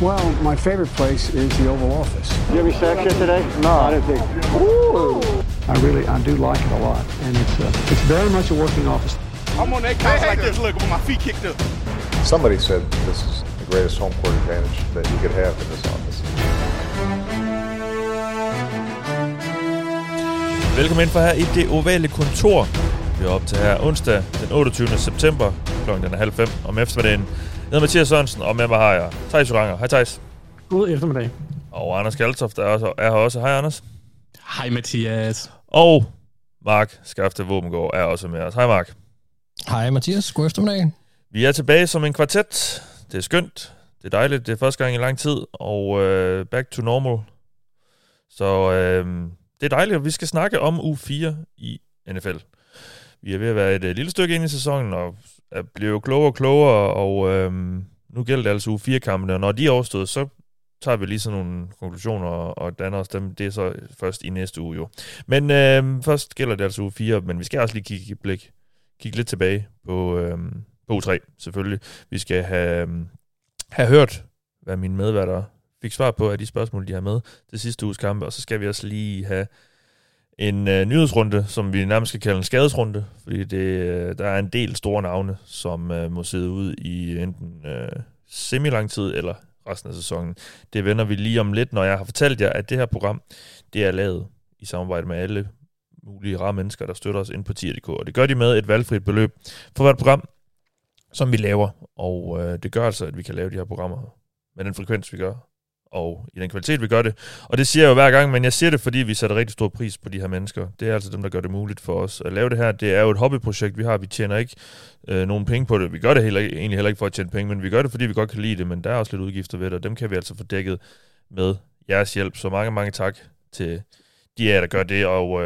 Well, my favorite place is the Oval Office. You have any sex yet today? No, I didn't think. I do like it a lot, and it's very much a working office. I'm on that couch like this, look, with my feet kicked up. Somebody said this is the greatest home court advantage that you could have in this office. Velkommen ind for her i det ovale kontor. Vi er op til her onsdag den 28. september. Klokken er 4:30 om eftermiddagen. Jeg hedder Mathias Sørensen, og med mig har jeg Theis Joranger. Hej Theis. God eftermiddag. Og Anders Kaltoft er her også. Hej Anders. Hej Mathias. Og Mark Skafte Våbengård er også med os. Hej Mark. Hej Mathias, god eftermiddag. Vi er tilbage som en kvartet. Det er skønt. Det er dejligt. Det er første gang i lang tid. Og back to normal. Så det er dejligt, og vi skal snakke om uge 4 i NFL. Vi er ved at være et lille stykke ind i sæsonen, og bliver klogere og klogere, og nu gælder det altså uge 4-kampene, og når de er overstået, så tager vi lige sådan nogle konklusioner og danner os dem. Det er så først i næste uge jo. Men først gælder det altså uge 4, men vi skal også lige kigge lidt tilbage på uge 3, selvfølgelig. Vi skal have hørt, hvad mine medværter fik svar på af de spørgsmål, de har med til sidste uges kampe, og så skal vi også lige have en nyhedsrunde, som vi nærmest skal kalde en skadesrunde, fordi der er en del store navne, som må sidde ude i enten semi-lang tid eller resten af sæsonen. Det vender vi lige om lidt, når jeg har fortalt jer, at det her program, det er lavet i samarbejde med alle mulige rare mennesker, der støtter os ind på tier.dk, og det gør de med et valgfrit beløb for hvert program, som vi laver, og det gør altså, at vi kan lave de her programmer med den frekvens, vi gør, og i den kvalitet, vi gør det. Og det siger jeg jo hver gang, men jeg siger det, fordi vi sætter rigtig stor pris på de her mennesker. Det er altså dem, der gør det muligt for os at lave det her. Det er jo et hobbyprojekt, vi har. Vi tjener ikke nogen penge på det. Vi gør det egentlig heller ikke for at tjene penge, men vi gør det, fordi vi godt kan lide det, men der er også lidt udgifter ved det, og dem kan vi altså få dækket med jeres hjælp. Så mange tak til de af jer, der gør det, og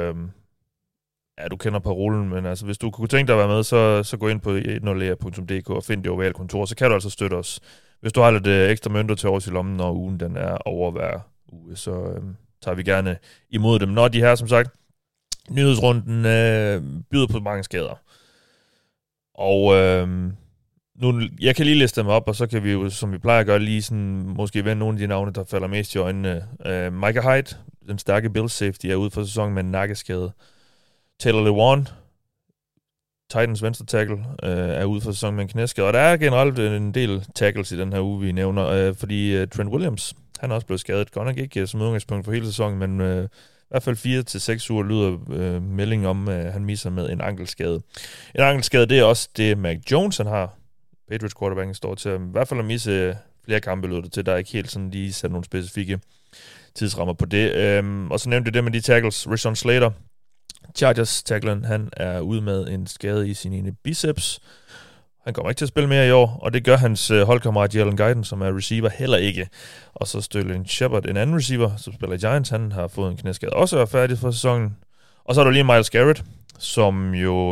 du kender parolen, men altså, hvis du kunne tænke dig at være med, så gå ind på 10er.dk og find det ovale kontor, så kan du altså støtte os. Hvis du har lidt ekstra mønter til overs i lommen, når ugen den er over hver uge, så tager vi gerne imod dem. Når de her, som sagt, nyhedsrunden byder på mange skader. Og nu, jeg kan lige liste dem op, og så kan vi jo, som vi plejer at gøre, lige sådan, måske vende nogle af de navne, der falder mest i øjnene. Micah Hyde, den stærke Bills safety, er ude for sæsonen med en nakkeskade. Taylor Lewan, Titans venstre tackle, er ude for sæsonen med en knæskade. Og der er generelt en del tackles i den her uge, vi nævner, fordi Trent Williams, han er også blevet skadet. Godt nok ikke som udgangspunkt for hele sæsonen, men i hvert fald 4 til 6 uger lyder melding om, at han misser med en ankelskade. En ankelskade, det er også det, Mac Jones han har. Patriots quarterbacken står til i hvert fald at misse flere kampe, lyder det til. Der er ikke helt sådan lige sat nogle specifikke tidsrammer på det. Og så nævnte det med de tackles. Rashawn Slater, Chargers-tacklen, han er ude med en skade i sin ene biceps. Han kommer ikke til at spille mere i år, og det gør hans holdkammerat Jalen Guyton, som er receiver, heller ikke. Og så Sterling Shepard, en anden receiver, som spiller i Giants, han har fået en knæskade, også er færdig for sæsonen. Og så er der lige Myles Garrett, som jo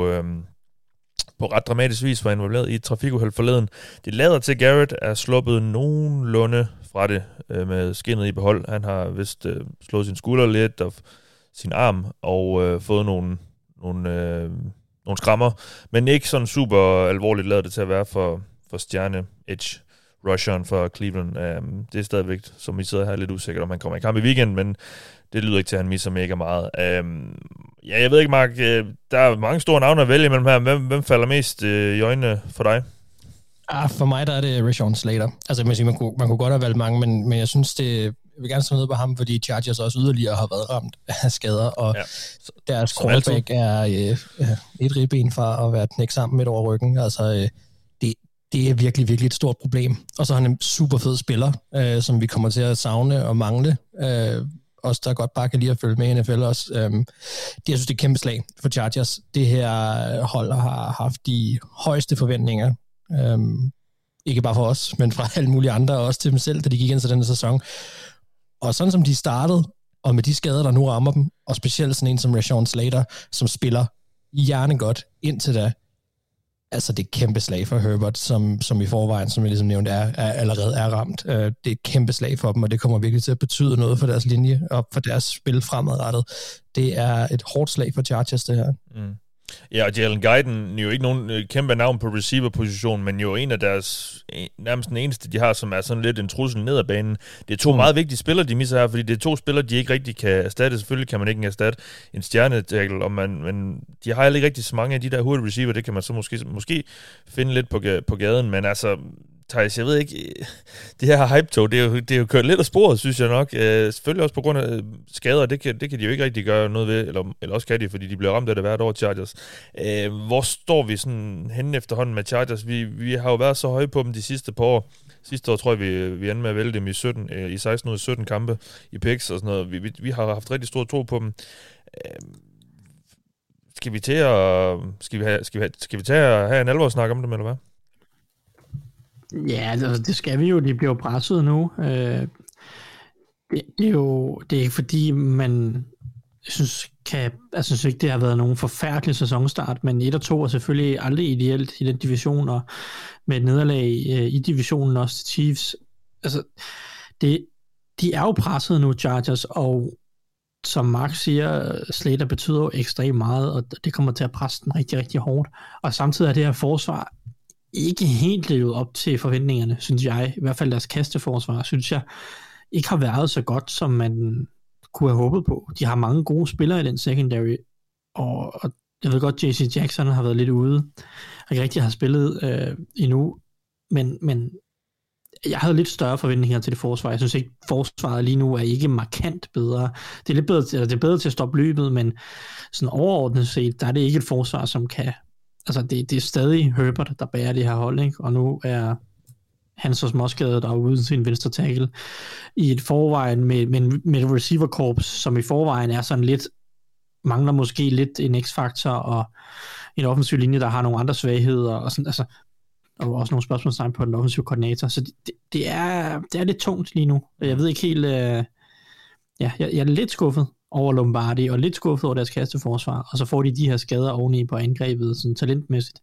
på ret dramatisk vis var involveret i et trafikuheld forleden. Det lader til, at Garrett er sluppet nogenlunde fra det med skinnet i behold. Han har vist slået sin skulder lidt og sin arm og fået nogle skrammer, men ikke sådan super alvorligt lavet det til at være for stjerne edge rusheren for Cleveland. Det er stadigvæk, som vi sidder her, lidt usikkert, om han kommer i kamp i weekend, men det lyder ikke til, at han misser mega meget. Jeg ved ikke, Mark, der er mange store navne at vælge imellem her. Hvem falder mest i øjnene for dig? For mig der er det Rashawn Slater. Altså man kunne godt have valgt mange, men jeg synes jeg vil gerne smide ned på ham, fordi Chargers også yderligere har været ramt af skader, og deres quarterback er et ribben fra at være knækket sammen midt over ryggen. Altså, det er virkelig, virkelig et stort problem. Og så har han en super fed spiller, som vi kommer til at savne og mangle. Også der godt bare kan lide at følge med i NFL også. Jeg synes, det er et kæmpe slag for Chargers. Det her hold har haft de højeste forventninger. Ikke bare for os, men fra alle mulige andre, og også til dem selv, da de gik ind til denne sæson. Og sådan som de startede, og med de skader, der nu rammer dem, og specielt sådan en som Rashawn Slater, som spiller hjernegodt indtil da, altså det er et kæmpe slag for Herbert, som i forvejen, som jeg ligesom nævnte, allerede er ramt. Det er et kæmpe slag for dem, og det kommer virkelig til at betyde noget for deres linje, og for deres spil fremadrettet. Det er et hårdt slag for Chargers, det her. Mm. Ja, og Jalen Guyton er jo ikke nogen kæmpe navn på receiver-position, men jo en af deres, nærmest den eneste, de har, som er sådan lidt en trussel ned ad banen. Det er 2 meget vigtige spillere, de misser her, fordi det er 2 spillere, de ikke rigtig kan erstatte. Selvfølgelig kan man ikke erstatte en stjernetackle, men de har heller ikke rigtig så mange af de der hurtige receiver, det kan man så måske finde lidt på gaden, men altså, Thijs, jeg ved ikke, det her hype-tog, det er jo kørt lidt af sporet, synes jeg nok. Selvfølgelig også på grund af skader, det kan de jo ikke rigtig gøre noget ved, eller også kan de, fordi de bliver ramt af det hvert år, Chargers. Hvor står vi sådan henne efterhånden med Chargers? Vi har jo været så høje på dem de sidste par år. Sidste år tror jeg, vi endte med at vælge dem i 16 ud af 17 kampe i picks og sådan noget. Vi har haft rigtig stor tro på dem. Skal vi tage at have en alvorsnak om dem, eller hvad? Ja, altså, det skal vi jo. De bliver jo presset nu. Det er ikke fordi, man synes ikke, det har været nogen forfærdelig sæsonstart, men 1 og 2 er selvfølgelig aldrig ideelt i den division, og med et nederlag i divisionen også til Chiefs. Altså, de er jo presset nu, Chargers, og som Mark siger, Slater betyder jo ekstremt meget, og det kommer til at presse den rigtig, rigtig hårdt. Og samtidig er det her forsvar ikke helt levet op til forventningerne, synes jeg. I hvert fald deres kasteforsvar, synes jeg, ikke har været så godt, som man kunne have håbet på. De har mange gode spillere i den secondary, og jeg ved godt, J.C. Jackson har været lidt ude, og ikke rigtig har spillet endnu, men jeg havde lidt større forventninger til det forsvar. Jeg synes ikke, forsvaret lige nu er ikke markant bedre. Det er lidt bedre, det er bedre til at stoppe løbet, men sådan overordnet set, der er det ikke et forsvar, som kan. Altså, det er stadig Herbert, der bærer det her hold, ikke? Og nu er han så småskadet, der er uden sin venstre tackle i et forvejen med et receiver corps, som i forvejen er sådan lidt, mangler måske lidt en x-faktor og en offensiv linje, der har nogle andre svagheder og sådan, altså, og også nogle spørgsmålstegn på den offensive koordinator. Så det er lidt tungt lige nu. Jeg ved ikke helt, jeg er lidt skuffet over Lombardi, og lidt skuffet over deres kasteforsvar, og så får de her skader oveni på angrebet, sådan talentmæssigt.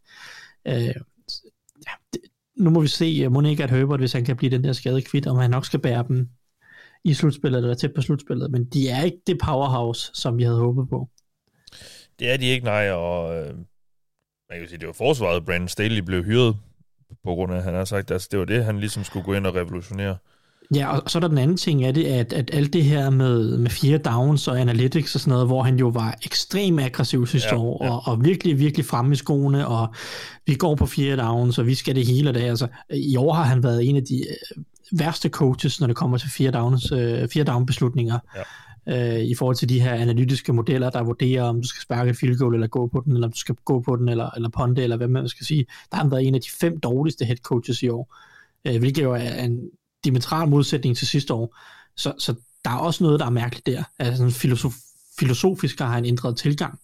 Nu må vi se, må ikke at Herbert, hvis han kan blive den der skade kvidt, om han nok skal bære dem i slutspillet, eller tæt på slutspillet, men de er ikke det powerhouse, som vi havde håbet på. Det er de ikke, nej, og man kan sige, det var forsvaret, Brandon Staley blev hyret på grund af, at han har sagt, altså det var det, han ligesom skulle gå ind og revolutionere. Ja, og så er der den anden ting af det, at alt det her med 4 downs og analytics og sådan noget, hvor han jo var ekstremt aggressiv sidste år, og virkelig, virkelig fremme i skoene, og vi går på 4 downs, og vi skal det hele det. Altså, i år har han været en af de værste coaches, når det kommer til 4 down beslutninger, i forhold til de her analytiske modeller, der vurderer, om du skal sparke et field goal, eller gå på den, eller om du skal gå på den, eller punte, eller hvad man skal sige. Der har han været en af de 5 dårligste head coaches i år, hvilket jo er en diametral modsætning til sidste år. Så der er også noget, der er mærkeligt der. Altså filosofisk har han ændret tilgang.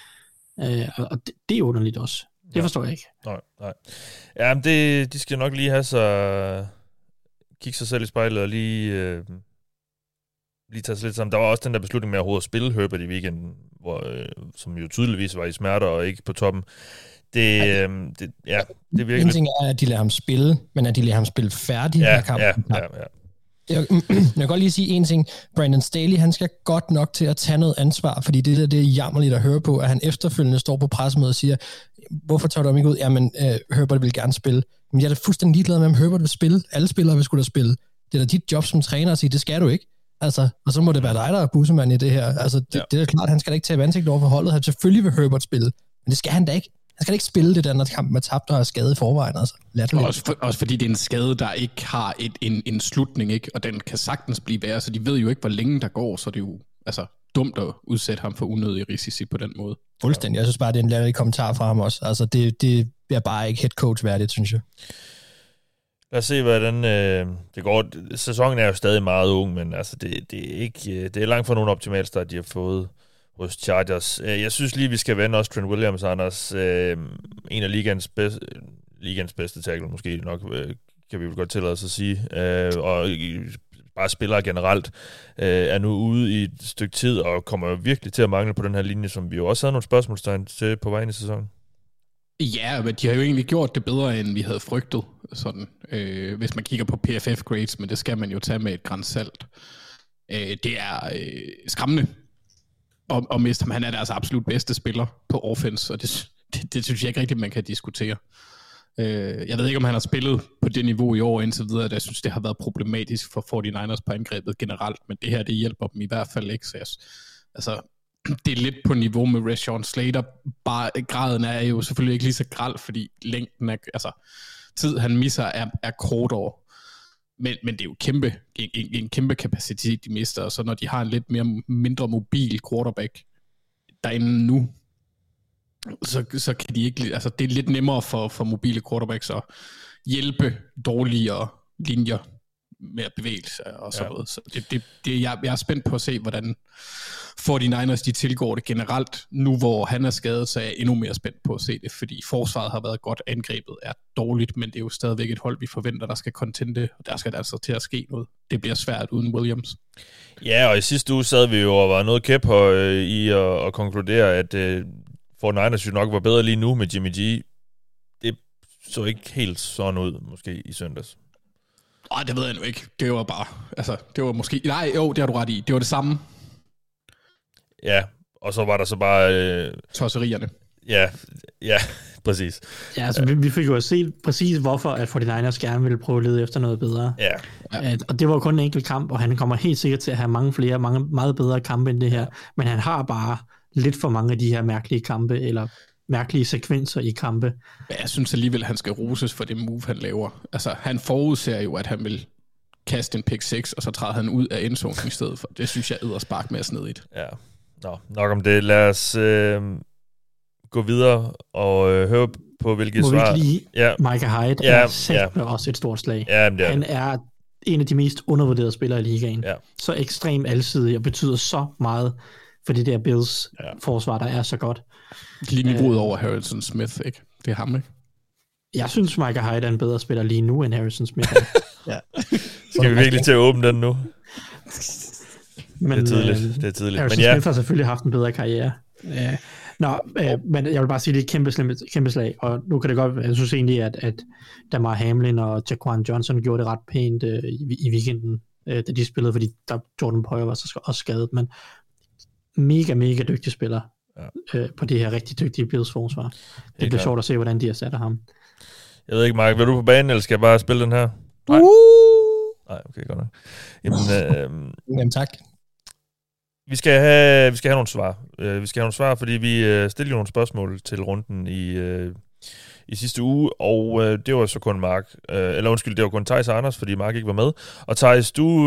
Og det er underligt også. Det forstår jeg ikke. Nej. Ja, men de skal nok lige have kigge sig selv i spejlet og lige tage sig lidt sammen. Der var også den der beslutning med at overhovedet spille Herbert i weekenden, som jo tydeligvis var i smerter og ikke på toppen. Det virker en ting er, at de lader ham spille, men at de lader ham spille færdig her kampen. Ja. Jeg kan godt lige sige en ting. Brandon Staley, han skal godt nok til at tage noget ansvar, fordi det er jammerligt at høre på, at han efterfølgende står på pressemødet og siger, hvorfor tager du ham ikke ud? Jamen, Herbert vil gerne spille. Men jeg er da fuldstændig ligeglad med, om Herbert vil spille. Alle spillere vil skulle da spille. Det er da dit job som træner at sige, det skal du ikke. Altså, og så må det være dig, der er bussemand i det her. Altså, det er klart, han skal da ikke tage ansigt over for holdet. Han selvfølgelig vil Herbert spille, men det skal han da ikke. Han skal ikke spille det der, når kampen er tabt og er skadet i forvejen. Altså. Også fordi det er en skade, der ikke har en slutning, ikke? Og den kan sagtens blive værre, så de ved jo ikke, hvor længe der går, så det er jo dumt at udsætte ham for unødige risici på den måde. Fuldstændig. Jeg synes bare, det er en latterlig kommentar fra ham også. Altså, det er bare ikke head coach værdigt, synes jeg. Lad os se, hvordan det går. Sæsonen er jo stadig meget ung, men altså, det er langt fra nogen optimal start, de har fået hos Chargers. Jeg synes lige, vi skal vende også Trent Williams, Anders. En af ligaens bedste tackle, måske nok, kan vi vel godt tillade os at sige. Og bare spillere generelt er nu ude i et stykke tid, og kommer virkelig til at mangle på den her linje, som vi jo også havde nogle spørgsmålstegn til på vejen i sæsonen. Ja, men de har jo egentlig gjort det bedre, end vi havde frygtet, sådan, hvis man kigger på PFF grades, men det skal man jo tage med et gran salt. Det er skræmmende, Og Mistham, han er deres absolut bedste spiller på offense, og det synes jeg ikke rigtigt, man kan diskutere. Jeg ved ikke, om han har spillet på det niveau i år indtil videre, at jeg synes, det har været problematisk for 49ers på angrebet generelt, men det her, det hjælper dem i hvert fald ikke. Så det er lidt på niveau med Rashawn Slater, bare graden er jo selvfølgelig ikke lige så grel, fordi længden er, tid han misser er kortere. Men det er jo en kæmpe kapacitet, de mister, og så når de har en lidt mindre mobil quarterback derinde nu, så kan de ikke, det er lidt nemmere for mobile quarterbacks at hjælpe dårligere linjer med at bevæge sig og så noget. Så jeg er spændt på at se, hvordan 49ers de tilgår det generelt. Nu hvor han er skadet, så er jeg endnu mere spændt på at se det, fordi forsvaret har været godt, angrebet er dårligt, men det er jo stadigvæk et hold, vi forventer, der skal contente, og der skal altså til at ske noget. Det bliver svært uden Williams. Ja, og i sidste uge sad vi jo og var noget kæp i at konkludere, at 49ers jo nok var bedre lige nu med Jimmy G. Det så ikke helt sådan ud, måske i søndags. Nej, det ved jeg nu ikke. Det var bare, det var måske, nej, jo, det har du ret i. Det var det samme. Ja, og så var der så bare... tosserierne. Ja, præcis. Ja, altså vi fik jo at se præcis, hvorfor at 49ers gerne ville prøve at lede efter noget bedre. Ja. Og det var kun en enkelt kamp, og han kommer helt sikkert til at have mange meget bedre kampe end det her. Men han har bare lidt for mange af de her mærkelige kampe, eller mærkelige sekvenser i kampe. Men jeg synes alligevel, han skal roses for det move, han laver. Altså, han forudser jo, at han vil kaste en pick 6, og så træder han ud af endzonen i stedet for. Det synes jeg spark mere snedigt. Ja, nok om det. Lad os gå videre og høre på, hvilke svar... Må vi ikke lige... Micah Hyde er også et stort slag. Ja, han er en af de mest undervurderede spillere i ligaen. Ja. Så ekstremt alsidig og betyder så meget for det der Bills forsvar, der er så godt. Lige niveauet over Harrison Smith, ikke? Det er ham, ikke? Jeg synes, Micah Hyde er en bedre spiller lige nu, end Harrison Smith. Ja. Skal vi virkelig til at åbne den nu? Men, det er tidligt. Harrison Smith har selvfølgelig haft en bedre karriere. Men jeg vil bare sige, det er et kæmpe slag, og nu kan det godt, jeg synes egentlig, at Damar Hamlin og Jaquan Johnson gjorde det ret pænt i weekenden, da de spillede, fordi der Jordan Poyer var så også skadet, men mega dygtig spiller på det her rigtig dygtige Bills forsvar. Det bliver sjovt at se, hvordan de erstatter ham. Jeg ved ikke, Mark, vil du på banen, eller skal jeg bare spille den her? Nej. Nej, okay, godt nok. Jamen tak. Vi skal have nogle svar. Vi skal have nogle svar, fordi vi stillede jo nogle spørgsmål til runden i sidste uge, og det var så kun Mark, det var kun Thijs og Anders, fordi Mark ikke var med. Og Thijs, du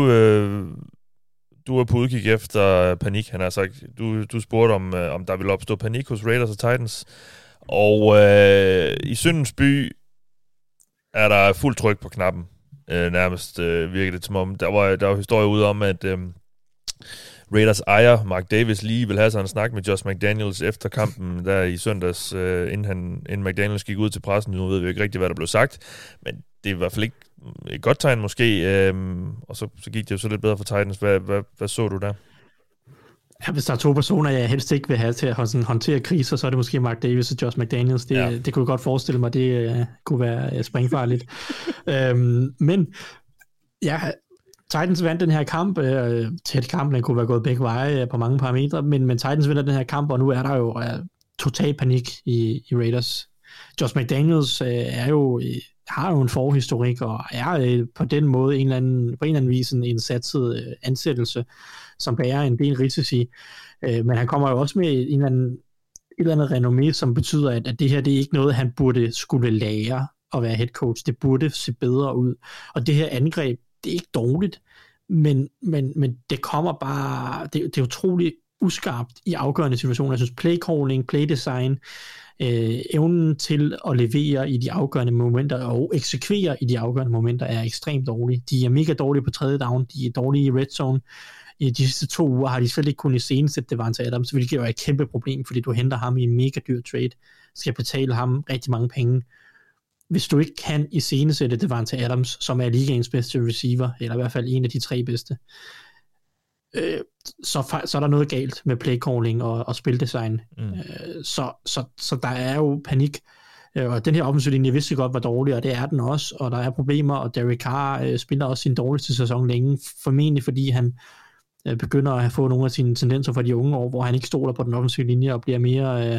er på udkig efter panik, han har sagt. Du spurgte, om der ville opstå panik hos Raiders og Titans, og i Syndens by er der fuld tryk på knappen. Nærmest virker det som om. Der var historie ude om, at Raiders ejer Mark Davis lige vil have sig en snak med Josh McDaniels efter kampen der i søndags, inden McDaniels gik ud til pressen. Nu ved vi ikke rigtig, hvad der blev sagt, men det er i hvert fald ikke et godt tegn måske, og så gik det jo så lidt bedre for Titans. Hvad så du der? Ja, hvis der er to personer, jeg helst ikke vil have til at håndtere kriser, så er det måske Mark Davis og Josh McDaniels. Det kunne jeg godt forestille mig, det kunne være springfarligt. Men ja, Titans vandt den her kamp. Tæt kamp, den kunne være gået begge veje på mange parametre, men Titans vinder den her kamp, og nu er der jo total panik i Raiders. Josh McDaniels har jo en forhistorik, og er på den måde på en eller anden vis en satset ansættelse, som bærer en del risici. Men han kommer jo også med et eller andet renommé, som betyder, at det her, det er ikke noget, han skulle lære at være head coach. Det burde se bedre ud. Og det her angreb, det er ikke dårligt, men det kommer bare, det er utroligt uskarpt i afgørende situationer. Jeg synes, play calling, play design, evnen til at levere i de afgørende momenter og eksekvere i de afgørende momenter er ekstremt dårlige. De er mega dårlige på tredje down, de er dårlige i red zone. I de sidste 2 uger har de slet ikke kunnet iscenesætte Davante Adams, hvilket jo er et kæmpe problem, fordi du henter ham i en mega dyr trade, skal betale ham rigtig mange penge. Hvis du ikke kan iscenesætte Davante Adams, som er ligaens bedste receiver, eller i hvert fald en af de 3 bedste, så er der noget galt med playcalling og spildesign. Så der er jo panik. Og den her offensive linje vidste godt var dårlig, og det er den også, og der er problemer, og Derek Carr spiller også sin dårligste sæson længe, formentlig fordi han begynder at få nogle af sine tendenser fra de unge år, hvor han ikke stoler på den offensive linje og bliver mere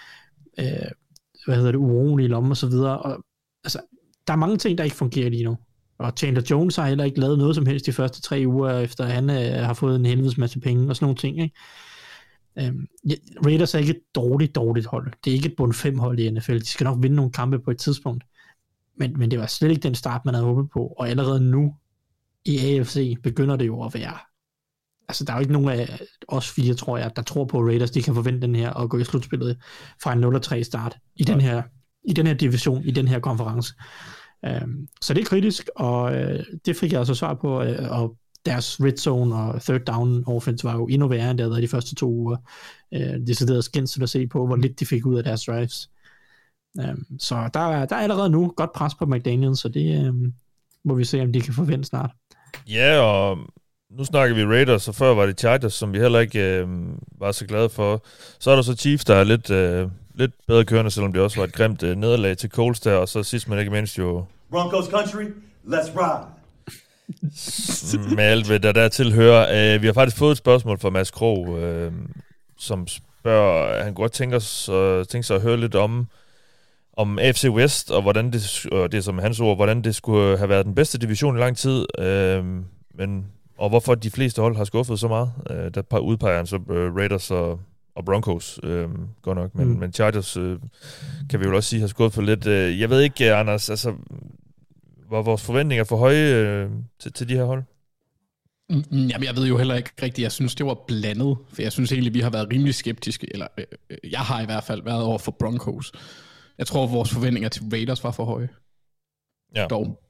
urolig i lommen og så videre. Og, altså, der er mange ting, der ikke fungerer lige nu. Og Chandler Jones har heller ikke lavet noget som helst de første 3 uger, efter han har fået en helvedes masse penge og sådan nogle ting, ikke? Raiders er ikke et dårligt hold. Det er ikke et bund 5 hold i NFL. De skal nok vinde nogle kampe på et tidspunkt. Men det var slet ikke den start, man havde håbet på. Og allerede nu i AFC begynder det jo at være... Altså, der er jo ikke nogen af os 4, tror jeg, der tror på, at Raiders de kan forvente den her og gå i slutspillet fra en 0-3 start i den her division, i den her konference. Så det er kritisk, og det fik jeg altså svar på, og deres red zone og third down offense var jo endnu værre, end det havde været de første 2 uger. Det sidder skændsligt at se på, hvor lidt de fik ud af deres drives. Så der er allerede nu godt pres på McDaniels, så det må vi se, om de kan forvente snart. Ja, og nu snakker vi Raiders, og før var det Chargers, som vi heller ikke var så glade for. Så er der så Chiefs, der er lidt bedre kørende, selvom det også var et grimt nederlag til Colts der, og så sidst men ikke mindst jo... Broncos country, let's ride! Med alt, hvad der tilhører. Vi har faktisk fået et spørgsmål fra Mads Krog, som spørger, han godt tænker sig at høre lidt om AFC West, og hvordan det er som hans ord, hvordan det skulle have været den bedste division i lang tid, og hvorfor de fleste hold har skuffet så meget. Der udpeger han så Raiders og Broncos, godt nok, men Chargers kan vi jo også sige har skuffet lidt. Jeg ved ikke, Anders, altså, var vores forventninger for høje til de her hold? Jamen, jeg ved jo heller ikke rigtigt. Jeg synes, det var blandet, for jeg synes egentlig, vi har været rimelig skeptiske, eller jeg har i hvert fald været over for Broncos. Jeg tror, vores forventninger til Raiders var for høje. Ja. Dog.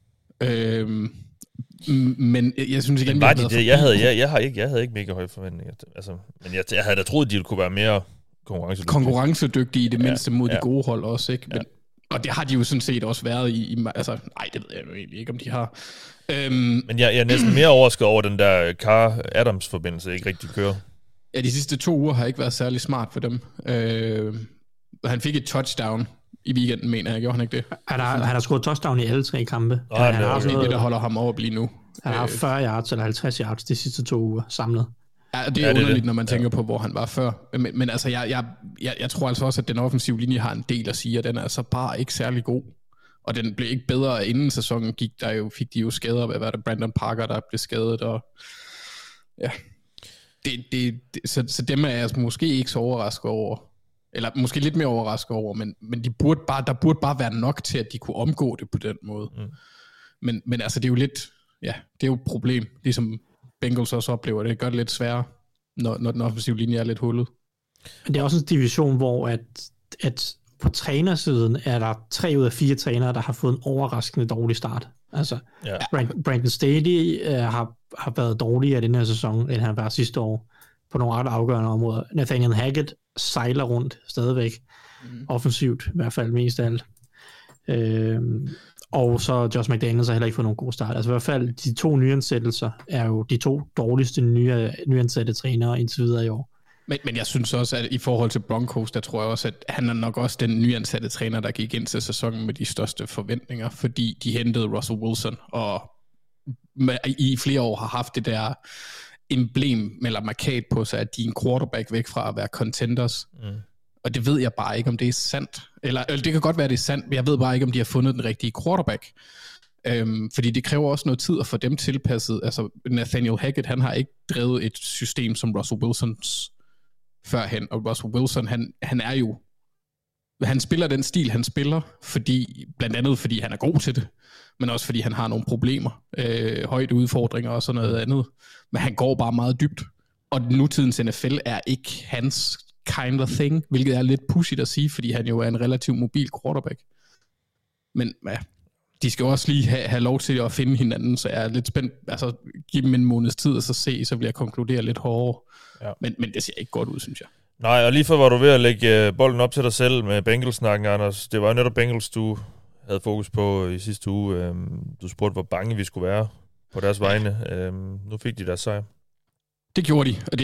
Men jeg synes ikke, var de det? Jeg havde ikke mega høje forventninger. Altså, men jeg havde da troet, at de kunne være mere konkurrencedygtige i det mindste mod de gode hold også, ikke? Men, og det har de jo sådan set også været i altså, nej, det ved jeg jo egentlig ikke, om de har. Men jeg er næsten mere overrasket over, den der Carr-Adams-forbindelse ikke rigtig kører. Ja, de sidste 2 uger har ikke været særlig smart for dem. Han fik et touchdown i weekenden, mener jeg. Gjorde han ikke det? Han har scoret touchdown i alle 3 kampe. Han har også det, der holder ham over lige nu. Han har 40 yards eller 50 yards de sidste 2 uger samlet. Ja, det er underligt, når man tænker på, hvor han var før. Men altså, jeg tror altså også, at den offensive linje har en del at sige, og den er altså bare ikke særlig god. Og den blev ikke bedre, inden sæsonen gik. Fik de jo skader. Hvad var det? Brandon Parker, der blev skadet. Og ja. Så dem er jeg måske ikke så overrasket over. Eller måske lidt mere overrasket over, men der burde bare være nok til, at de kunne omgå det på den måde. Men altså, det er jo lidt, ja, det er jo et problem, ligesom Bengals også oplever det. Det gør det lidt sværere, når den offensive linje er lidt hullet. Men det er også en division, hvor at på trænersiden er der 3 ud af 4 trænere, der har fået en overraskende dårlig start. Altså, Brandon Staley har været dårligere i den her sæson, end han var sidste år, på nogle ret afgørende områder. Nathaniel Hackett sejler rundt stadigvæk, offensivt i hvert fald mest af alt. Og så Josh McDaniels har heller ikke fået nogen god start. Altså i hvert fald de 2 nyansættelser er jo de 2 dårligste nyansatte trænere indtil videre i år. Men jeg synes også, at i forhold til Broncos, der tror jeg også, at han er nok også den nyansatte træner, der gik ind til sæsonen med de største forventninger, fordi de hentede Russell Wilson, og i flere år har haft det der emblem eller markat på sig, at de er en quarterback væk fra at være contenders. Og det ved jeg bare ikke, om det er sandt. Eller det kan godt være, det er sandt, men jeg ved bare ikke, om de har fundet den rigtige quarterback. Fordi det kræver også noget tid at få dem tilpasset. Altså Nathaniel Hackett, han har ikke drevet et system som Russell Wilsons førhen. Og Russell Wilson, han er jo... Han spiller den stil, han spiller, blandt andet fordi han er god til det, men også fordi han har nogle problemer, højde udfordringer og sådan noget andet. Men han går bare meget dybt. Og nutidens NFL er ikke hans kind of thing, hvilket er lidt pudsigt at sige, fordi han jo er en relativt mobil quarterback. Men ja, de skal også lige have lov til at finde hinanden, så jeg er lidt spændt. Altså, give dem en måneds tid og så vil jeg konkludere lidt hårdere. Ja. Men det ser ikke godt ud, synes jeg. Nej, og lige før var du ved at lægge bolden op til dig selv med Bengals-snakken, Anders. Det var jo netop Bengals, du havde fokus på i sidste uge. Du spurgte, hvor bange vi skulle være på deres vegne. Nu fik de deres sejr. Det gjorde de, og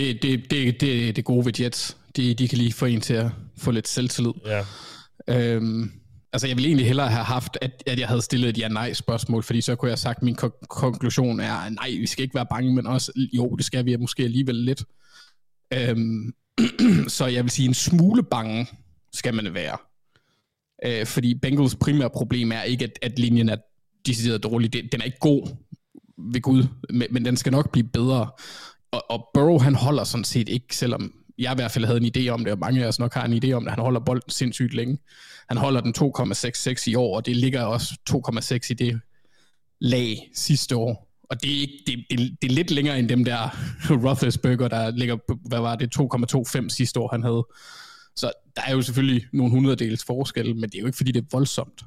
det gode ved Jets. De kan lige få en til at få lidt selvtillid. Ja. Altså, jeg ville egentlig hellere have haft, at jeg havde stillet et ja-nej-spørgsmål, fordi så kunne jeg have sagt, at min konklusion er, nej, vi skal ikke være bange, men også, jo, det skal vi måske alligevel lidt. Så jeg vil sige, en smule bange skal man være. Fordi Bengals primære problem er ikke, at linjen er decideret dårlig. Den er ikke god ved Gud, men den skal nok blive bedre. Og Burrow, han holder sådan set ikke, selvom jeg i hvert fald havde en idé om det, og mange af os nok har en idé om det, han holder bolden sindssygt længe. Han holder den 2,66 i år, og det ligger også 2,6 i det lag sidste år. Og det er lidt længere end dem der Roethlisberger, der ligger på, hvad var det, 2,25 sidste år, han havde. Så der er jo selvfølgelig nogle hundreddels forskel, men det er jo ikke, fordi det er voldsomt.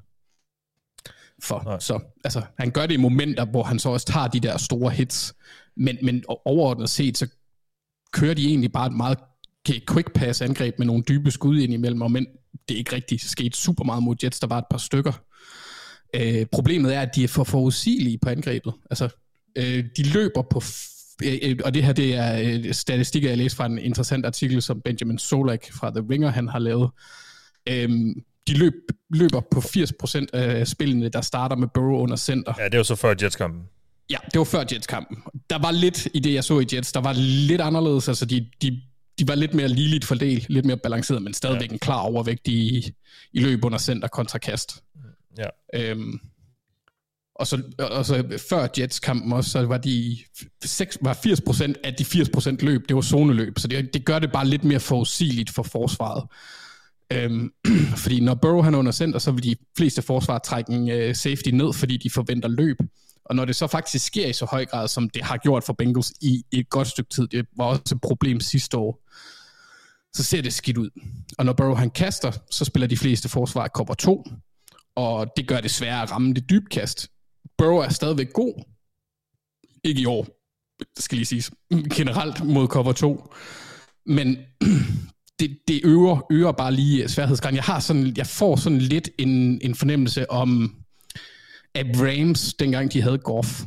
Så altså, han gør det i momenter, hvor han så også tager de der store hits, men overordnet set, så kører de egentlig bare et meget quick pass angreb med nogle dybe skud ind imellem, men det er ikke rigtigt sket super meget mod Jets, der var et par stykker. Problemet er, at de er for forudsigelige på angrebet. Altså, de løber på, og det her, det er statistikker, jeg læste fra en interessant artikel, som Benjamin Solak fra The Ringer, han har lavet. De løber på 80% af spillene, der starter med Burrow under center. Ja, det var så før Jets-kampen. Ja, det var før Jets-kampen. Der var lidt i det, jeg så i Jets, der var lidt anderledes. Altså, de var lidt mere ligeligt fordelt, lidt mere balanceret, men stadigvæk en klar overvægt i løb under center kontra kast. Ja. Og så før Jets-kampen også, så var 80% af de 80% løb, det var zoneløb, så det gør det bare lidt mere forudsigeligt for forsvaret. Fordi når Burrow han er under center, så vil de fleste forsvar trække en safety ned, fordi de forventer løb. Og når det så faktisk sker i så høj grad, som det har gjort for Bengals i et godt stykke tid, det var også et problem sidste år, så ser det skidt ud. Og når Burrow han kaster, så spiller de fleste forsvar cover 2, og det gør det sværere at ramme det dybkast. Burrow er stadigvæk god. Ikke i år, skal lige siges, generelt mod cover 2. Men det øger bare lige sværhedsgraden. Jeg får sådan lidt en fornemmelse om af Rams, dengang de havde Goff.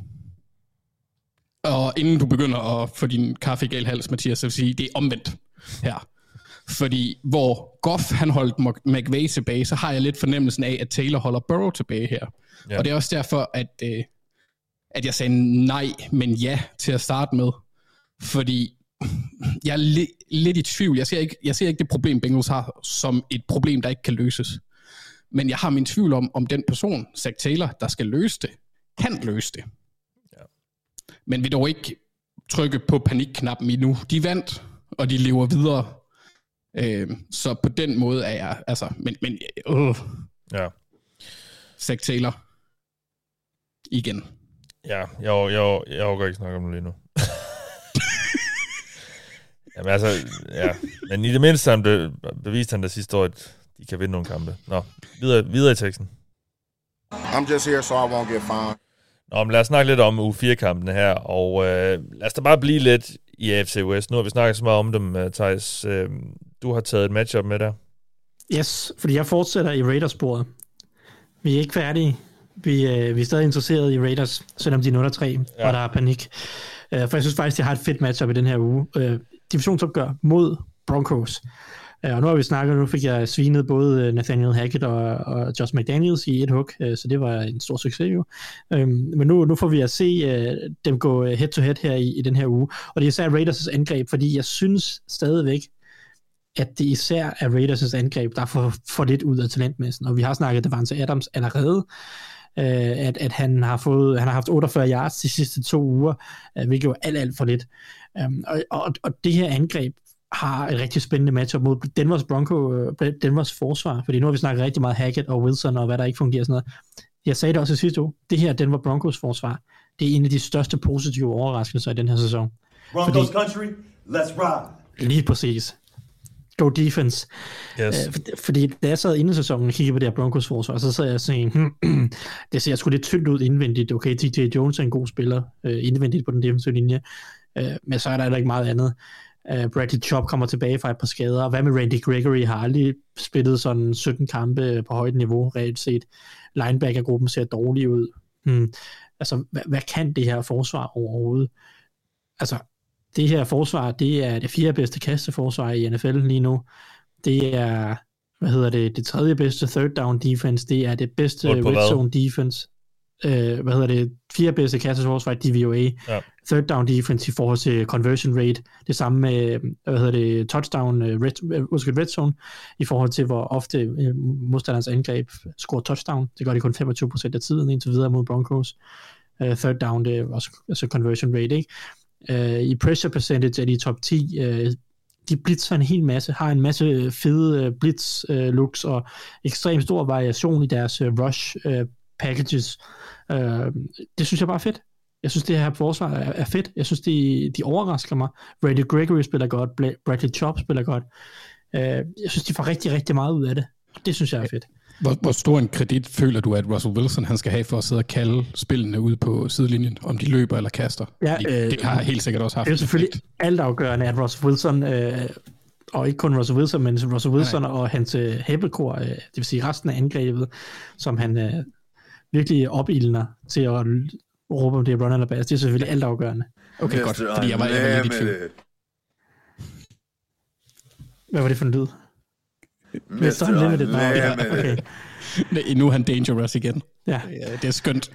Og inden du begynder at få din kaffe i gal hals, Mathias, så vil sige, det er omvendt her. Fordi hvor Goff han holdt McVay tilbage, så har jeg lidt fornemmelsen af, at Taylor holder Burrow tilbage her. Ja. Og det er også derfor, at jeg sagde nej, men ja til at starte med. Fordi jeg er lidt i tvivl. Jeg ser ikke det problem, Bengals har, som et problem, der ikke kan løses. Men jeg har min tvivl om den person, Zach Taylor, der skal løse det, kan løse det. Ja. Men vil dog ikke trykke på panikknappen endnu. De vandt, og de lever videre. Så på den måde er jeg, altså, ja. Zach Taylor. Igen. Ja, jeg overgår ikke snakke om det lige nu. Jamen altså, ja. Men i det mindste han beviste han der sidste år, at de kan vinde nogle kampe. Nå, videre i teksten. I'm just here, so I won't get fined. Nå, men lad os snakke lidt om U4-kampene her, og lad os da bare blive lidt i AFC West. Nu har vi snakket så meget om dem, Theis. Du har taget et matchup med der. Yes, fordi jeg fortsætter i Raiders-sporet. Vi er ikke færdige. Vi er stadig interesseret i Raiders, selvom de er 0-3, og der er panik. For jeg synes faktisk, de har et fedt matchup i den her uge. Divisionsopgør mod Broncos. Og nu fik jeg svinet både Nathaniel Hackett og Josh McDaniels i et hug, så det var en stor succes jo. Men nu får vi at se dem gå head-to-head her i den her uge. Og det er især Raiders' angreb, fordi jeg synes stadigvæk, at det især er Raiders' angreb, der får for lidt ud af talentmassen. Og vi har snakket Davante Adams allerede, at han har haft 48 yards de sidste 2 uger, hvilket jo er alt for lidt. Og det her angreb har et rigtig spændende matchup mod Denvers forsvar, fordi nu har vi snakket rigtig meget Hackett og Wilson, og hvad der ikke fungerer sådan noget. Jeg sagde det også i sidste uge, det her Denver Broncos forsvar, det er en af de største positive overraskelser i den her sæson. Broncos country, let's ride. Lige præcis. Go defense. Yes. Fordi da jeg sad inden sæsonen og kiggede på det her Broncos forsvar, så sad jeg og sagde, det ser sgu lidt tyndt ud indvendigt. Okay, TJ Jones er en god spiller indvendigt på den defensive linje, men så er der ikke meget andet. Bradley Chubb kommer tilbage fra et par skader. Hvad med Randy Gregory? Har aldrig spillet sådan 17 kampe på højt niveau, reelt set. Linebacker-gruppen ser dårlig ud. Altså, hvad kan det her forsvar overhovedet? Altså, det her forsvar, det er det 4. bedste kasteforsvar i NFL lige nu. Det er det tredje bedste third down defense, det er det bedste red zone defense, fjerde bedste kastforsvar DVOA, third down defense i forhold til conversion rate, det samme med, touchdown, red zone, i forhold til hvor ofte modstanderens angreb scorer touchdown, det gør de kun 25% af tiden indtil videre mod Broncos. Third down, det er også altså conversion rate, ikke? I pressure percentage er de top 10, de blitzer en hel masse, har en masse fede blitz looks og ekstremt stor variation i deres rush packages. Det synes jeg bare er fedt. Jeg synes, det her forsvar er fedt. Jeg synes, de overrasker mig. Randy Gregory spiller godt, Bradley Chubb spiller godt. Jeg synes, de får rigtig, rigtig meget ud af det. Det synes jeg er fedt. Hvor stor en kredit føler du, at Russell Wilson han skal have for at sidde og kalde spillene ud på sidelinjen, om de løber eller kaster? Ja, det har helt sikkert også haft. Det er selvfølgelig altafgørende, at Russell Wilson, og ikke kun Russell Wilson, men Russell Wilson og hans hæbekor, det vil sige resten af angrebet, som han virkelig opildner til at råbe om det er run eller pass, det er selvfølgelig altafgørende. Okay, godt, fordi jeg var lidt i tvivl. Hvad var det for en lyd? Mr. Unlimited. Okay. Nu er han dangerous igen. Ja. Det er skønt.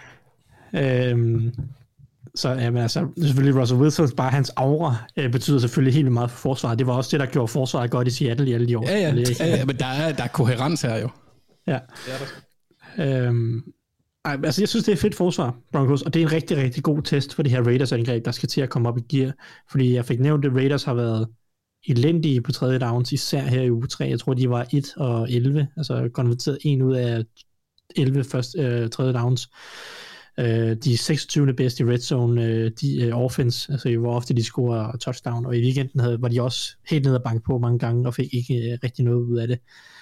Så jamen, altså, selvfølgelig Russell Wilson, bare hans aura betyder selvfølgelig helt meget for forsvaret. Det var også det, der gjorde forsvaret godt i Seattle i alle de år. Ja, men der er koherens her jo. Ja. Altså, jeg synes, det er et fedt forsvar, Broncos, og det er en rigtig, rigtig god test for de her Raiders-angreb, der skal til at komme op i gear. Fordi jeg fik nævnt, at Raiders har været elendige på tredje downs, især her i uge 3. Jeg tror, de var 1 og 11, altså konverteret 1 ud af 11 tredje downs. De 26. bedste i red zone, de offense, altså hvor ofte de scorer touchdown, og i weekenden var de også helt nede og banke på mange gange, og fik ikke rigtig noget ud af det.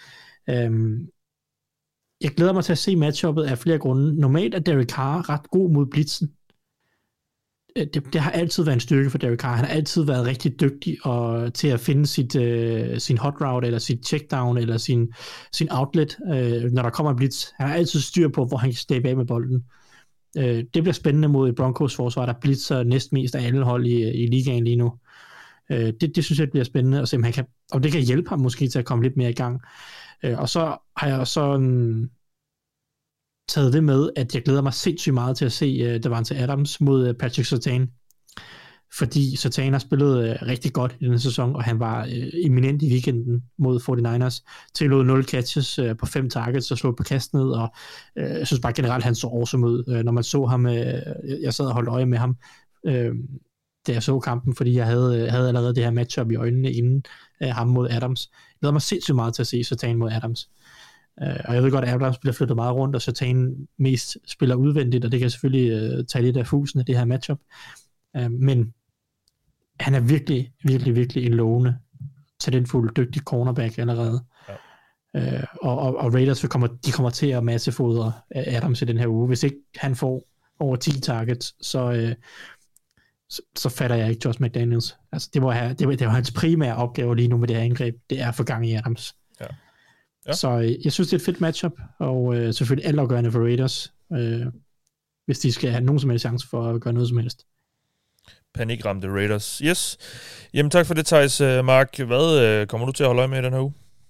Jeg glæder mig til at se matchuppet af flere grunde. Normalt er Derek Carr ret god mod blitzen. Det har altid været en styrke for Derek Carr. Han har altid været rigtig dygtig til at finde sin hot route, eller sit checkdown, eller sin outlet, når der kommer en blitz. Han har altid styr på, hvor han kan slæbe af med bolden. Det bliver spændende mod et Broncos forsvar, der blitzer næstmest af alle hold i ligaen lige nu. Det synes jeg bliver spændende at se, om det kan hjælpe ham måske til at komme lidt mere i gang. Og så har jeg sådan taget det med, at jeg glæder mig sindssygt meget til at se Davante Adams mod Patrick Surtain. Fordi Surtain har spillet rigtig godt i denne sæson, og han var eminent i weekenden mod 49ers. Tillod 0 catches på 5 targets og slog på kast ned, og jeg synes bare generelt, han så awesome ud. Når man så ham, jeg sad og holdt øje med ham, da jeg så kampen, fordi jeg havde allerede det her matchup i øjnene inden ham mod Adams. Jeg glæder mig sindssygt meget til at se Surtain mod Adams. Og jeg ved godt, at Adams bliver flyttet meget rundt, og Surtain mest spiller udvendigt, og det kan selvfølgelig tage lidt af fusen af det her matchup. Men han er virkelig, virkelig, virkelig en lovende, talentfuld, dygtig cornerback allerede. Ja. Og Raiders kommer til at massefodre Adams i den her uge. Hvis ikke han får over 10 targets, så fatter jeg ikke Josh McDaniels. Altså, det var hans primære opgave lige nu med det her angreb. Det er at få gang i Adams. Ja. Ja. Så jeg synes, det er et fedt matchup, og selvfølgelig altafgørende for Raiders, hvis de skal have nogen som helst chance for at gøre noget som helst. Panikramte Raiders. Yes. Jamen tak for det, Theis. Mark, hvad kommer du til at holde øje med i den her uge?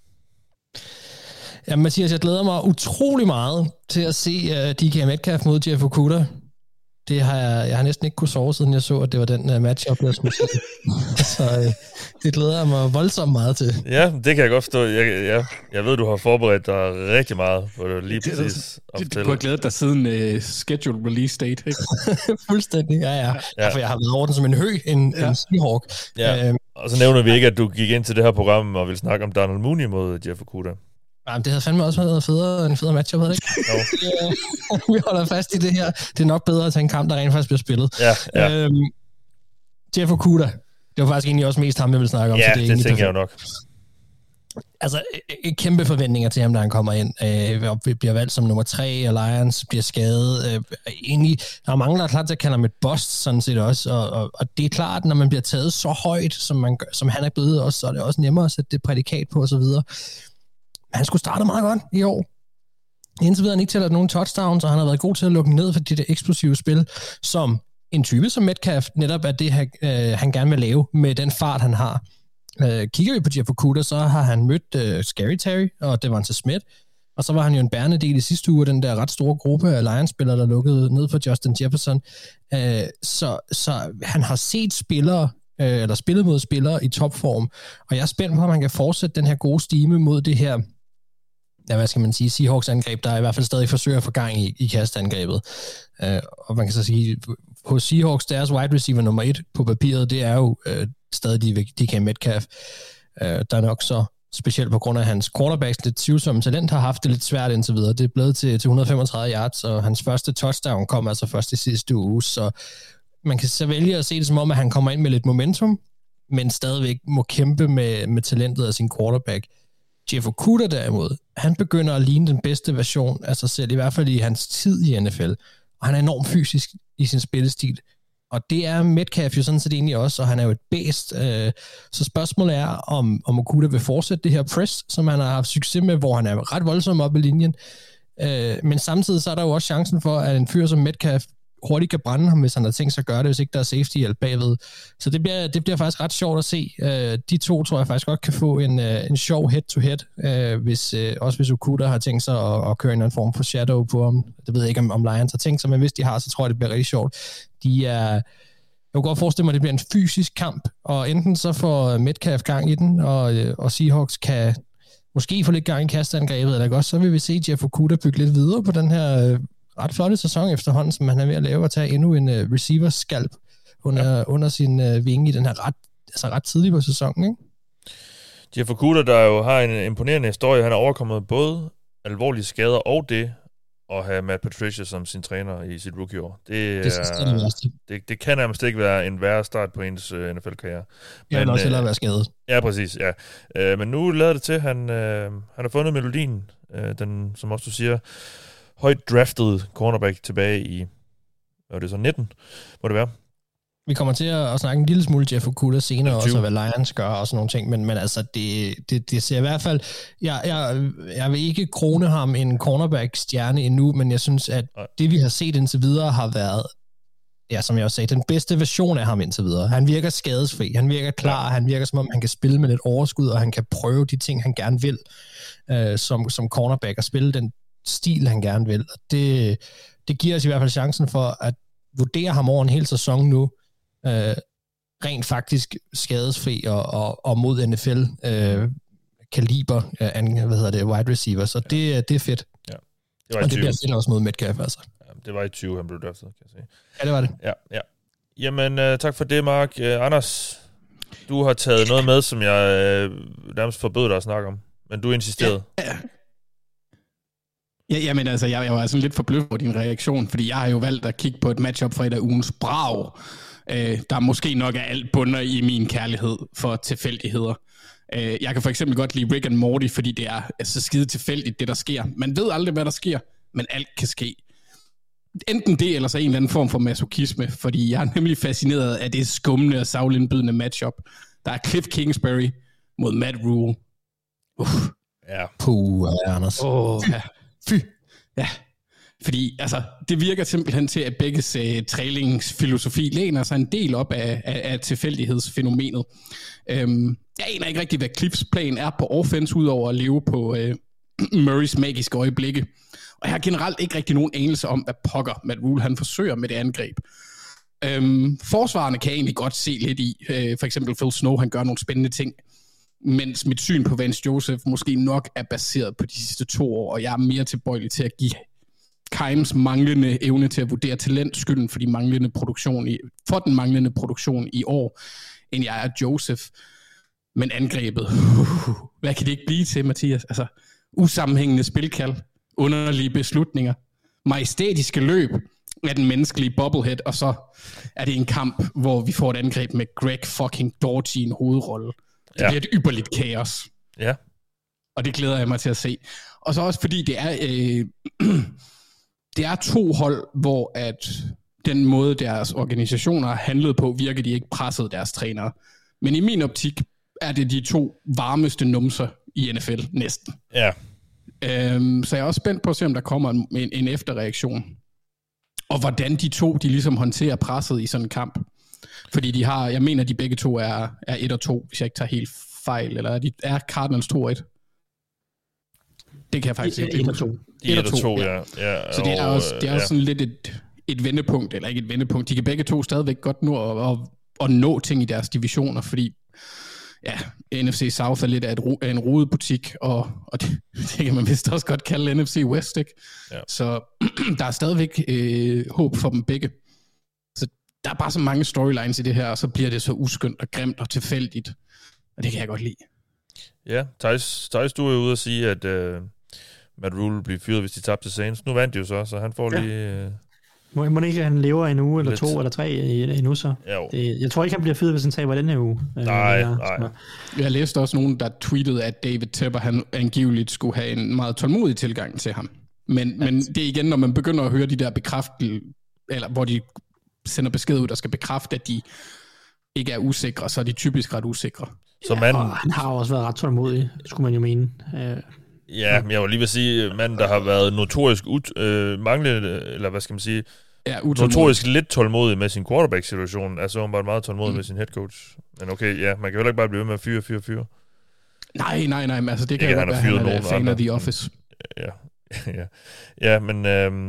Jamen Mathias, jeg glæder mig utrolig meget til at se DK Metcalf mod Jeff Okudah. Det har jeg har næsten ikke kunne sove, siden jeg så, at det var den matchup, der skulle se. Så det glæder jeg mig voldsomt meget til. Ja, det kan jeg godt forstå. Jeg ved, du har forberedt dig rigtig meget på det lige præcis. Du har glædet dig siden scheduled release date, ikke? Fuldstændig, ja. For jeg har været over den som en høg, en Seahawk. Ja. Og så nævner vi ikke, at du gik ind til det her program og ville snakke om Donald Mooney mod Jeff Okudah. Jamen, det havde fandme også været en federe matchup, havde det ikke? Vi holder fast i det her. Det er nok bedre at tage en kamp, der rent faktisk bliver spillet. Ja. Jeff Okudah, det var faktisk egentlig også mest ham, jeg ville snakke om. Ja, så det tænker jeg jo nok. Altså, kæmpe forventninger til ham, da han kommer ind. Bliver valgt som nummer 3, og Lions bliver skadet. Egentlig, der er mange, der er klar til at kalde ham et bust, sådan set også. Og det er klart, når man bliver taget så højt, som han er blevet også, så er det også nemmere at sætte det prædikat på, og så videre. Han skulle starte meget godt i år. Indtil videre han ikke tæller nogen touchdowns, og han har været god til at lukke ned for det der eksplosive spil, som en type som Metcalf netop er det, han gerne vil lave med den fart, han har. Kigger vi på Jeff Okudah, så har han mødt Scary Terry og Devonta Smith, og så var han jo en bærende del i sidste uge, den der ret store gruppe af Lions-spillere, der lukkede ned for Justin Jefferson. Så han har set spillere, eller spillet mod spillere i topform, og jeg er spændt på, om han kan fortsætte den her gode stime mod det her, ja, hvad skal man sige, Seahawks-angreb, der i hvert fald stadig forsøger at få gang i kastangrebet. Og man kan så sige, hos Seahawks, deres wide receiver nummer 1 på papiret, det er jo stadig DK Metcalf, der nok så specielt på grund af hans quarterbacks lidt tvivlsomme talent, har haft det lidt svært indtil videre. Det er blevet til 135 yards, og hans første touchdown kom altså først i sidste uge, så man kan så vælge at se det som om, at han kommer ind med lidt momentum, men stadigvæk må kæmpe med talentet af sin quarterback. Jeff Okudah derimod, han begynder at ligne den bedste version af sig selv, i hvert fald i hans tid i NFL, og han er enormt fysisk i sin spillestil. Og det er Metcalf jo sådan set egentlig også, og han er jo et bæst. Så spørgsmålet er, om Okudah vil fortsætte det her press, som han har haft succes med, hvor han er ret voldsom op i linjen. Men samtidig så er der jo også chancen for, at en fyr som Metcalf hurtigt kan brænde ham, hvis han har tænkt sig at gøre det, hvis ikke der er safety hjælp bagved. Så det bliver faktisk ret sjovt at se. De to tror jeg faktisk godt kan få en sjov head-to-head, hvis Okudah har tænkt sig at køre en eller anden form for shadow på ham. Det ved jeg ikke, om Lions har tænkt sig, men hvis de har, så tror jeg, det bliver rigtig sjovt. Jeg kan godt forestille mig, at det bliver en fysisk kamp, og enten så får Metcalf gang i den, og Seahawks kan måske få lidt gang i kastangrebet, eller også så vil vi se Jeff Okudah bygge lidt videre på den her ret flotte sæson efterhånden, som han er ved at lave, og tage endnu en receiver-skalp under sin vinge i den her ret tidlig på sæsonen, ikke? Jeff Okudah, der jo har en imponerende historie, han har overkommet både alvorlige skader og det at have Matt Patricia som sin træner i sit rookie-år. Det kan nærmest ikke være en værre start på ens NFL-karriere. Jeg vil også hellere være skadet. Ja, præcis. Ja. Men nu lader det til, han har fundet melodien, den, som også du siger, højt draftet cornerback tilbage i, hvad var det så, 19, må det være. Vi kommer til at snakke en lille smule Jeff Okudah senere også, hvad Lions gør og sådan nogle ting, men altså, det ser i hvert fald, jeg vil ikke krone ham en cornerback-stjerne endnu, men jeg synes, at det vi har set indtil videre har været, ja, som jeg også sagde, den bedste version af ham indtil videre. Han virker skadesfri, han virker klar, han virker som om, han kan spille med lidt overskud, og han kan prøve de ting, han gerne vil, som cornerback, og spille den stil, han gerne vil. Og det giver os i hvert fald chancen for at vurdere ham over en hel sæson nu, rent faktisk skadesfri og mod NFL kaliber wide receiver, så det er fedt. Ja. Det bliver fedt også mod Metcalf, altså. Ja, det var i 20, han blev draftet, kan jeg sige. Ja, det var det. Ja. Jamen, tak for det, Mark. Anders, du har taget noget med, som jeg nærmest forbød dig at snakke om, men du insisterede. Ja, men altså, jeg var sådan lidt forbløffet på din reaktion, fordi jeg har jo valgt at kigge på et matchup fra et af ugens brag, der måske nok er alt bunder i min kærlighed for tilfældigheder. Jeg kan for eksempel godt lide Rick and Morty, fordi det er så skide tilfældigt, det der sker. Man ved aldrig, hvad der sker, men alt kan ske. Enten det, eller så en eller anden form for masochisme, fordi jeg er nemlig fascineret af det skumne og savlindbydende matchup. Der er Cliff Kingsbury mod Matt Rule. Ja. Puh, Anders. Ja. Fy. Ja. Fordi altså, det virker simpelthen til, at begges trælingsfilosofi læner sig en del op af tilfældighedsfænomenet. Jeg aner ikke rigtig, hvad Cliffs plan er på offense, udover at leve på Murrays magiske øjeblikke. Og jeg har generelt ikke rigtig nogen anelse om, hvad pokker Matt Rule han forsøger med det angreb. Forsvarerne kan jeg egentlig godt se lidt i. For eksempel Phil Snow, han gør nogle spændende ting. Mens mit syn på Vance Joseph måske nok er baseret på de sidste 2 år, og jeg er mere tilbøjelig til at give Keims manglende evne til at vurdere talent skylden for den manglende produktion i år, end jeg er Joseph. Men angrebet, hvad kan det ikke blive til, Mathias? Altså, usammenhængende spilkald, underlige beslutninger, majestætiske løb af den menneskelige bobblehead, og så er det en kamp, hvor vi får et angreb med Greg fucking Dortch i en hovedrolle. Det bliver et ypperligt kaos. Ja. Og det glæder jeg mig til at se. Og så også fordi det er det er 2 hold, hvor at den måde deres organisationer har handlet på, virker de ikke presset deres trænere. Men i min optik er det de 2 varmeste numser i NFL næsten. Ja. Så jeg er også spændt på at se, om der kommer en efterreaktion. Og hvordan de 2, de ligesom håndterer presset i sådan en kamp. Fordi de har, jeg mener, de begge 2 er 1 og 2, hvis jeg ikke tager helt fejl, eller er Cardinals 2-1? Det kan jeg faktisk ikke. 1-2. 1-2, ja. Så det er også sådan lidt et vendepunkt, eller ikke et vendepunkt. De kan begge to stadigvæk godt nå at nå ting i deres divisioner, fordi NFC South er lidt af en rodebutik, og det kan man vist også godt kalde NFC West, ikke? Ja. Så der er stadigvæk håb for dem begge. Så der er bare så mange storylines i det her, og så bliver det så uskyndt og grimt og tilfældigt, og det kan jeg godt lide. Ja, Thijs, du er jo ude at sige, at Matt Rule bliver fyret, hvis de tabte til Saints. Nu vandt de jo så han får lige... Må ikke han lever en uge, eller 2 eller 3 endnu så? Jeg tror ikke, han bliver fyret, hvis han taber den her uge. Nej. Jeg læste også nogen, der tweetede, at David Tepper, han angiveligt skulle have en meget tålmodig tilgang til ham. Men det er igen, når man begynder at høre de der eller hvor de sender besked ud, der skal bekræfte, at de ikke er usikre, så er de typisk ret usikre. Så han har også været ret tålmodig, skulle man jo mene. Ja, men jeg vil lige vil sige, manden, der har været notorisk manglende, eller hvad skal man sige, notorisk lidt tålmodig med sin quarterback-situation, altså han var meget tålmodig med sin head coach. Men okay, ja, man kan heller ikke bare blive ved med at fyre. Nej, men altså det kan jo være, han er fan af The Office. Ja, men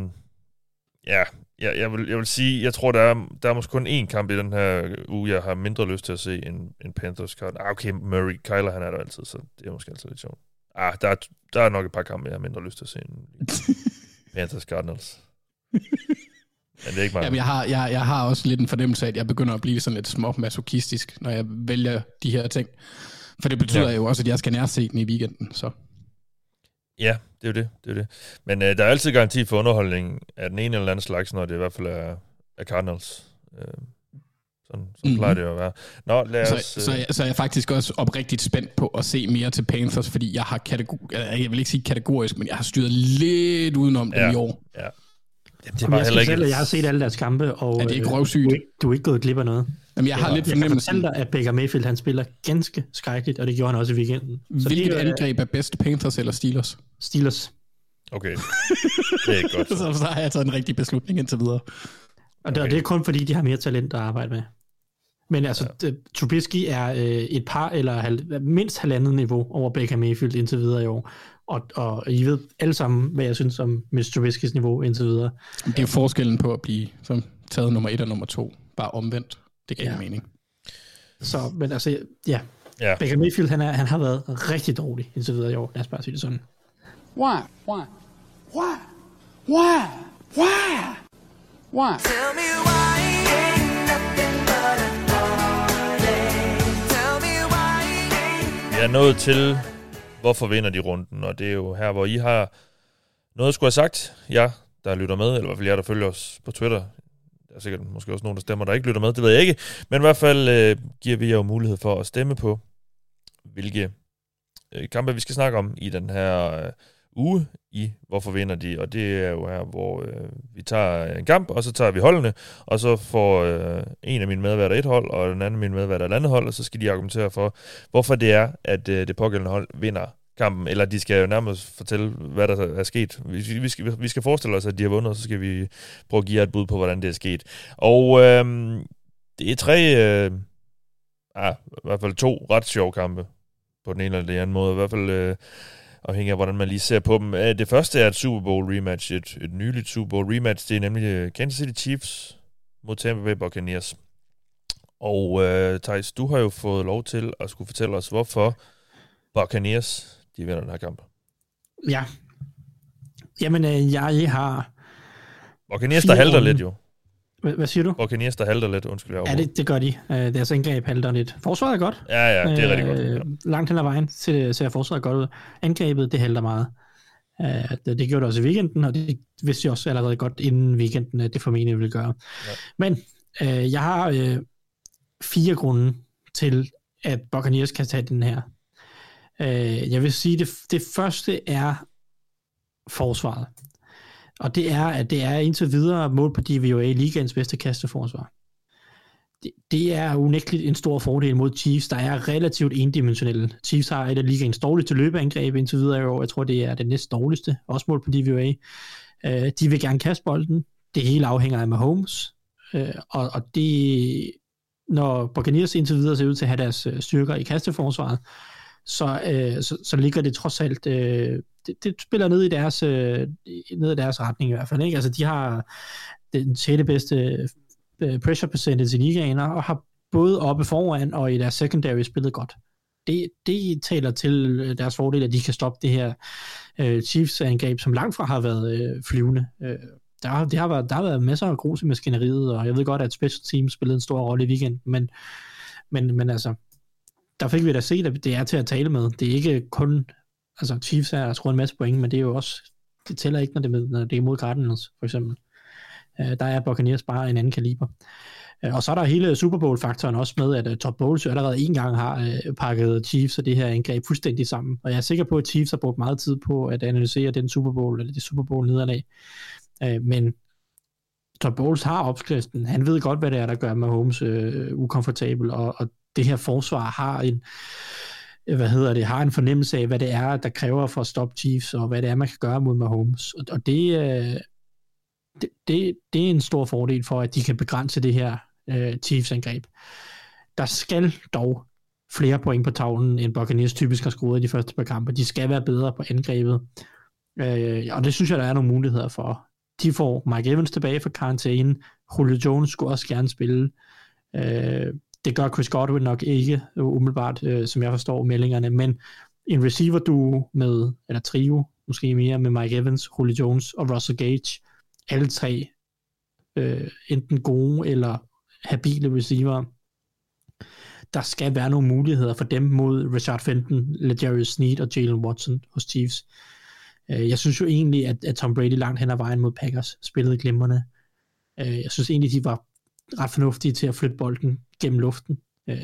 jeg vil sige, jeg tror, der er måske kun én kamp i den her uge, jeg har mindre lyst til at se end Panthers Cardinals. Okay, Murray, Kyler, han er der altid, så det er måske altid lidt sjovt. Der er nok et par kampe, jeg har mindre lyst til at se end Panthers Cardinals. Men det er ikke meget. Jamen, jeg har også lidt en fornemmelse af, at jeg begynder at blive sådan lidt småmasochistisk, når jeg vælger de her ting. For det betyder jo også, at jeg skal nærse den i weekenden, så... Ja, det er jo det. Men der er altid garanti for underholdning af den ene eller anden slags, når det i hvert fald er Cardinals. Sådan plejer det jo at være. Nå, så er jeg faktisk også oprigtigt spændt på at se mere til Panthers, fordi jeg har jeg vil ikke sige kategorisk, men jeg har styret lidt udenom det i år. Ja. Det er bare jeg har set alle deres kampe, og det er ikke røvsygt. Du er ikke gået glip af noget. Jamen, jeg har lidt fornemmelsen. Jeg kan fortælle dig, at Baker Mayfield, han spiller ganske skrækkeligt, og det gjorde han også i weekenden. Så hvilket angreb er bedst, Panthers eller Steelers? Steelers. Okay, det er ikke godt. Så har jeg taget en rigtig beslutning indtil videre. Og det er kun fordi, de har mere talent at arbejde med. Men altså, Trubisky er et par eller mindst halvandet niveau over Baker Mayfield indtil videre i år. Og I ved alle sammen, hvad jeg synes om Mr. Trubiskys niveau indtil videre. Det er forskellen på at blive som taget nummer 1 og nummer 2. Bare omvendt. Det giver mening. Så, men altså, Baker Mayfield, han har været rigtig dårlig indtil videre i år. Lad os bare sige det sådan. Why? Tell me why ain't nothing but a party. Tell me why ain't... Vi er nået til, hvorfor vinder de runden, og det er jo her, hvor I har noget at skulle have sagt. Ja, der lytter med, eller i hvert fald jer, der følger os på Twitter. Der er sikkert måske også nogen, der stemmer, der ikke lytter med, det ved jeg ikke. Men i hvert fald giver vi jer jo mulighed for at stemme på, hvilke kampe vi skal snakke om i den her uge i Hvorfor vinder de? Og det er jo her, hvor vi tager en kamp, og så tager vi holdene, og så får en af mine medværter et hold, og den anden af mine medværter et andet hold, og så skal de argumentere for, hvorfor det er, at det pågældende hold vinder kampen, eller de skal jo nærmest fortælle, hvad der er sket. Vi skal forestille os, at de har vundet, og så skal vi prøve at give jer et bud på, hvordan det er sket. Og det er 3, i hvert fald 2 ret sjove kampe, på den ene eller den anden måde, i hvert fald afhængig af, hvordan man lige ser på dem. Det første er et Super Bowl rematch, et nyligt Super Bowl rematch, det er nemlig Kansas City Chiefs mod Tampa Bay Buccaneers. Og Thijs, du har jo fået lov til at skulle fortælle os, hvorfor Buccaneers, de vinder den her kamp. Ja. Jamen, jeg har... Buccaneers, der halter lidt jo. Hvad siger du? Buccaneers, der halter lidt, undskyld. Ja, det gør de. Deres indgreb halter lidt. Forsvaret er godt. Ja, det er rigtig godt. Ja. Langt hen ad vejen ser forsvaret godt ud. Angrebet, det halter meget. Det gjorde det også i weekenden, og det vidste jeg også allerede godt inden weekenden, at det formentlig ville gøre. Ja. Men jeg har 4 grunde til, at Buccaneers kan tage den her. Jeg vil sige, det første er forsvaret. Og det er, at det er indtil videre mål på DVOA ligaens bedste kasteforsvar. Det er unægteligt en stor fordel mod Chiefs, der er relativt endimensionelle. Chiefs har et af ligaens dårligste løbeangreb indtil videre i år. Jeg tror, det er det næst dårligste, også mål på DVOA. De vil gerne kaste bolden. Det hele afhænger af Mahomes. Og det når Buccaneers indtil videre ser ud til at have deres styrker i kasteforsvaret, så ligger det trods alt, det spiller ned i deres retning i hvert fald, ikke? Altså, de har den 6. bedste pressure percentage i ligaen, og har både oppe foran og i deres secondary spillet godt. Det taler til deres fordel, at de kan stoppe det her Chiefs-angreb, som langt fra har været flyvende. Der har været masser af grus i maskineriet, og jeg ved godt, at special teams spillede en stor rolle i weekenden, men altså, der fik vi da set, at det er til at tale med. Det er ikke kun, altså Chiefs er at score en masse point, men det er jo også, det tæller ikke, når det er mod Cardinals, for eksempel. Der er Buccaneers bare en anden kaliber. Og så er der hele Super Bowl-faktoren også med, at Todd Bowles jo allerede en gang har pakket Chiefs og det her angreb fuldstændig sammen. Og jeg er sikker på, at Chiefs har brugt meget tid på at analysere den Super Bowl, eller det Super Bowl nederlag. Men Todd Bowles har opskriften. Han ved godt, hvad det er, der gør Mahomes ukomfortabel, og det her forsvar har en fornemmelse af, hvad det er, der kræver for at stoppe Chiefs, og hvad det er, man kan gøre mod Mahomes. Og det er en stor fordel for, at de kan begrænse det her Chiefs-angreb. Der skal dog flere point på tavlen, end Buccaneers typisk har scoret i de første par kampe. De skal være bedre på angrebet. Og det synes jeg, der er nogle muligheder for. De får Mike Evans tilbage fra karantæne. Julio Jones skulle også gerne spille. Det gør Chris Godwin nok ikke, umiddelbart, som jeg forstår meldingerne, men en receiver-duo med, eller trio, måske mere, med Mike Evans, Julio Jones og Russell Gage, alle tre enten gode eller habile receiver. Der skal være nogle muligheder for dem mod Rashard Fenton, LeGarrette Sneed og Jalen Watson hos Chiefs. Jeg synes jo egentlig, at Tom Brady langt hen ad vejen mod Packers spillede glimrende. Jeg synes egentlig, de var ret fornuftige til at flytte bolden gennem luften.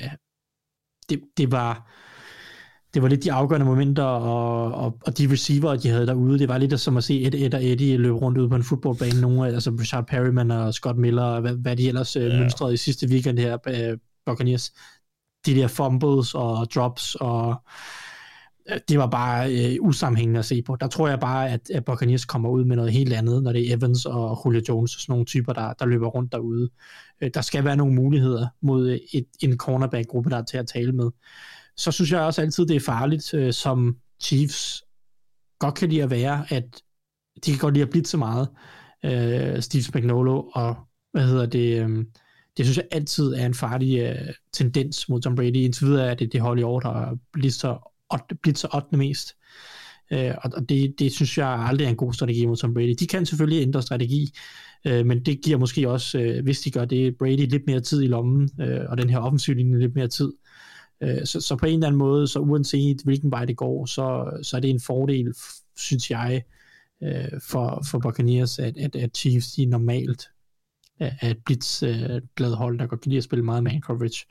Det var lidt de afgørende momenter, og de receiver, de havde derude, det var lidt som at se Ed og Eddie løbe rundt ude på en fodboldbane. Nogle, altså Rashard Perryman og Scott Miller, og hvad de ellers mønstrede i sidste weekend her, Buccaneers. De der fumbles og drops, og det var bare usammenhængende at se på. Der tror jeg bare, at Buccaneers kommer ud med noget helt andet, når det er Evans og Julio Jones og sådan nogle typer, der løber rundt derude. Der skal være nogle muligheder mod en cornerback-gruppe, der er til at tale med. Så synes jeg også altid, det er farligt, som Chiefs godt kan lide at være, at de kan godt lide at blitse meget. Steve Spagnuolo og det synes jeg altid er en farlig tendens mod Tom Brady. Indtil videre er det hold i år, der blitzer 8. mest. Og det synes jeg aldrig er en god strategi mod Tom Brady. De kan selvfølgelig ændre strategi, men det giver måske også, hvis de gør det, Brady lidt mere tid i lommen, og den her offensiv linje lidt mere tid. Så på en eller anden måde, så uanset hvilken vej det går, så er det en fordel, synes jeg, for Buccaneers, at Chiefs de normalt er et blitzglad hold, der godt kan lide at spille meget man coverage.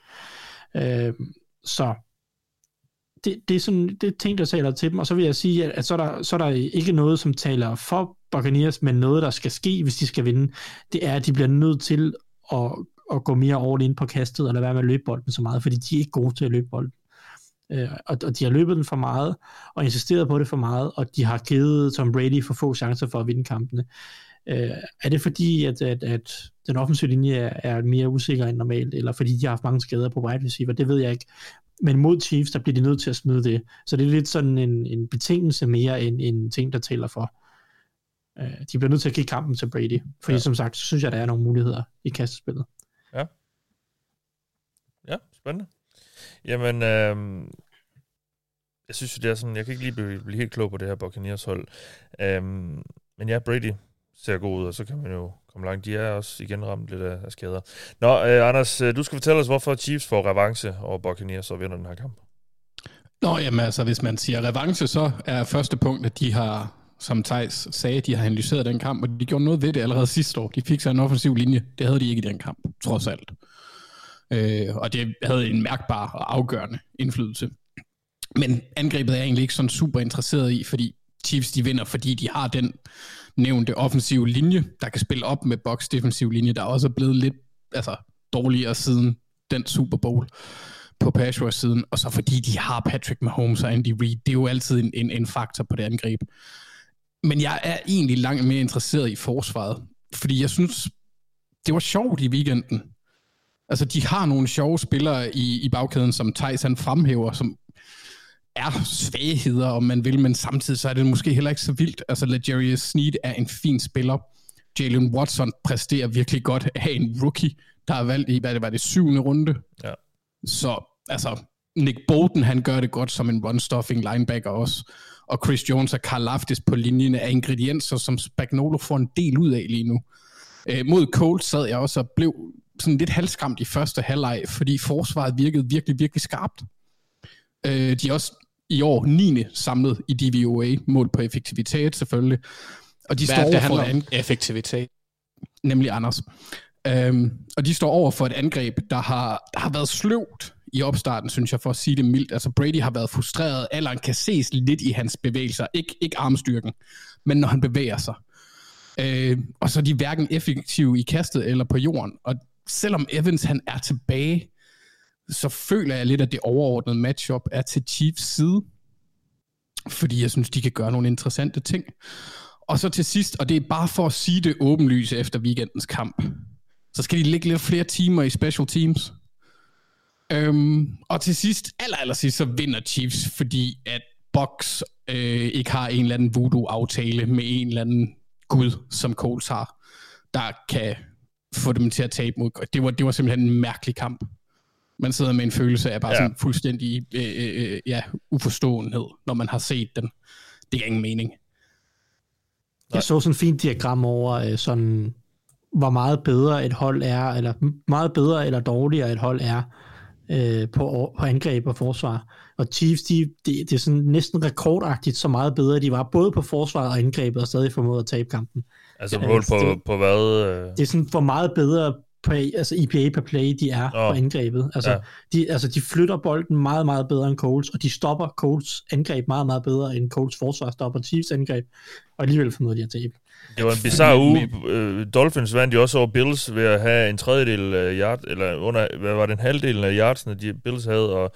Så det er sådan, det er ting, der taler til dem, og så vil jeg sige, at så er der ikke noget, som taler for Buccaneers, men noget, der skal ske, hvis de skal vinde. Det er, at de bliver nødt til at gå mere all in på kastet, og lade være med at løbe bolden så meget, fordi de er ikke gode til at løbe bolden. Og de har løbet den for meget, og insisteret på det for meget, og de har givet Tom Brady for få chancer for at vinde kampene. Er det fordi, at den offensive linje er mere usikker end normalt, eller fordi de har haft mange skader på wide receiver? Det ved jeg ikke. Men mod Chiefs, der bliver de nødt til at smide det. Så det er lidt sådan en betingelse mere end en ting, der tæller for. De bliver nødt til at give kampen til Brady. Fordi som sagt, så synes jeg, der er nogle muligheder i kastespillet. Ja, spændende. Jamen, jeg synes jo, det er sådan, jeg kan ikke lige blive helt klog på det her Buccaneers hold. Men ja, Brady ser god ud, og så kan man jo komme langt. De er også igen ramt lidt af skader. Nå, Anders, du skal fortælle os, hvorfor Chiefs får revanche over Buccaneers og vinder den her kamp. Nå, jamen altså, hvis man siger revanche, så er første punkt, at de har, som Theis sagde, de har analyseret den kamp, og de gjorde noget ved det allerede sidste år. De fik sig en offensiv linje. Det havde de ikke i den kamp, trods alt. Og det havde en mærkbar og afgørende indflydelse. Men angrebet er jeg egentlig ikke sådan super interesseret i, fordi Chiefs de vinder, fordi de har den nævnte offensive linje, der kan spille op med Bucs defensive linje, der også er blevet lidt dårligere siden den Super Bowl på pass rush siden, og så fordi de har Patrick Mahomes og Andy Reid, det er jo altid en faktor på det angreb. Men jeg er egentlig langt mere interesseret i forsvaret, fordi jeg synes, det var sjovt i weekenden Altså, de har nogle sjove spillere i bagkæden, som Theis han fremhæver, som er svagheder, om man vil, men samtidig så er det måske heller ikke så vildt. Altså, L'Jarius Sneed er en fin spiller. Jalen Watson præsterer virkelig godt af en rookie, der er valgt i, hvad var det 7. runde. Ja. Så, altså, Nick Bolton, han gør det godt som en run-stuffing linebacker også. Og Chris Jones og Karl Laftis på linjen af ingredienser, som Spagnuolo får en del ud af lige nu. Mod Colts sad jeg også og blev sådan lidt halvskræmt i første halvleg, fordi forsvaret virkede virkelig, virkelig skarpt. De er også i år 9. samlet i DVOA, mål på effektivitet selvfølgelig. Og de står over for effektivitet? Nemlig Anders. Og de står over for et angreb, der har været sløvt i opstarten, synes jeg, for at sige det mildt. Altså Brady har været frustreret. Alderen kan ses lidt i hans bevægelser. Ikke armstyrken, men når han bevæger sig. Og så er de hverken effektive i kastet eller på jorden. Og selvom Evans han er tilbage, så føler jeg lidt, at det overordnede matchup er til Chiefs side. Fordi jeg synes, de kan gøre nogle interessante ting. Og så til sidst, og det er bare for at sige det åbenlyse efter weekendens kamp, så skal de lægge lidt flere timer i special teams. Og til sidst, allersidst, så vinder Chiefs, fordi at Bucs ikke har en eller anden voodoo-aftale med en eller anden gud, som Colts har, der kan få dem til at tabe mod. Det var simpelthen en mærkelig kamp. Man sidder med en følelse af bare sådan fuldstændig uforståenhed, når man har set den. Det giver ingen mening. Jeg så sådan et fint diagram over sådan, hvor meget bedre et hold er, eller meget bedre eller dårligere et hold er på angreb og forsvar. Og Chiefs, det er sådan næsten rekordagtigt så meget bedre, de var både på forsvaret og angrebet, og stadig formåede at tabe kampen. Altså mål på hvad? Det er sådan, hvor meget bedre altså EPA per play, de er på angrebet. Altså, de flytter bolden meget, meget bedre end Colts, og de stopper Colts angreb meget, meget bedre end Colts forsvar stopper Chiefs angreb, og alligevel formåede de at tabe. Det var en bizarre uge. Dolphins vandt jo også over Bills ved at have en tredjedel yard, eller under, hvad var det, en halvdelen af yardsene, de Bills havde, og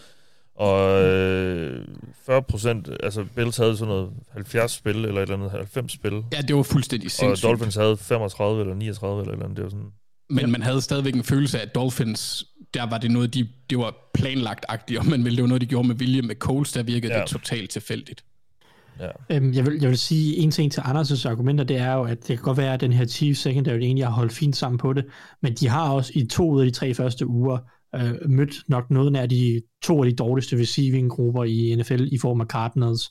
40%, altså Bills havde sådan noget 70 spil, eller et eller andet 90 spil. Ja, det var fuldstændig sindssygt. Og Dolphins havde 35 eller 39 eller et eller andet, det var sådan... Men man havde stadigvæk en følelse af, at Dolphins, der var det noget, det var planlagt-agtigt, og man ville, det var noget, de gjorde med vilje. Med Colts, der virkede det totalt tilfældigt. Ja. Jeg vil sige en ting til Anders' argumenter, det er jo, at det kan godt være, at den her Chiefs secondary egentlig har holdt fint sammen på det, men de har også i 2 ud af de 3 første uger mødt nok noget nær de 2 af de dårligste receiving-grupper i NFL i form af Cardinals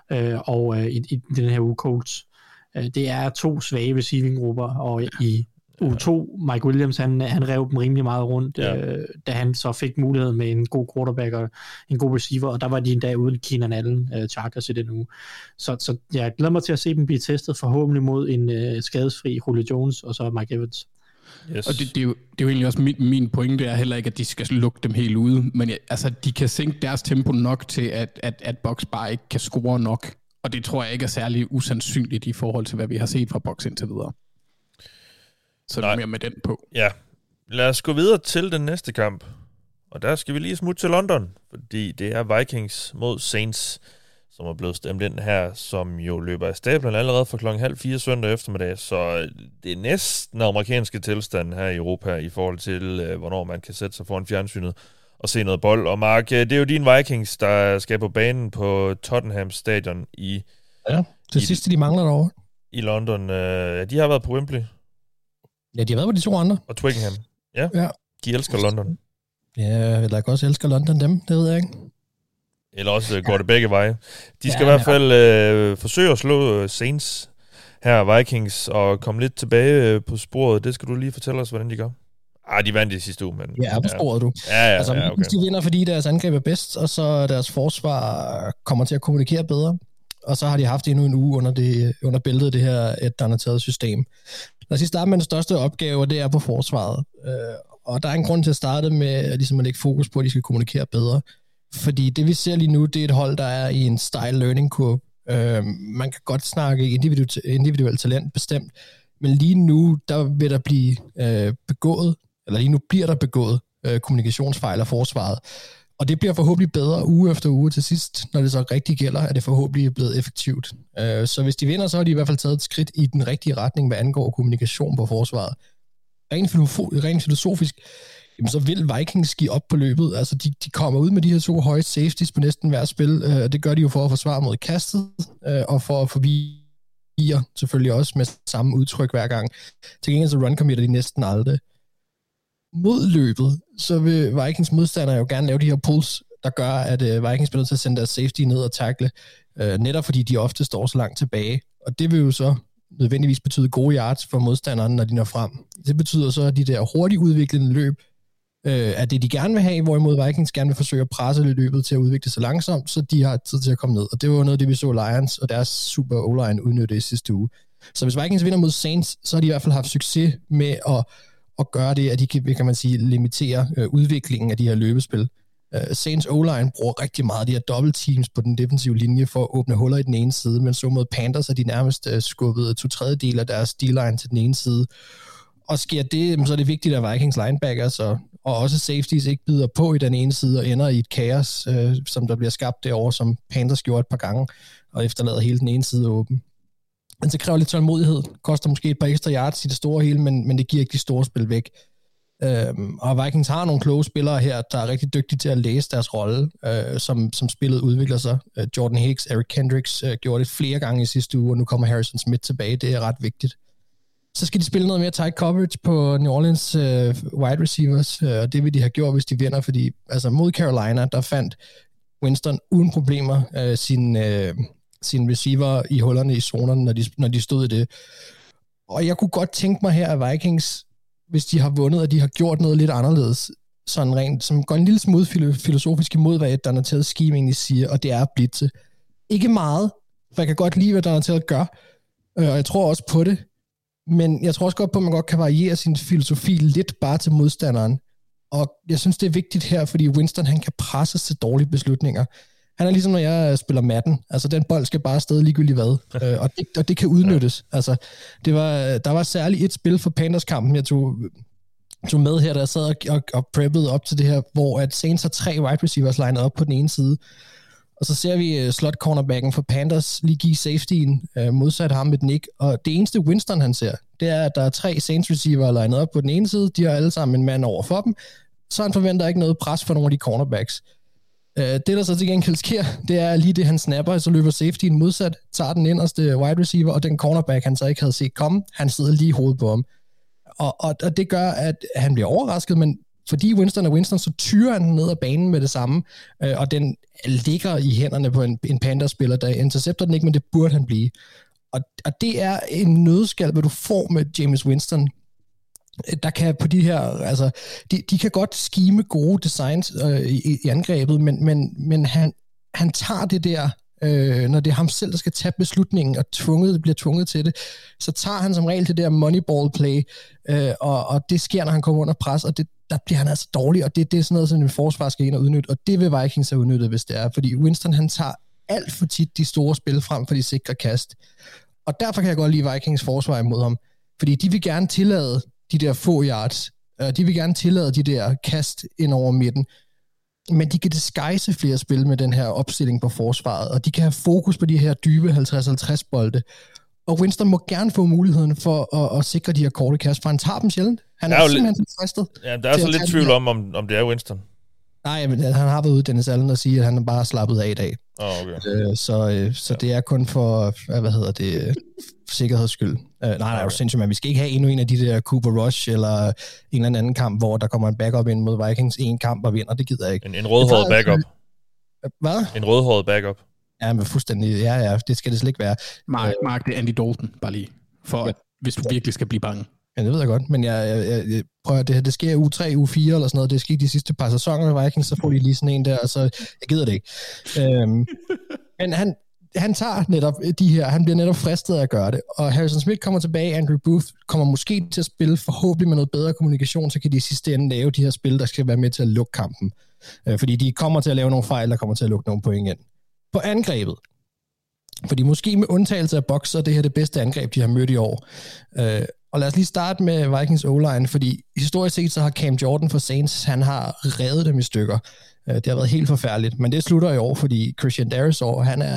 og i den her uge Colts. Det er 2 svage receiving-grupper, og i U2, Mike Williams, han rev dem rimelig meget rundt, da han så fik muligheden med en god quarterback og en god receiver, og der var de endda uden Keenan Allen, Chargers i den uge. Så jeg glæder mig til at se dem blive testet, forhåbentlig mod en skadesfri Julio Jones og så Mike Evans. Yes. Og det er jo egentlig også min pointe, er heller ikke, at de skal lukke dem helt ude, men altså, de kan sænke deres tempo nok til, at Bucs bare ikke kan score nok, og det tror jeg ikke er særlig usandsynligt i forhold til, hvad vi har set fra Bucs indtil videre. Så det er mere med den på. Ja, lad os gå videre til den næste kamp. Og der skal vi lige smutte til London, fordi det er Vikings mod Saints, som er blevet stemt ind her, som jo løber af stablen allerede fra 3:30 søndag eftermiddag. Så det er næsten amerikanske tilstand her i Europa i forhold til, hvornår man kan sætte sig foran fjernsynet og se noget bold. Og Mark, det er jo din Vikings, der skal på banen på Tottenham Stadion i... Ja, det sidste, de mangler derovre. I London. De har været på Wembley. Ja, de har været på de 2 andre. Og Twickenham. Ja. De elsker London. Ja, eller også elsker London dem, det ved jeg ikke. Eller også går det begge veje. De skal i hvert fald forsøge at slå Saints her, Vikings, og komme lidt tilbage på sporet. Det skal du lige fortælle os, hvordan de gør. De vandt i sidste uge, men... Ja, på sporet, du. Altså, okay. De vinder, fordi deres angreb er bedst, og så deres forsvar kommer til at kommunikere bedre. Og så har de haft endnu en uge under bæltet det her et system. Lad os starte med den største opgave, og det er på forsvaret. Og der er en grund til at starte med ligesom at lægge fokus på, at de skal kommunikere bedre. Fordi det vi ser lige nu, det er et hold, der er i en style learning curve. Man kan godt snakke individuelt talent bestemt, men lige nu, der vil der blive bliver der begået kommunikationsfejl af forsvaret. Og det bliver forhåbentlig bedre uge efter uge til sidst, når det så rigtig gælder, at det forhåbentlig blevet effektivt. Så hvis de vinder, så har de i hvert fald taget et skridt i den rigtige retning, hvad angår kommunikation på forsvaret. Rent filosofisk jamen så vil Vikings give op på løbet. Altså, de kommer ud med de her 2 høje safeties på næsten hver spil, og det gør de jo for at forsvare mod kastet, og for at forvirre selvfølgelig også med samme udtryk hver gang. Til gengæld så run-committer de næsten aldrig. Mod løbet, så vil Vikings modstandere jo gerne lave de her pulls, der gør, at Vikings bliver nødt til at sende deres safety ned og tackle, netop fordi de ofte står så langt tilbage. Og det vil jo så nødvendigvis betyde gode yards for modstanderne, når de når frem. Det betyder så, at de der hurtigt udviklende løb er det, de gerne vil have, hvorimod Vikings gerne vil forsøge at presse løbet til at udvikle sig langsomt, så de har tid til at komme ned. Og det var noget af det, vi så Lions og deres super O-line udnytte i sidste uge. Så hvis Vikings vinder mod Saints, så har de i hvert fald haft succes med at gøre det, at de kan man sige, limitere udviklingen af de her løbespil. Saints O-line bruger rigtig meget de her double teams på den defensive linje for at åbne huller i den ene side, men så mod Panthers er de nærmest skubbet 2/3 af deres D-line til den ene side. Og sker det, så er det vigtigt, at Vikings linebackers og også safeties ikke bider på i den ene side og ender i et kaos, som der bliver skabt derovre, som Panthers gjorde et par gange, og efterlader hele den ene side åben. Men det kræver lidt tålmodighed. Koster måske et par ekstra yards i det store hele, men det giver ikke de store spil væk. Og Vikings har nogle kloge spillere her, der er rigtig dygtige til at læse deres rolle, som spillet udvikler sig. Jordan Hicks, Eric Kendricks gjorde det flere gange i sidste uge, og nu kommer Harrison Smith tilbage. Det er ret vigtigt. Så skal de spille noget mere tight coverage på New Orleans wide receivers, og det vil de have gjort, hvis de vinder, fordi altså mod Carolina, der fandt Winston uden problemer sin receiver i hullerne i zonerne, når de stod i det. Og jeg kunne godt tænke mig her, at Vikings, hvis de har vundet, at de har gjort noget lidt anderledes, sådan rent, som går en lille smule filosofisk imod, hvad et Donatell scheme egentlig siger, og det er at blitze. Ikke meget, for jeg kan godt lide, hvad Donatell gør, og jeg tror også på det, men jeg tror også godt på, at man godt kan variere sin filosofi lidt bare til modstanderen, og jeg synes, det er vigtigt her, fordi Winston, han kan presses til dårlige beslutninger. Han er ligesom, når jeg spiller Madden. Altså, den bold skal bare afsted ligegyldigt hvad. Og det kan udnyttes. Altså, der var særligt et spil for Panthers-kampen, jeg tog med her, der sad og preppede op til det her, hvor at Saints har 3 wide receivers lined op på den ene side. Og så ser vi slot cornerbacken for Panthers lige give safetyen modsat ham med Nick. Og det eneste Winston, han ser, det er, at der er 3 Saints receiver lined op på den ene side. De har alle sammen en mand over for dem. Så han forventer ikke noget pres for nogle af de cornerbacks. Det, der så til gengæld sker, det er lige det, han snapper, så løber safetyen modsat, tager den inderste wide receiver, og den cornerback, han så ikke havde set komme, han sidder lige i hovedet på ham. Og det gør, at han bliver overrasket, men fordi Winston er Winston, så tyrer han ned ad banen med det samme, og den ligger i hænderne på en Panthers-spiller, der intercepter den ikke, men det burde han blive. Og det er en nødskal, hvad du får med Jameis Winston, der kan på de her, altså, de kan godt skime gode designs i angrebet, men han tager det der, når det er ham selv, der skal tage beslutningen, og bliver tvunget til det, så tager han som regel det der moneyball play, og det sker, når han kommer under pres, og der bliver han altså dårlig, og det er sådan noget, som en forsvar skal ind og udnytte, og det vil Vikings have udnyttet, hvis det er, fordi Winston, han tager alt for tit de store spil frem for de sikre kast, og derfor kan jeg godt lide Vikings forsvar imod ham, fordi de vil gerne tillade de der få yards. De vil gerne tillade de der kast ind over midten. Men de kan disguise flere spil med den her opstilling på forsvaret, og de kan have fokus på de her dybe 50-50 bolde. Og Winston må gerne få muligheden for at sikre de her korte kast, for han tager dem sjældent. Han er simpelthen fristet. Ja, der er så lidt tvivl om det er Winston. Nej, men han har været ude, Dennis Allen, og sige, at han er bare slappet af i dag. Okay. Så det er kun for, sikkerheds skyld. Nej, jo sindssygt, men vi skal ikke have endnu en af de der Cooper Rush, eller en eller anden kamp, hvor der kommer en backup ind mod Vikings, en kamp og vinder, det gider jeg ikke. En rødhåret backup. Hvad? En rødhåret backup. Ja, men fuldstændig, ja, det skal det slet ikke være. Mark, det er Andy Dalton, bare lige, hvis du virkelig skal blive bange. Ja, det ved jeg godt, men jeg prøver, det sker uge 3, uge 4 eller sådan noget, det sker de sidste par sæsoner med Vikings, så får de lige sådan en der, og så, jeg gider det ikke. Men han tager netop de her, han bliver netop fristet af at gøre det, og Harrison Smith kommer tilbage, Andrew Booth kommer måske til at spille forhåbentlig med noget bedre kommunikation, så kan de i sidste ende lave de her spil, der skal være med til at lukke kampen. Fordi de kommer til at lave nogle fejl, der kommer til at lukke nogle point ind. På angrebet, fordi måske med undtagelse af Bucs, så er det her det bedste angreb, de har mødt i år. Og lad os lige starte med Vikings O-line, fordi historisk set så har Cam Jordan for Saints, han har revet dem i stykker. Det har været helt forfærdeligt, men det slutter i år, fordi Christian Darrisaw, han er en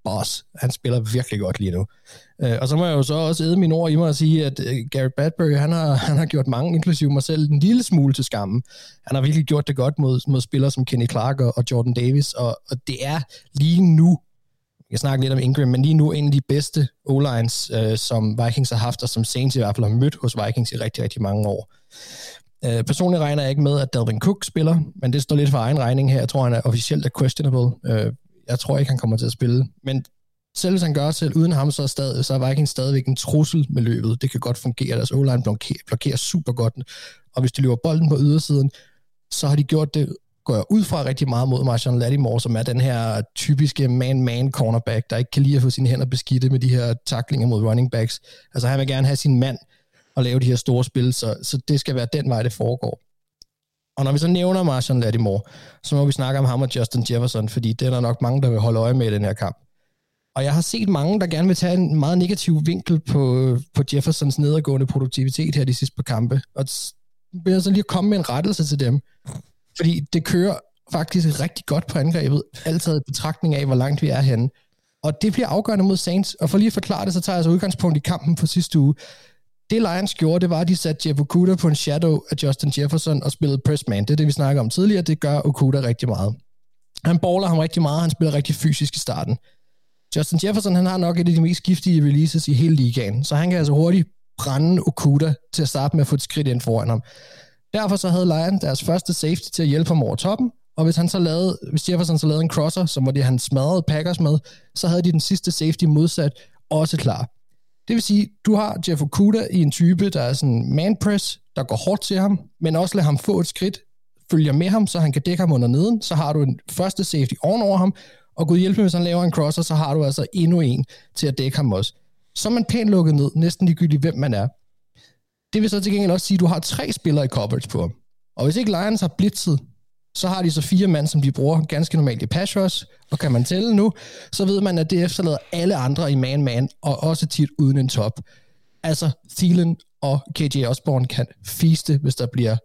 boss. Han spiller virkelig godt lige nu. Og så må jeg jo så også æde mine ord i mig og sige, at Garrett Bradbury, han har gjort mange, inklusive mig selv, en lille smule til skammen. Han har virkelig gjort det godt mod spillere som Kenny Clark og Jordan Davis, og det er lige nu, jeg snakker lidt om Ingram, men lige nu en af de bedste O-lines, som Vikings har haft, og som Saints i hvert fald har mødt hos Vikings i rigtig, rigtig mange år. Personligt regner jeg ikke med, at Dalvin Cook spiller, men det står lidt for egen regning her. Jeg tror, han er officielt questionable. Jeg tror ikke, han kommer til at spille. Men selv hvis han gør selv uden ham, så er Vikings stadigvæk en trussel med løbet. Det kan godt fungere. Deres O-line blokerer super godt. Og hvis de løber bolden på ydersiden, så har de gjort det, går jeg ud fra rigtig meget mod Marshawn Lattimore, som er den her typiske man-man cornerback, der ikke kan lide at få sine hænder beskidte med de her tacklinger mod running backs. Altså han vil gerne have sin mand og lave de her store spil, så det skal være den vej, det foregår. Og når vi så nævner Marshawn Lattimore, så må vi snakke om ham og Justin Jefferson, fordi det er der nok mange, der vil holde øje med i den her kamp. Og jeg har set mange, der gerne vil tage en meget negativ vinkel på Jeffersons nedadgående produktivitet her de sidste par kampe. Og vil jeg så lige komme med en rettelse til dem. Fordi det kører faktisk rigtig godt på angrebet, altid i betragtning af, hvor langt vi er henne. Og det bliver afgørende mod Saints. Og for lige at forklare det, så tager jeg så udgangspunkt i kampen på sidste uge. Det Lions gjorde, det var, at de satte Jeff Okudah på en shadow af Justin Jefferson og spillede press man. Det er det, vi snakker om tidligere. Det gør Okudah rigtig meget. Han baller ham rigtig meget, han spiller rigtig fysisk i starten. Justin Jefferson, han har nok et af de mest giftige releases i hele ligaen, så han kan altså hurtigt brænde Okudah til at starte med at få et skridt ind foran ham. Derfor så havde Lions deres første safety til at hjælpe ham over toppen, og hvis Jefferson så lavede en crosser, som var det, han smadrede Packers med, så havde de den sidste safety modsat også klar. Det vil sige, du har Jeff Okudah i en type, der er sådan man press, der går hårdt til ham, men også lader ham få et skridt, følger med ham, så han kan dække ham under neden, så har du en første safety ovenover ham, og Gud hjælpe, hvis han laver en crosser, så har du altså endnu en til at dække ham også. Så er man pænt lukket ned, næsten ligegyldigt, hvem man er. Det vil så til gengæld også sige, at du har 3 spillere i coverage på ham. Og hvis ikke Lions har blitzet, så har de så 4 mand, som de bruger ganske normalt i pass rush, og kan man tælle nu, så ved man, at det efterlader alle andre i man-man, og også tit uden en top. Altså, Thielen og KJ Osborne kan feaste, hvis der bliver,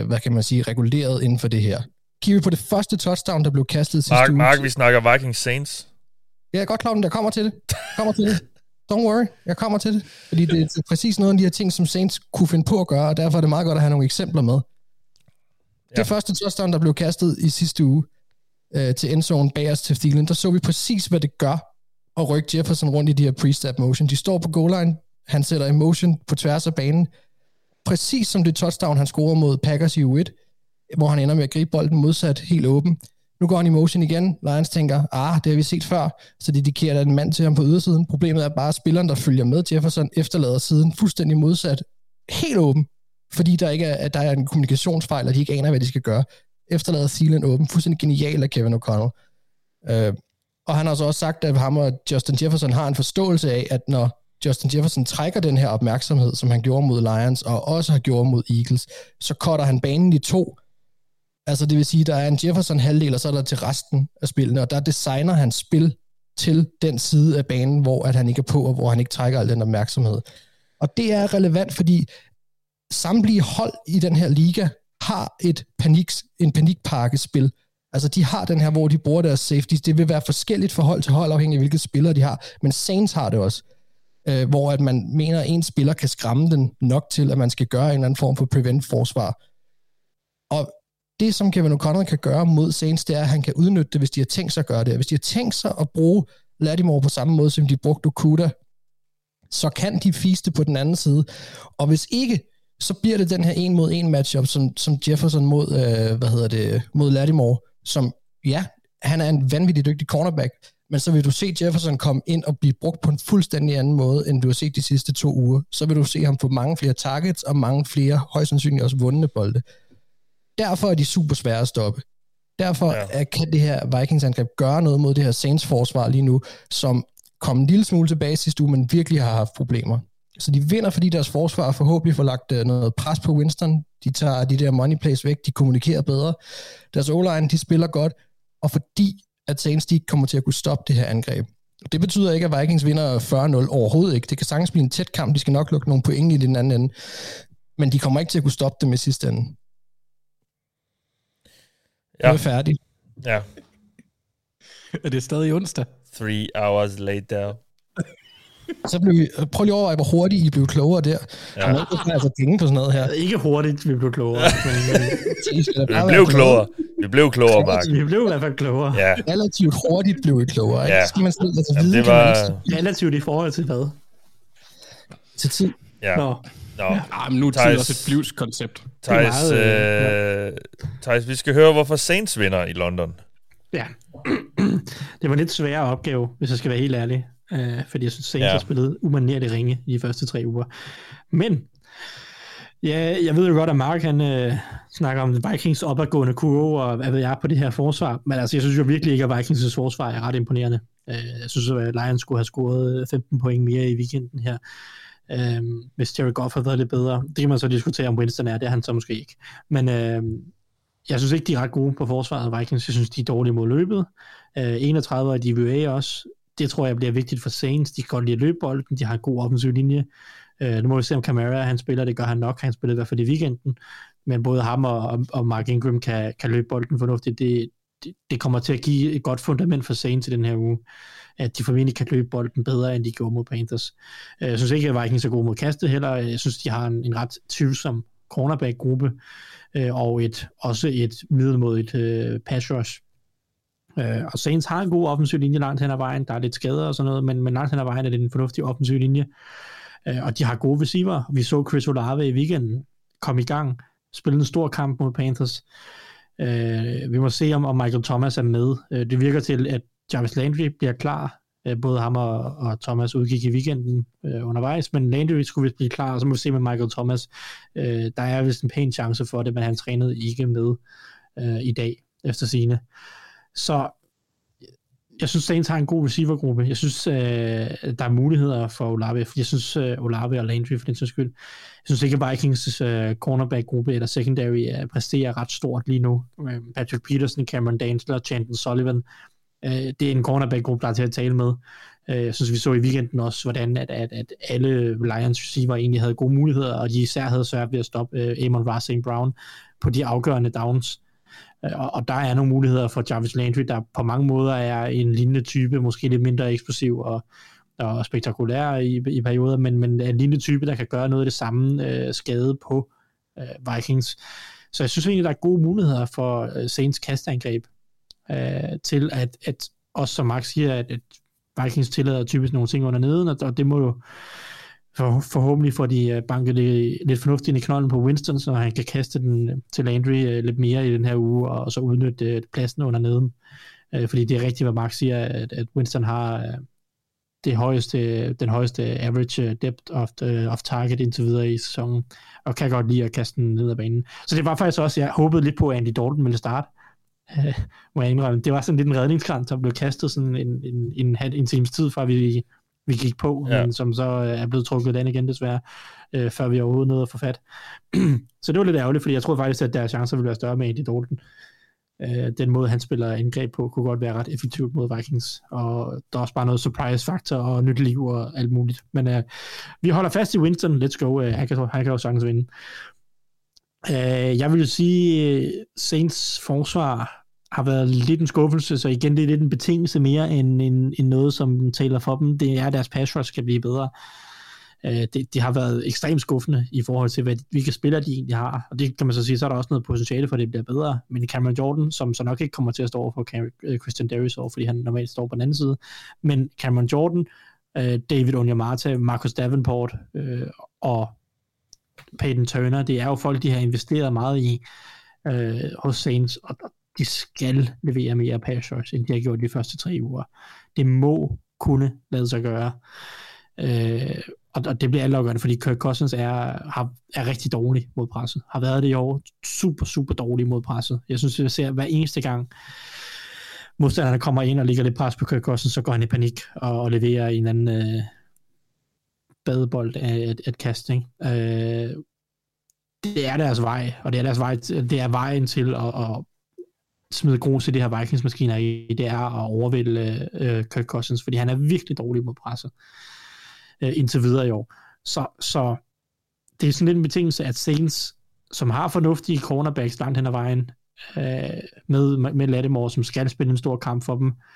reguleret inden for det her. Kigger vi på det første touchdown, der blev kastet sidste uge. Mark, vi snakker Vikings Saints. Ja, jeg er godt klar, men jeg kommer til det. Don't worry, jeg kommer til det. Fordi det er præcis noget af de her ting, som Saints kunne finde på at gøre, og derfor er det meget godt at have nogle eksempler med. Ja. Det første touchdown, der blev kastet i sidste uge til endzone bagerst til Thielen, der så vi præcis, hvad det gør at rykke Jefferson rundt i de her pre-snap motion. De står på goal line, han sætter i motion på tværs af banen. Præcis som det touchdown, han scorede mod Packers i U1, hvor han ender med at gribe bolden modsat helt åben. Nu går han i motion igen. Lions tænker, det har vi set før, så dedikerer der en mand til ham på ydersiden. Problemet er bare, at spilleren, der følger med Jefferson, efterlader siden fuldstændig modsat, helt åben, fordi der er en kommunikationsfejl, og de ikke aner, hvad de skal gøre. Efterlader Thielen åben, fuldstændig genial af Kevin O'Connell. Og han har så også sagt, at ham og Justin Jefferson har en forståelse af, at når Justin Jefferson trækker den her opmærksomhed, som han gjorde mod Lions, og også har gjort mod Eagles, så cutter han banen i 2. Altså det vil sige, der er en Jefferson-halvdel, og så er der til resten af spillene, og der designer han spil til den side af banen, hvor at han ikke er på, og hvor han ikke trækker al den opmærksomhed. Og det er relevant, fordi samtlige hold i den her liga har en panikpakkespil. Altså de har den her, hvor de bruger deres safeties. Det vil være forskelligt fra hold til hold, afhængig af hvilke spillere de har, men Saints har det også. Hvor at man mener, at en spiller kan skræmme den nok til, at man skal gøre en eller anden form for prevent-forsvar. Og det, som Kevin O'Connell kan gøre mod Saints, det er, at han kan udnytte det, hvis de har tænkt sig at gøre det. Hvis de har tænkt sig at bruge Lattimore på samme måde, som de brugte Okudah, så kan de feaste på den anden side. Og hvis ikke, så bliver det den her 1-mod-1 matchup, som Jefferson mod Lattimore, som, ja, han er en vanvittig dygtig cornerback, men så vil du se Jefferson komme ind og blive brugt på en fuldstændig anden måde, end du har set de sidste 2 uger. Så vil du se ham få mange flere targets, og mange flere, højst sandsynligt også vundne bolde. Derfor er de super svære at stoppe. Derfor kan det her Vikings-angreb gøre noget mod det her Saints-forsvar lige nu, som kom en lille smule tilbage sidste uge, men virkelig har haft problemer. Så de vinder, fordi deres forsvar forhåbentlig får lagt noget pres på Winston. De tager de der money plays væk, de kommunikerer bedre. Deres O-line, de spiller godt, og fordi at Saints de kommer til at kunne stoppe det her angreb. Det betyder ikke, at Vikings vinder 40-0 overhovedet ikke. Det kan sagtens blive en tæt kamp, de skal nok lukke nogle point i den anden ende, men de kommer ikke til at kunne stoppe det med sidste ende. Ja. Det er færdigt. Ja. Er det stadig onsdag? 3 hours later. Så blev vi, prøv lige at overveje, hvor hurtigt I blev klogere der. Ja. Jeg må altså penge på sådan noget her. Ikke hurtigt, vi blev klogere. Vi blev klogere, Mark. Vi blev i hvert fald klogere. Ja. Relativt hurtigt blev I klogere. Ikke? Ja. Skal man selv altså vide, det var... Relativt i forhold til hvad? Til tid. Ja. Nå. Ja, men nu er det også et flyvskoncept. Thijs, vi skal høre, hvorfor Saints vinder i London. Ja. Det var en lidt sværere opgave, hvis jeg skal være helt ærlig. Fordi jeg synes, Saints har spillet umanerligt ringe i de første 3 uger. Men ja, jeg ved jo godt, at Mark han snakker om Vikings opadgående kurve, og hvad ved jeg på det her forsvar. Men altså, jeg synes jo virkelig ikke, at Vikings' forsvar er ret imponerende. Jeg synes, at Lions skulle have scoret 15 point mere i weekenden her. Hvis Jared Goff havde været lidt bedre. Det kan man så diskutere, om Winston er. Det er han så måske ikke. Men jeg synes ikke, de er ret gode på forsvaret, Vikings. Jeg synes, de er dårlige mod løbet. 31 af DVA også. Det tror jeg bliver vigtigt for Saints. De kan godt lide at løbe bolden. De har en god offensiv linje. Nu må vi se, om Kamara han spiller. Det gør han nok. Han spiller i hvert fald i weekenden. Men både ham og Mark Ingram kan løbe bolden fornuftigt. Det kommer til at give et godt fundament for Saints i den her uge. At de formentlig kan løbe bolden bedre, end de gjorde mod Panthers. Jeg synes ikke, at Vikings er gode mod kastet heller. Jeg synes, de har en ret tvivlsom cornerback-gruppe. Og også et middelmodigt pass rush. Og Saints har en god offensiv linje langt hen ad vejen. Der er lidt skader og sådan noget, men langt hen ad vejen er det en fornuftig offensiv linje. Og de har gode receiver. Vi så Chris Olave i weekenden komme i gang, spille en stor kamp mod Panthers. Vi må se, om Michael Thomas er med. Det virker til, at Jarvis Landry bliver klar. Både ham og Thomas udgik i weekenden undervejs, men Landry skulle vist blive klar, og så må vi se med Michael Thomas. Der er vist en pæn chance for det, men han trænede ikke med i dag, efter sigende. Så jeg synes, Saints har en god receivergruppe. Jeg synes, der er muligheder for Olave. Jeg synes, Olave og Landry for den sags skyld. Jeg synes ikke, at Vikings cornerback-gruppe eller secondary præsterer ret stort lige nu. Patrick Peterson, Cameron Dantzler og Chandon Sullivan. Det er en cornerback-gruppe, der er til at tale med. Jeg synes, vi så i weekenden også, hvordan at alle Lions receiver egentlig havde gode muligheder, og de især havde svært ved at stoppe Amon-Ra St. Brown på de afgørende downs. Og der er nogle muligheder for Jarvis Landry, der på mange måder er en lignende type, måske lidt mindre eksplosiv og spektakulær i perioder, men en lignende type, der kan gøre noget af det samme skade på Vikings. Så jeg synes egentlig, der er gode muligheder for Saints kasteangreb til at også som Max siger, at Vikings tillader typisk nogle ting under neden, og det må jo forhåbentlig får de banket lidt fornuftigt ind i knolden på Winston, så han kan kaste den til Landry lidt mere i den her uge, og så udnytte pladsen under neden. Fordi det er rigtigt, hvad Mark siger, at Winston har den højeste average depth of target indtil videre i sæsonen, og kan godt lide at kaste den ned ad banen. Så det var faktisk også, jeg håbede lidt på, at Andy Dalton ville starte. Må jeg indrømme. Det var sådan lidt en redningskrans, der blev kastet sådan en times tid, før vi gik på, men som så er blevet trukket den igen desværre, før vi overhovedet nåede at få fat. Så det var lidt ærgerligt, fordi jeg tror faktisk, at deres chancer ville være større med Andy Dalton. Den måde, han spiller angreb på, kunne godt være ret effektivt mod Vikings, og der er også bare noget surprise faktor og nyt liv og alt muligt. Men vi holder fast i Winston. Let's go. Han kan jo sagtens vinde. Jeg vil jo sige, Saints forsvar har været lidt en skuffelse, så igen, det er lidt en betingelse mere end noget, som taler for dem. Det er, at deres pass rush kan blive bedre. Det har været ekstremt skuffende i forhold til, hvilke spillere de egentlig har. Og det kan man så sige, så er der også noget potentiale for, at det bliver bedre. Men Cameron Jordan, som så nok ikke kommer til at stå over for Christian Darius, fordi han normalt står på den anden side. Men Cameron Jordan, David Onyemata, Marcus Davenport og Peyton Turner, det er jo folk, de har investeret meget i hos Saints, og de skal levere mere pass rush, end de har gjort de første 3 uger. Det må kunne lade sig gøre. Og det bliver altafgørende, fordi Kirk Cousins er rigtig dårlig mod presset. Har været det i år. Super, super dårlig mod presset. Jeg synes, jeg ser hver eneste gang, modstanderne kommer ind og ligger lidt pres på Kirk Cousins, så går han i panik og leverer en anden badebold af et casting. Det er deres vej, og det er vejen til at smide grus i det her Vikings-maskiner i, det er at overvælde Kirk Cousins, fordi han er virkelig dårlig mod presset indtil videre i år. Så det er sådan lidt en betingelse, at Saints, som har fornuftige cornerbacks langt hen ad vejen, med Lattimore, som skal spille en stor kamp for dem,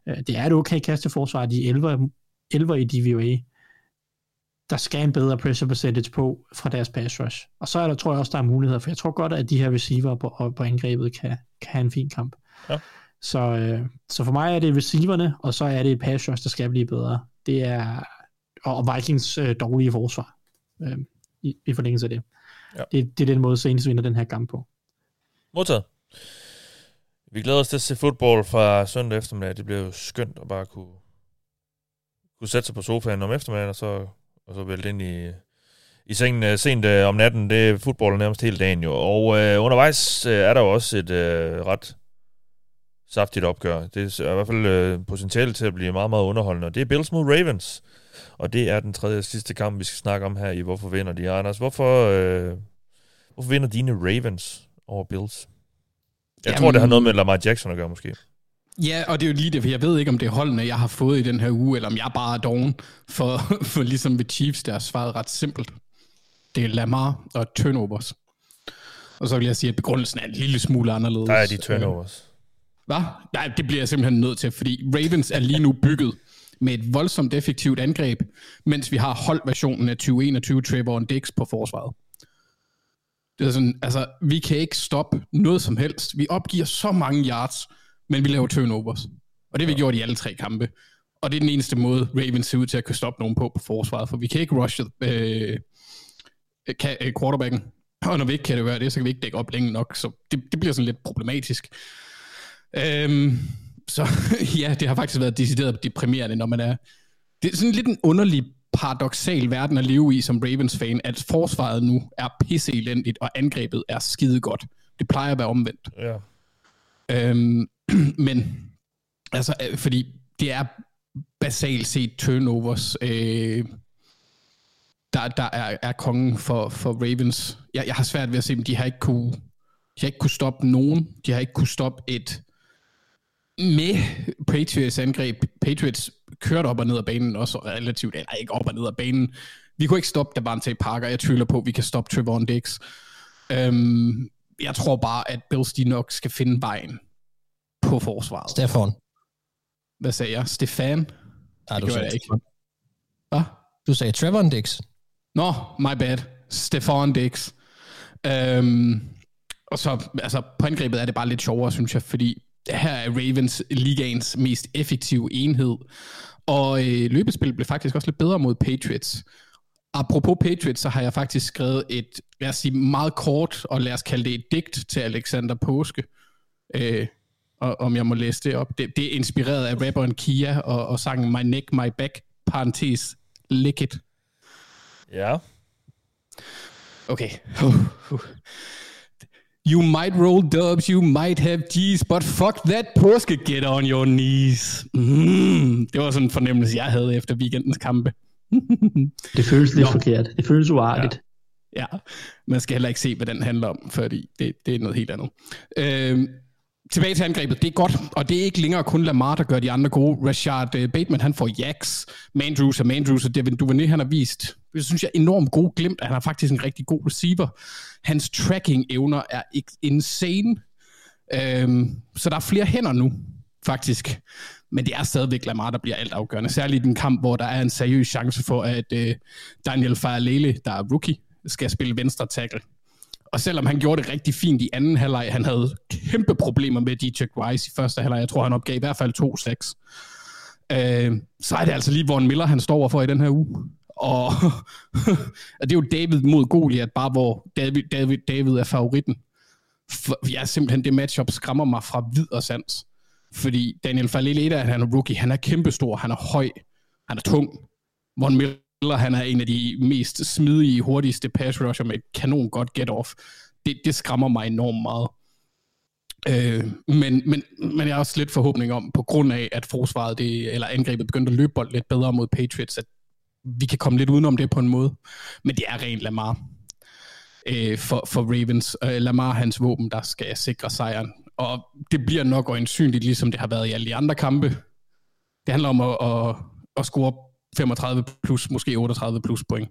Det er et okay kasteforsvar, de 11 i DVOA. Der skal en bedre pressure percentage på fra deres pass rush. Og så tror jeg også, der er muligheder, for jeg tror godt, at de her receiver på angrebet kan have en fin kamp. Ja. Så for mig er det receiverne, og så er det pass rush, der skal blive bedre. Det er og Vikings dårlige forsvar i forlængelse af det. Ja. Det er den måde, Saints vinder den her kamp på. Modtaget. Vi glæder os til at se fodbold fra søndag eftermiddag. Det bliver jo skønt at bare kunne sætte sig på sofaen om eftermiddagen, og så vælte ind i sengen sent om natten. Det er fodbold nærmest hele dagen jo. Og undervejs er der jo også et ret saftigt opgør. Det er i hvert fald potentiale til at blive meget, meget underholdende. Og det er Bills mod Ravens. Og det er den tredje og sidste kamp, vi skal snakke om her i Hvorfor vinder de? Anders, hvorfor vinder dine Ravens over Bills? Jeg tror, det har noget med Lamar Jackson at gøre, måske. Ja, og det er jo lige det, for jeg ved ikke, om det er holdene, jeg har fået i den her uge, eller om jeg bare er doven, for ligesom ved Chiefs, der er svaret ret simpelt. Det er Lamar og turnovers. Og så vil jeg sige, at begrundelsen er en lille smule anderledes. Der er de turnovers. Hvad? Nej, det bliver jeg simpelthen nødt til, fordi Ravens er lige nu bygget med et voldsomt effektivt angreb, mens vi har holdversionen af 2021 Trevor Diggs på forsvaret. Det er sådan, altså, vi kan ikke stoppe noget som helst. Vi opgiver så mange yards, men vi laver turnovers. Og det har vi gjort i alle 3 kampe. Og det er den eneste måde, Ravens ser ud til at kunne stoppe nogen på forsvaret, for vi kan ikke rushe quarterbacken. Og når vi ikke kan det være det, så kan vi ikke dække op længe nok, så det bliver sådan lidt problematisk. Så ja, det har faktisk været decideret deprimerende, når man er... Det er sådan lidt en underlig paradoksal verden at leve i som Ravens-fan, at forsvaret nu er pisseelendigt, og angrebet er skide godt. Det plejer at være omvendt. Ja. Men, altså, fordi det er basalt set turnovers, der er kongen for Ravens. Jeg har svært ved at se dem. De har ikke kunne stoppe nogen. De har ikke kunne stoppe et med Patriots angreb. Patriots kørte op og ned af banen også relativt, eller ikke op og ned af banen. Vi kunne ikke stoppe Davante Parker. Jeg tvivler på, at vi kan stoppe Trevor Diggs. Jeg tror bare, at Bills de nok skal finde vejen på forsvaret. Stefan. Hvad sagde jeg? Stefan? Nej, du sagde ikke. Hvad? Du sagde Trevor Diggs. Nå, my bad. Stefan Diggs. Og så, altså, på angrebet er det bare lidt sjovere, synes jeg, fordi her er Ravens ligaens mest effektive enhed. Og løbespil blev faktisk også lidt bedre mod Patriots. Apropos Patriots, så har jeg faktisk skrevet et, lad os sige, meget kort, og lad os kalde det et digt til Alexander Påske. Og om jeg må læse det op. Det er inspireret af rapperen Kia og sangen My Neck, My Back, parentes, lick it. Ja. Okay. You might roll dubs, you might have G's, but fuck that påske, get on your knees. Det var sådan en fornemmelse, jeg havde efter weekendens kampe. Det føles lidt forkert. Det føles uartigt. Ja, man skal heller ikke se, hvad den handler om, fordi det er noget helt andet. Tilbage til angrebet, det er godt, og det er ikke længere kun Lamar, der gør de andre gode. Rashard Bateman, han får jacks. Mandrews og Devin Duvernay, han har vist, det synes jeg, enormt god glimt, at han er faktisk en rigtig god receiver. Hans tracking-evner er insane. Så der er flere hænder nu, faktisk. Men det er stadigvæk Lamar, der bliver alt afgørende. Særligt i den kamp, hvor der er en seriøs chance for, at Daniel Faalele, der er rookie, skal spille venstre tackle. Og selvom han gjorde det rigtig fint i anden halvleg, han havde kæmpe problemer med Detroit Wise i første halvleg. Jeg tror, han opgav i hvert fald 2 sacks. Så er det altså lige, hvor en Miller han står overfor i den her uge. Og det er jo David mod Goliath, bare hvor David er favoritten. Ja, simpelthen det matchup skræmmer mig fra vid og sans. Fordi Daniel Faalele, han er rookie, han er kæmpestor, han er høj, han er tung. Von Miller, han er en af de mest smidige, hurtigste pass rusher med et kanon godt get-off. Det skræmmer mig enormt meget. Men jeg har også lidt forhåbning om, på grund af, at forsvaret, eller angrebet begyndte at løbe bold lidt bedre mod Patriots, at vi kan komme lidt udenom det på en måde. Men det er rent Lamar for Ravens. Lamar, hans våben, der skal sikre sejren. Og det bliver nok øjensynligt, ligesom det har været i alle de andre kampe. Det handler om at score 35 plus, måske 38 plus point.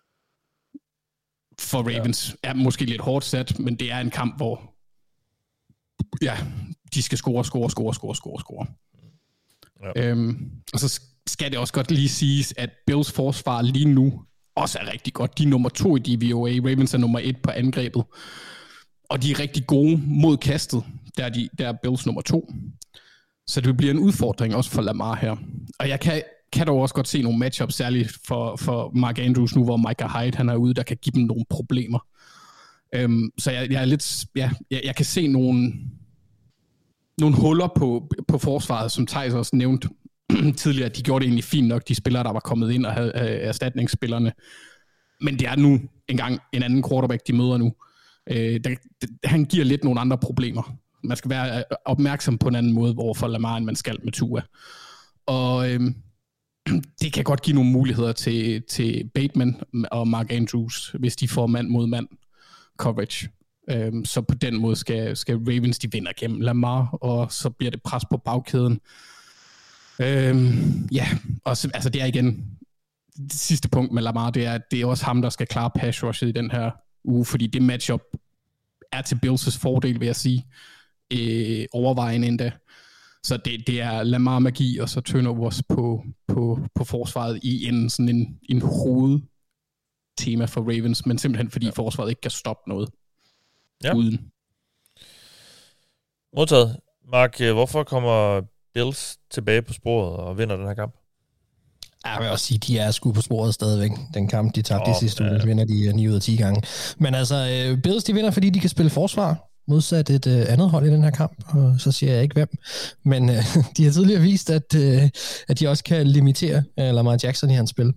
For Ravens er måske lidt hårdt sat, men det er en kamp, hvor de skal score. Ja. Og så skal det også godt lige siges, at Bills forsvar lige nu også er rigtig godt. De er nummer 2 i DVOA, Ravens er nummer 1 på angrebet. Og de er rigtig gode mod kastet, der er Bills nummer 2. Så det bliver en udfordring også for Lamar her. Og jeg kan dog også godt se nogle matchups, særligt for Mark Andrews nu, hvor Micah Hyde han er ude, der kan give dem nogle problemer. Så jeg er lidt, jeg kan se nogle huller på forsvaret, som Theis også nævnte tidligere, at de gjorde det egentlig fint nok, de spillere, der var kommet ind og havde erstatningsspillerne. Men det er nu engang en anden quarterback, de møder nu. Han giver lidt nogle andre problemer. Man skal være opmærksom på en anden måde overfor Lamar, end man skal med Tua. Og det kan godt give nogle muligheder til Bateman og Mark Andrews, hvis de får mand mod mand coverage. Så på den måde skal Ravens, de vinder gennem Lamar, og så bliver det pres på bagkæden. Og så, altså det er igen det sidste punkt med Lamar, det er også ham, der skal klare pass rushet i den her uge, fordi det matchup er til Bills' fordel, vil jeg sige, overvejende endda. Så det er Lamar-magi, og så turnovers på forsvaret i en hovedtema for Ravens, men simpelthen fordi forsvaret ikke kan stoppe noget uden. Modtaget. Mark, hvorfor kommer Bills tilbage på sporet og vinder den her kamp? Jeg vil også sige, de er sgu på sporet stadigvæk. Den kamp, de tabte i sidste uge, vinder de 9 ud af 10 gange. Men altså, Bills, de vinder, fordi de kan spille forsvar, modsat et andet hold i den her kamp, og så siger jeg ikke hvem. Men de har tidligere vist, at de også kan limitere Lamar Jackson i hans spil.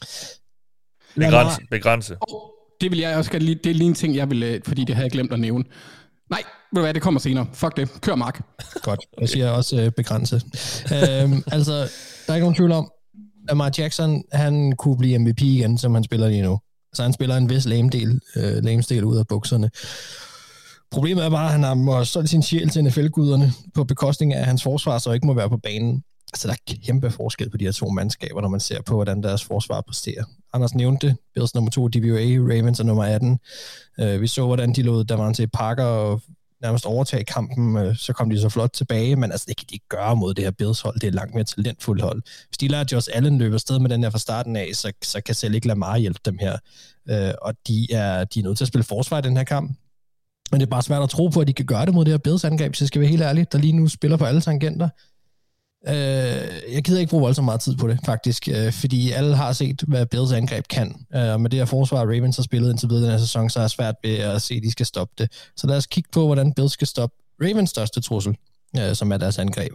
Begrænse. Det vil jeg også gerne lige, det er lige en ting, jeg vil, fordi det havde jeg glemt at nævne. Nej, ved du hvad, det kommer senere. Fuck det. Kør, Mark. Godt. Jeg siger også begrænse. Altså, der er ikke nogen tvivl om, Lamar Jackson, han kunne blive MVP igen, som han spiller lige nu. Så han spiller en vis lamesdel ud af bukserne. Problemet er bare, at han har solgt sin sjæl til NFL-guderne på bekostning af, at hans forsvar så ikke må være på banen. Altså, der er kæmpe forskel på de her to mandskaber, når man ser på, hvordan deres forsvar præsterer. Anders nævnte det. Bills nummer 2 DVOA, Ravens er nummer 18. Vi så, hvordan de lod Davante Parker og nærmest overtage kampen. Så kom de så flot tilbage, men altså, det kan de ikke gøre mod det her Bills-hold. Det er langt mere talentfuldt hold. Hvis de lader Josh Allen løbe afsted med den her fra starten af, så kan selv ikke Lamar hjælpe dem her. Og de er nødt til at spille forsvar i den her kamp. Men det er bare svært at tro på, at de kan gøre det mod det her Bills-angreb, så jeg skal være helt ærlig, der lige nu spiller på alle tangenter. Jeg gider ikke bruge voldsomt meget tid på det, faktisk, fordi alle har set, hvad Bills angreb kan. Og med det her forsvar, Ravens har spillet indtil videre den her sæson, så er det svært ved at se, at de skal stoppe det. Så lad os kigge på, hvordan Bills skal stoppe Ravens største trussel, som er deres angreb.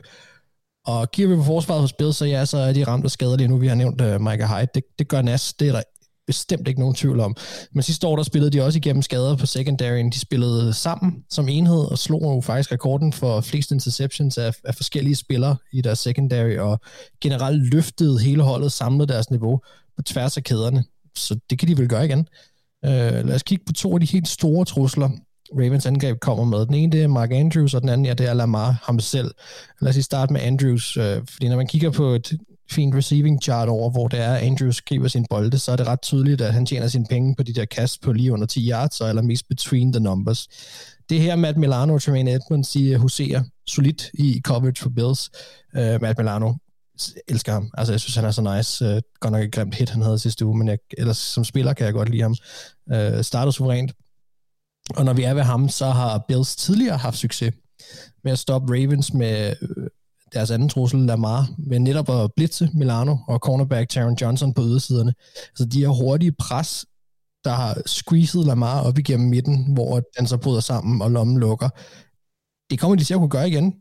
Og kigger vi på forsvaret hos Bills, så er de ramt af skader lige nu. Vi har nævnt Micah Hyde. Det gør Nas, det er der bestemt ikke nogen tvivl om. Men sidste år, der spillede de også igennem skader på secondaryen. De spillede sammen som enhed og slog jo faktisk rekorden for flest interceptions af forskellige spillere i deres secondary, og generelt løftede hele holdet, samlede deres niveau på tværs af kæderne. Så det kan de vel gøre igen. Lad os kigge på 2 af de helt store trusler, Ravens angreb kommer med. Den ene, det er Mark Andrews, og den anden, det er Lamar ham selv. Lad os lige starte med Andrews, fordi når man kigger på et fint receiving chart over, hvor det er, Andrews griber sin bolde, så er det ret tydeligt, at han tjener sine penge på de der kast på lige under 10 yards, eller mest between the numbers. Det her, Matt Milano og Tremaine Edmonds, de huserer solidt i coverage for Bills. Matt Milano, elsker ham. Altså, jeg synes, han er så nice. Godt nok et grimt hit, han havde sidste uge, men ellers som spiller kan jeg godt lide ham. Starter suverænt. Og når vi er ved ham, så har Bills tidligere haft succes med at stoppe Ravens med deres anden trussel, Lamar, ved netop at blitze Milano og cornerback Taron Johnson på ydersiderne. Altså de her hurtige pres, der har squeezed Lamar op igennem midten, hvor den så bryder sammen og lommen lukker. Det kommer de til at kunne gøre igen.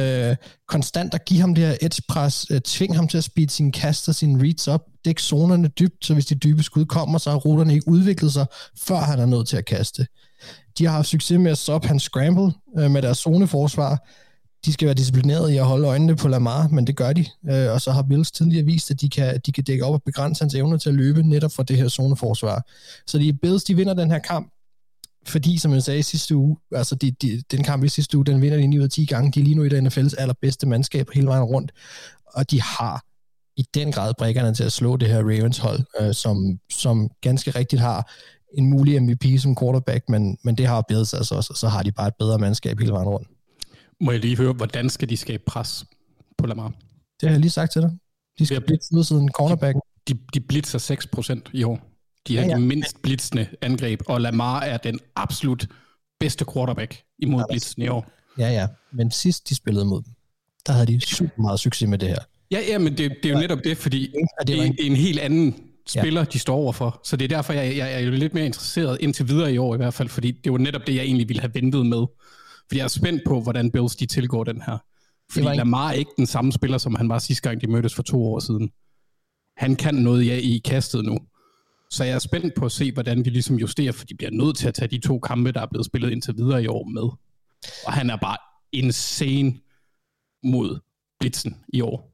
Konstant at give ham det her edge-pres, tvinge ham til at speede sine kast og sine reads op, dække zonerne dybt, så hvis de dybe skud kommer, så har ruterne ikke udviklet sig, før han er nødt til at kaste. De har haft succes med at stoppe hans scramble med deres zoneforsvar. De skal være disciplineret i at holde øjnene på Lamar, men det gør de. Og så har Bills tidligere vist, at de kan dække op og begrænse hans evne til at løbe netop fra det her zoneforsvar. Så Bills, de vinder den her kamp, fordi, som jeg sagde sidste uge, altså den kamp i sidste uge, den vinder de 9 ud af 10 gange. De er lige nu i det NFL's allerbedste mandskab hele vejen rundt, og de har i den grad brækkerne til at slå det her Ravens-hold, som ganske rigtigt har en mulig MVP som quarterback, men det har Bills altså også, og så har de bare et bedre mandskab hele vejen rundt. Må jeg lige høre, hvordan skal de skabe pres på Lamar? Det har jeg lige sagt til dig. De skal blitse ud siden cornerbacken. De blitzer 6% i år. De har de mindst blitzende angreb, og Lamar er den absolut bedste quarterback imod blitzen i år. Ja, men sidst de spillede mod dem, der havde de super meget succes med det her. Ja, men det er jo netop det, fordi det er en helt anden spiller, de står overfor. Så det er derfor, jeg er jo lidt mere interesseret indtil videre i år i hvert fald, fordi det var netop det, jeg egentlig ville have ventet med. Fordi jeg er spændt på, hvordan Bills de tilgår den her. Fordi Lamar er ikke den samme spiller, som han var sidste gang, de mødtes for 2 år siden. Han kan noget i kastet nu. Så jeg er spændt på at se, hvordan de ligesom justerer, for de bliver nødt til at tage de 2 kampe, der er blevet spillet indtil videre i år med. Og han er bare insane mod blitzen i år.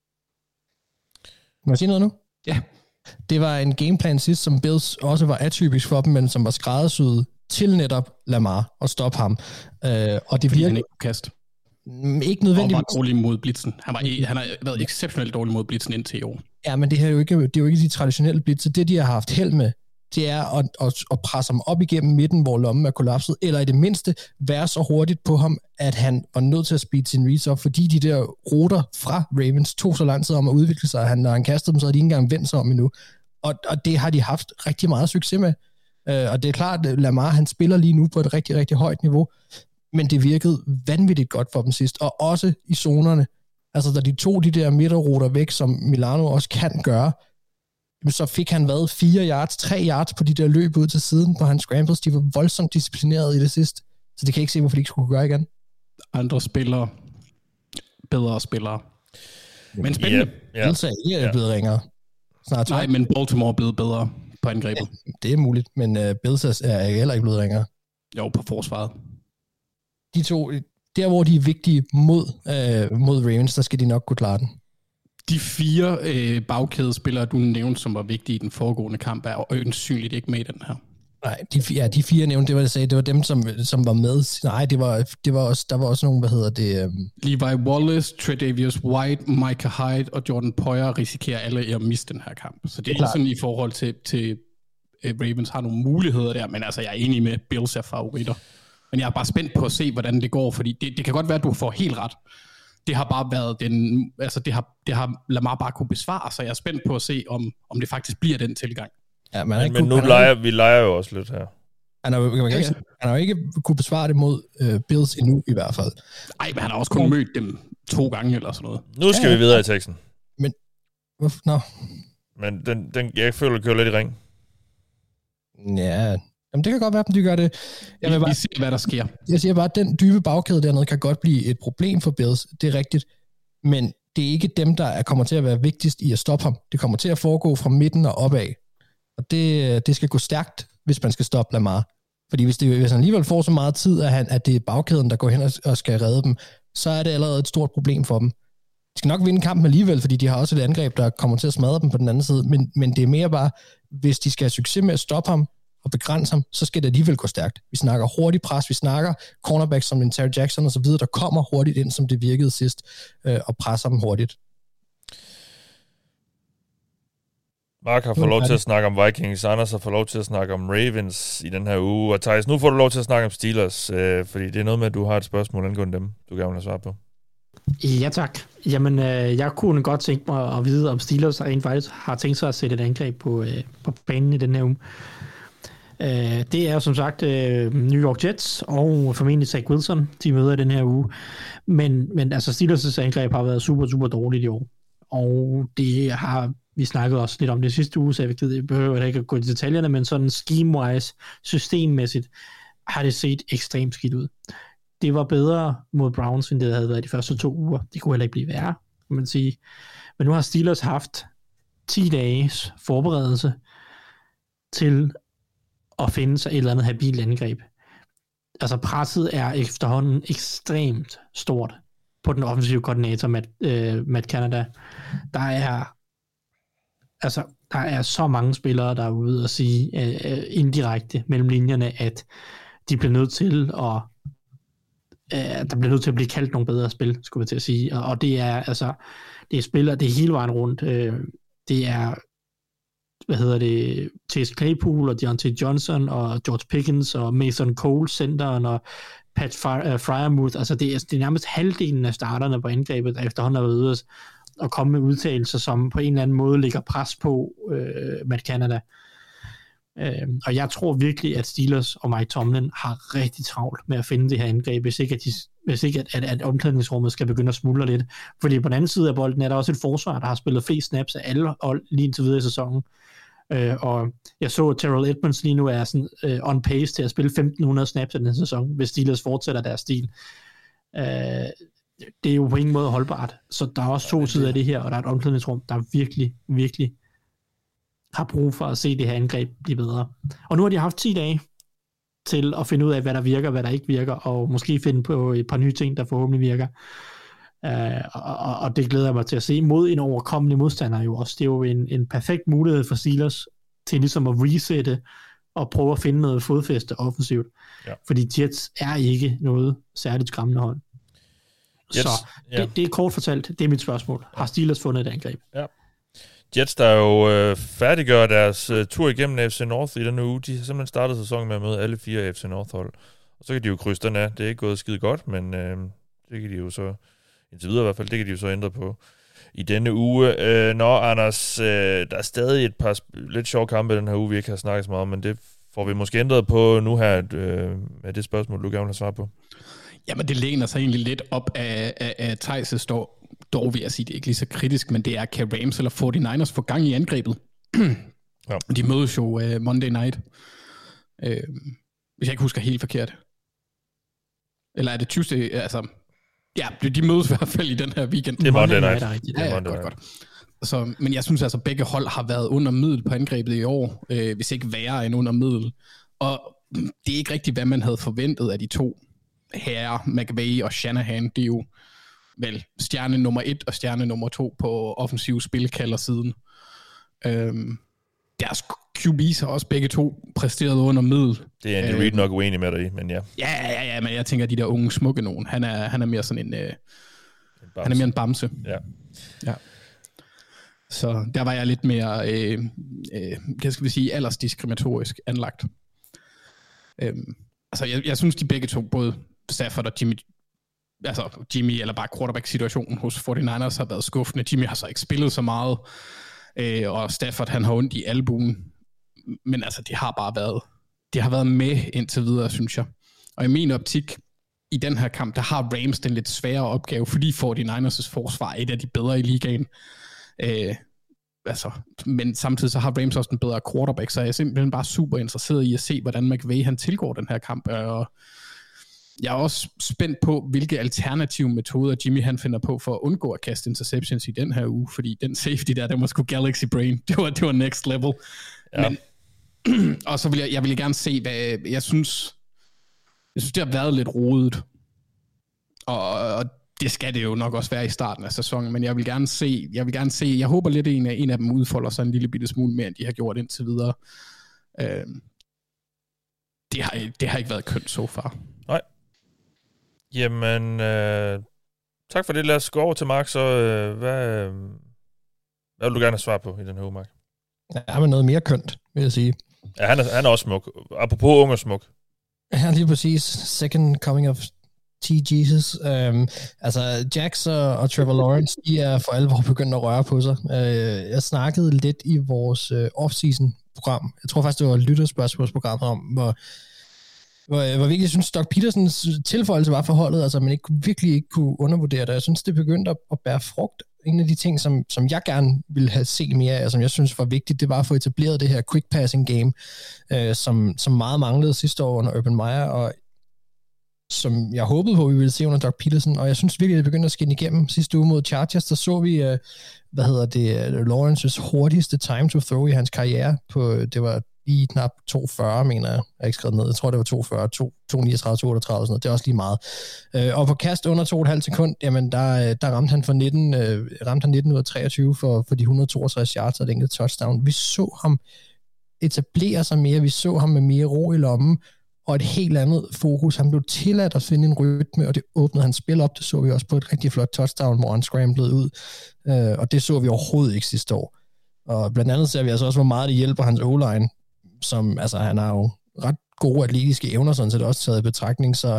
Må jeg sige noget nu? Ja. Det var en gameplan sidst, som Bills også var atypisk for dem, men som var skræddersyet til netop Lamar og stoppe ham. Og det virkede ikke kast. Ikke nødvendigvis. Og var dårlig mod blitzen. Han har været exceptionelt dårlig mod blitzen indtil i år. Ja, men det er jo ikke de traditionelle blitzer. Det, de har haft held med, det er at presse ham op igennem midten, hvor lommen er kollapset, eller i det mindste være så hurtigt på ham, at han var nødt til at speede sin reads op, fordi de der ruter fra Ravens tog så lang tid om at udvikle sig, at når han kastede dem, så havde de ikke engang vendt sig om endnu. Og det har de haft rigtig meget succes med. Og det er klart, at Lamar, han spiller lige nu på et rigtig, rigtig højt niveau, men det virkede vanvittigt godt for dem sidst, og også i zonerne. Altså, da de tog de der midterruter væk, som Milano også kan gøre, så fik han 4 yards, 3 yards på de der løb ud til siden på hans scrambles. De var voldsomt disciplineret i det sidste, så det kan jeg ikke se, hvorfor de ikke skulle gøre igen. Andre spillere, bedre spillere. Men spændende. Bills er ikke blevet ringere. Snart. Nej, men Baltimore er blevet bedre på angrebet. Ja, det er muligt, men Bills er heller ikke blevet ringere. Jo, på forsvaret. De 2, der hvor de er vigtige mod Ravens, der skal de nok kunne klare den. De 4 bagkædespillere, du nævnte, som var vigtige i den foregående kamp, er øjensynligt ikke med i den her. Nej, de 4 nævnte, det var, jeg sagde, det var dem, som var med. Nej, det var også, der var også nogen, Levi Wallace, Tre'Davious White, Micah Hyde og Jordan Poyer risikerer alle at miste den her kamp. Så det er sådan i forhold til Ravens har nogle muligheder der, men altså jeg er enig med, Bills er favoritter. Men jeg er bare spændt på at se, hvordan det går, fordi det kan godt være, at du får helt ret. Det har bare været det har Lamar bare kunne besvare, så jeg er spændt på at se, om det faktisk bliver den tilgang. Ja, men nu leger jo også lidt her. Han har jo ikke kunne besvare det mod Bills endnu, i hvert fald. Nej, men han har også kun mødt dem 2 gange eller sådan noget. Nu skal vi videre i teksten. Men hvorfor? Nå. Men den jeg føler, kører lidt i ring. Ja, jamen det kan godt være, at de gør det. Vi ser, hvad der sker. Jeg siger bare, at den dybe bagkæde dernede kan godt blive et problem for Bills. Det er rigtigt. Men det er ikke dem, der kommer til at være vigtigst i at stoppe ham. Det kommer til at foregå fra midten og opad. Og det skal gå stærkt, hvis man skal stoppe Lamar. Fordi hvis han alligevel får så meget tid, at det er bagkæden, der går hen og skal redde dem, så er det allerede et stort problem for dem. De skal nok vinde kampen alligevel, fordi de har også et angreb, der kommer til at smadre dem på den anden side. Men det er mere bare, hvis de skal have succes med at stoppe ham og begrænse ham, så skal det alligevel gå stærkt. Vi snakker hurtig pres, vi snakker cornerbacks som Terry Jackson og så videre, der kommer hurtigt ind, som det virkede sidst, og presser dem hurtigt. Mark har fået lov til at snakke om Vikings, Anders har fået lov til at snakke om Ravens i den her uge, og Thijs, nu får du lov til at snakke om Steelers, fordi det er noget med, at du har et spørgsmål angående dem, du gerne vil have svar på. Ja, tak. Jamen, jeg kunne godt tænke mig at vide, om Steelers rent faktisk har tænkt sig at sætte et angreb på banen i den her uge. Det er jo som sagt New York Jets og formentlig Zach Wilson, de møder i den her uge. Men altså Steelers' angreb har været super, super dårligt i år. Og det har vi snakket også lidt om det sidste uge, så jeg behøver ikke at gå i detaljerne, men sådan scheme-wise, systemmæssigt, har det set ekstremt skidt ud. Det var bedre mod Browns, end det havde været de første 2 uger. Det kunne heller ikke blive værre, kan man sige. Men nu har Steelers haft 10 dages forberedelse til at finde sig et eller andet habilt angreb. Altså presset er efterhånden ekstremt stort på den offensive koordinator, Matt Canada. Der er så mange spillere, der er ude og sige indirekte mellem linjerne, at de bliver nødt til at der bliver nødt til at blive kaldt nogle bedre spil, skulle jeg til at sige. Og det er altså, det er spillere, det er hele vejen rundt. Det er Chase Claypool og Deontay Johnson og George Pickens og Mason Cole centeren og Pat Freiermuth. Altså det er nærmest halvdelen af starterne på angrebet, der efterhånden har været ude at komme med udtalelser, som på en eller anden måde lægger pres på Matt Canada. Og jeg tror virkelig, at Steelers og Mike Tomlin har rigtig travlt med at finde det her angreb, hvis ikke at omklædningsrummet skal begynde at smuldre lidt. Fordi på den anden side af bolden er der også et forsvar, der har spillet flest snaps af alle hold lige indtil videre i sæsonen. Og jeg så, at Terrell Edmonds lige nu er sådan, on pace til at spille 1.500 snaps i den sæson, hvis Steelers fortsætter deres stil. Det er jo på ingen måde holdbart. Så der er også to sider af det her, og der er et omklædningsrum, der virkelig, virkelig har brug for at se det her angreb blive bedre. Og nu har de haft 10 dage til at finde ud af, hvad der virker, hvad der ikke virker, og måske finde på et par nye ting, der forhåbentlig virker. Og det glæder jeg mig til at se mod en overkommende modstander jo også. Det er jo en perfekt mulighed for Steelers til ligesom at resette og prøve at finde noget fodfæste offensivt. Ja. Fordi Jets er ikke noget særligt skræmmende hold. Jets, så det er kort fortalt, det er mit spørgsmål. Har Steelers fundet et angreb? Ja. Jets, der jo færdiggør deres tur igennem AFC North i denne uge, de har simpelthen startet sæsonen med at møde alle 4 AFC North-hold. Og så kan de jo krydse den af. Det er ikke gået skide godt, men det kan de jo så, indtil videre i hvert fald, det kan de jo så ændre på i denne uge. Anders, der er stadig et par lidt sjove kampe den her uge, vi ikke har snakket så meget om, men det får vi måske ændret på nu her, med det spørgsmål, du gerne vil have svar på. Jamen, det læner sig egentlig lidt op af Theis' dog vil jeg sige, det er ikke lige så kritisk, men det er, kan Rams eller 49ers få gang i angrebet? Ja. De mødes jo Monday night. Hvis jeg ikke husker helt forkert. Eller er det Tuesday? Altså, ja, de mødes i hvert fald i den her weekend. Det er Monday night. Ja, godt. Så, men jeg synes altså, at begge hold har været under middel på angrebet i år, hvis ikke værre end under middel. Og det er ikke rigtigt, hvad man havde forventet af de to herrer, McVay og Shanahan. Det er jo vel stjerne nummer 1 og stjerne nummer 2 på offensiv spilkalder siden. Deres QB's har også begge to præsteret under middel. Det er Andy Reid nok uenig med dig i, men ja. Ja, men jeg tænker, de der unge smukke nogen, han er mere sådan en han er mere en bamse. Ja. Så der var jeg lidt mere, hvad skal vi sige, aldersdiskriminatorisk anlagt. Altså, jeg synes, de begge to, både Stafford og Jimmy, eller bare quarterback-situationen hos 49ers har været skuffende. Jimmy har så ikke spillet så meget, og Stafford, han har ondt i albuen. Men altså, det har været med indtil videre, synes jeg. Og i min optik, i den her kamp, der har Rams den lidt sværere opgave, fordi 49ers' forsvar er et af de bedre i ligaen. Men samtidig så har Rams også en bedre quarterback, så jeg er simpelthen bare super interesseret i at se, hvordan McVay han tilgår den her kamp, og jeg er også spændt på, hvilke alternative metoder Jimmy han finder på for at undgå at kaste interceptions i den her uge, fordi den safety der var sgu Galaxy Brain, det var next level. Ja. Men, og så vil jeg vil gerne se, hvad jeg synes det har været lidt rodet, og det skal det jo nok også være i starten af sæsonen, men jeg vil gerne se, jeg håber lidt, at en af dem udfolder sig en lille bitte smule mere, end de har gjort indtil videre. Det har ikke været kønt så far. Nej. Jamen, tak for det. Lad os gå over til Mark, så hvad vil du gerne have svar på i den her uge, Mark? Ja, men noget mere kønt, vil jeg sige. Ja, han er også smuk. Apropos unge smuk. Ja, lige præcis. Second coming of T. Jesus. Altså, Jax og Trevor Lawrence, de er for alvor begyndt at røre på sig. Jeg snakkede lidt i vores off-season-program. Jeg tror faktisk, det var lytterspørgsmålsprogrammet om, hvor virkelig jeg synes, Doug Petersons tilføjelse var for holdet, altså man virkelig ikke kunne undervurdere det. Jeg synes, det begyndte at bære frugt. En af de ting, som jeg gerne ville have set mere af, og som jeg synes var vigtigt, det var at få etableret det her quick passing game, som meget manglede sidste år under Urban Meyer, og som jeg håbede på, vi ville se under Doug Peterson, og jeg synes virkelig, det begyndte at skinne igennem. Sidste uge mod Chargers, der så vi, Lawrences hurtigste time to throw i hans karriere, det var lige knap 2.40, mener jeg. Jeg har ikke skrevet ned. Jeg tror, det var 2.40, 2.39, 2.38, sådan noget. Det er også lige meget. Og på kast under 2,5 sekund, jamen der ramte han 19 ud af 23 for de 162 yards og et enkelt touchdown. Vi så ham etablere sig mere. Vi så ham med mere ro i lommen og et helt andet fokus. Han blev tilladt at finde en rytme, og det åbnede hans spil op. Det så vi også på et rigtig flot touchdown, hvor han scramblede ud. Og det så vi overhovedet ikke sidste år. Og blandt andet ser vi altså også, hvor meget det hjælper hans O-line, som, altså han har jo ret gode atletiske evner, sådan set også taget i betragtning, så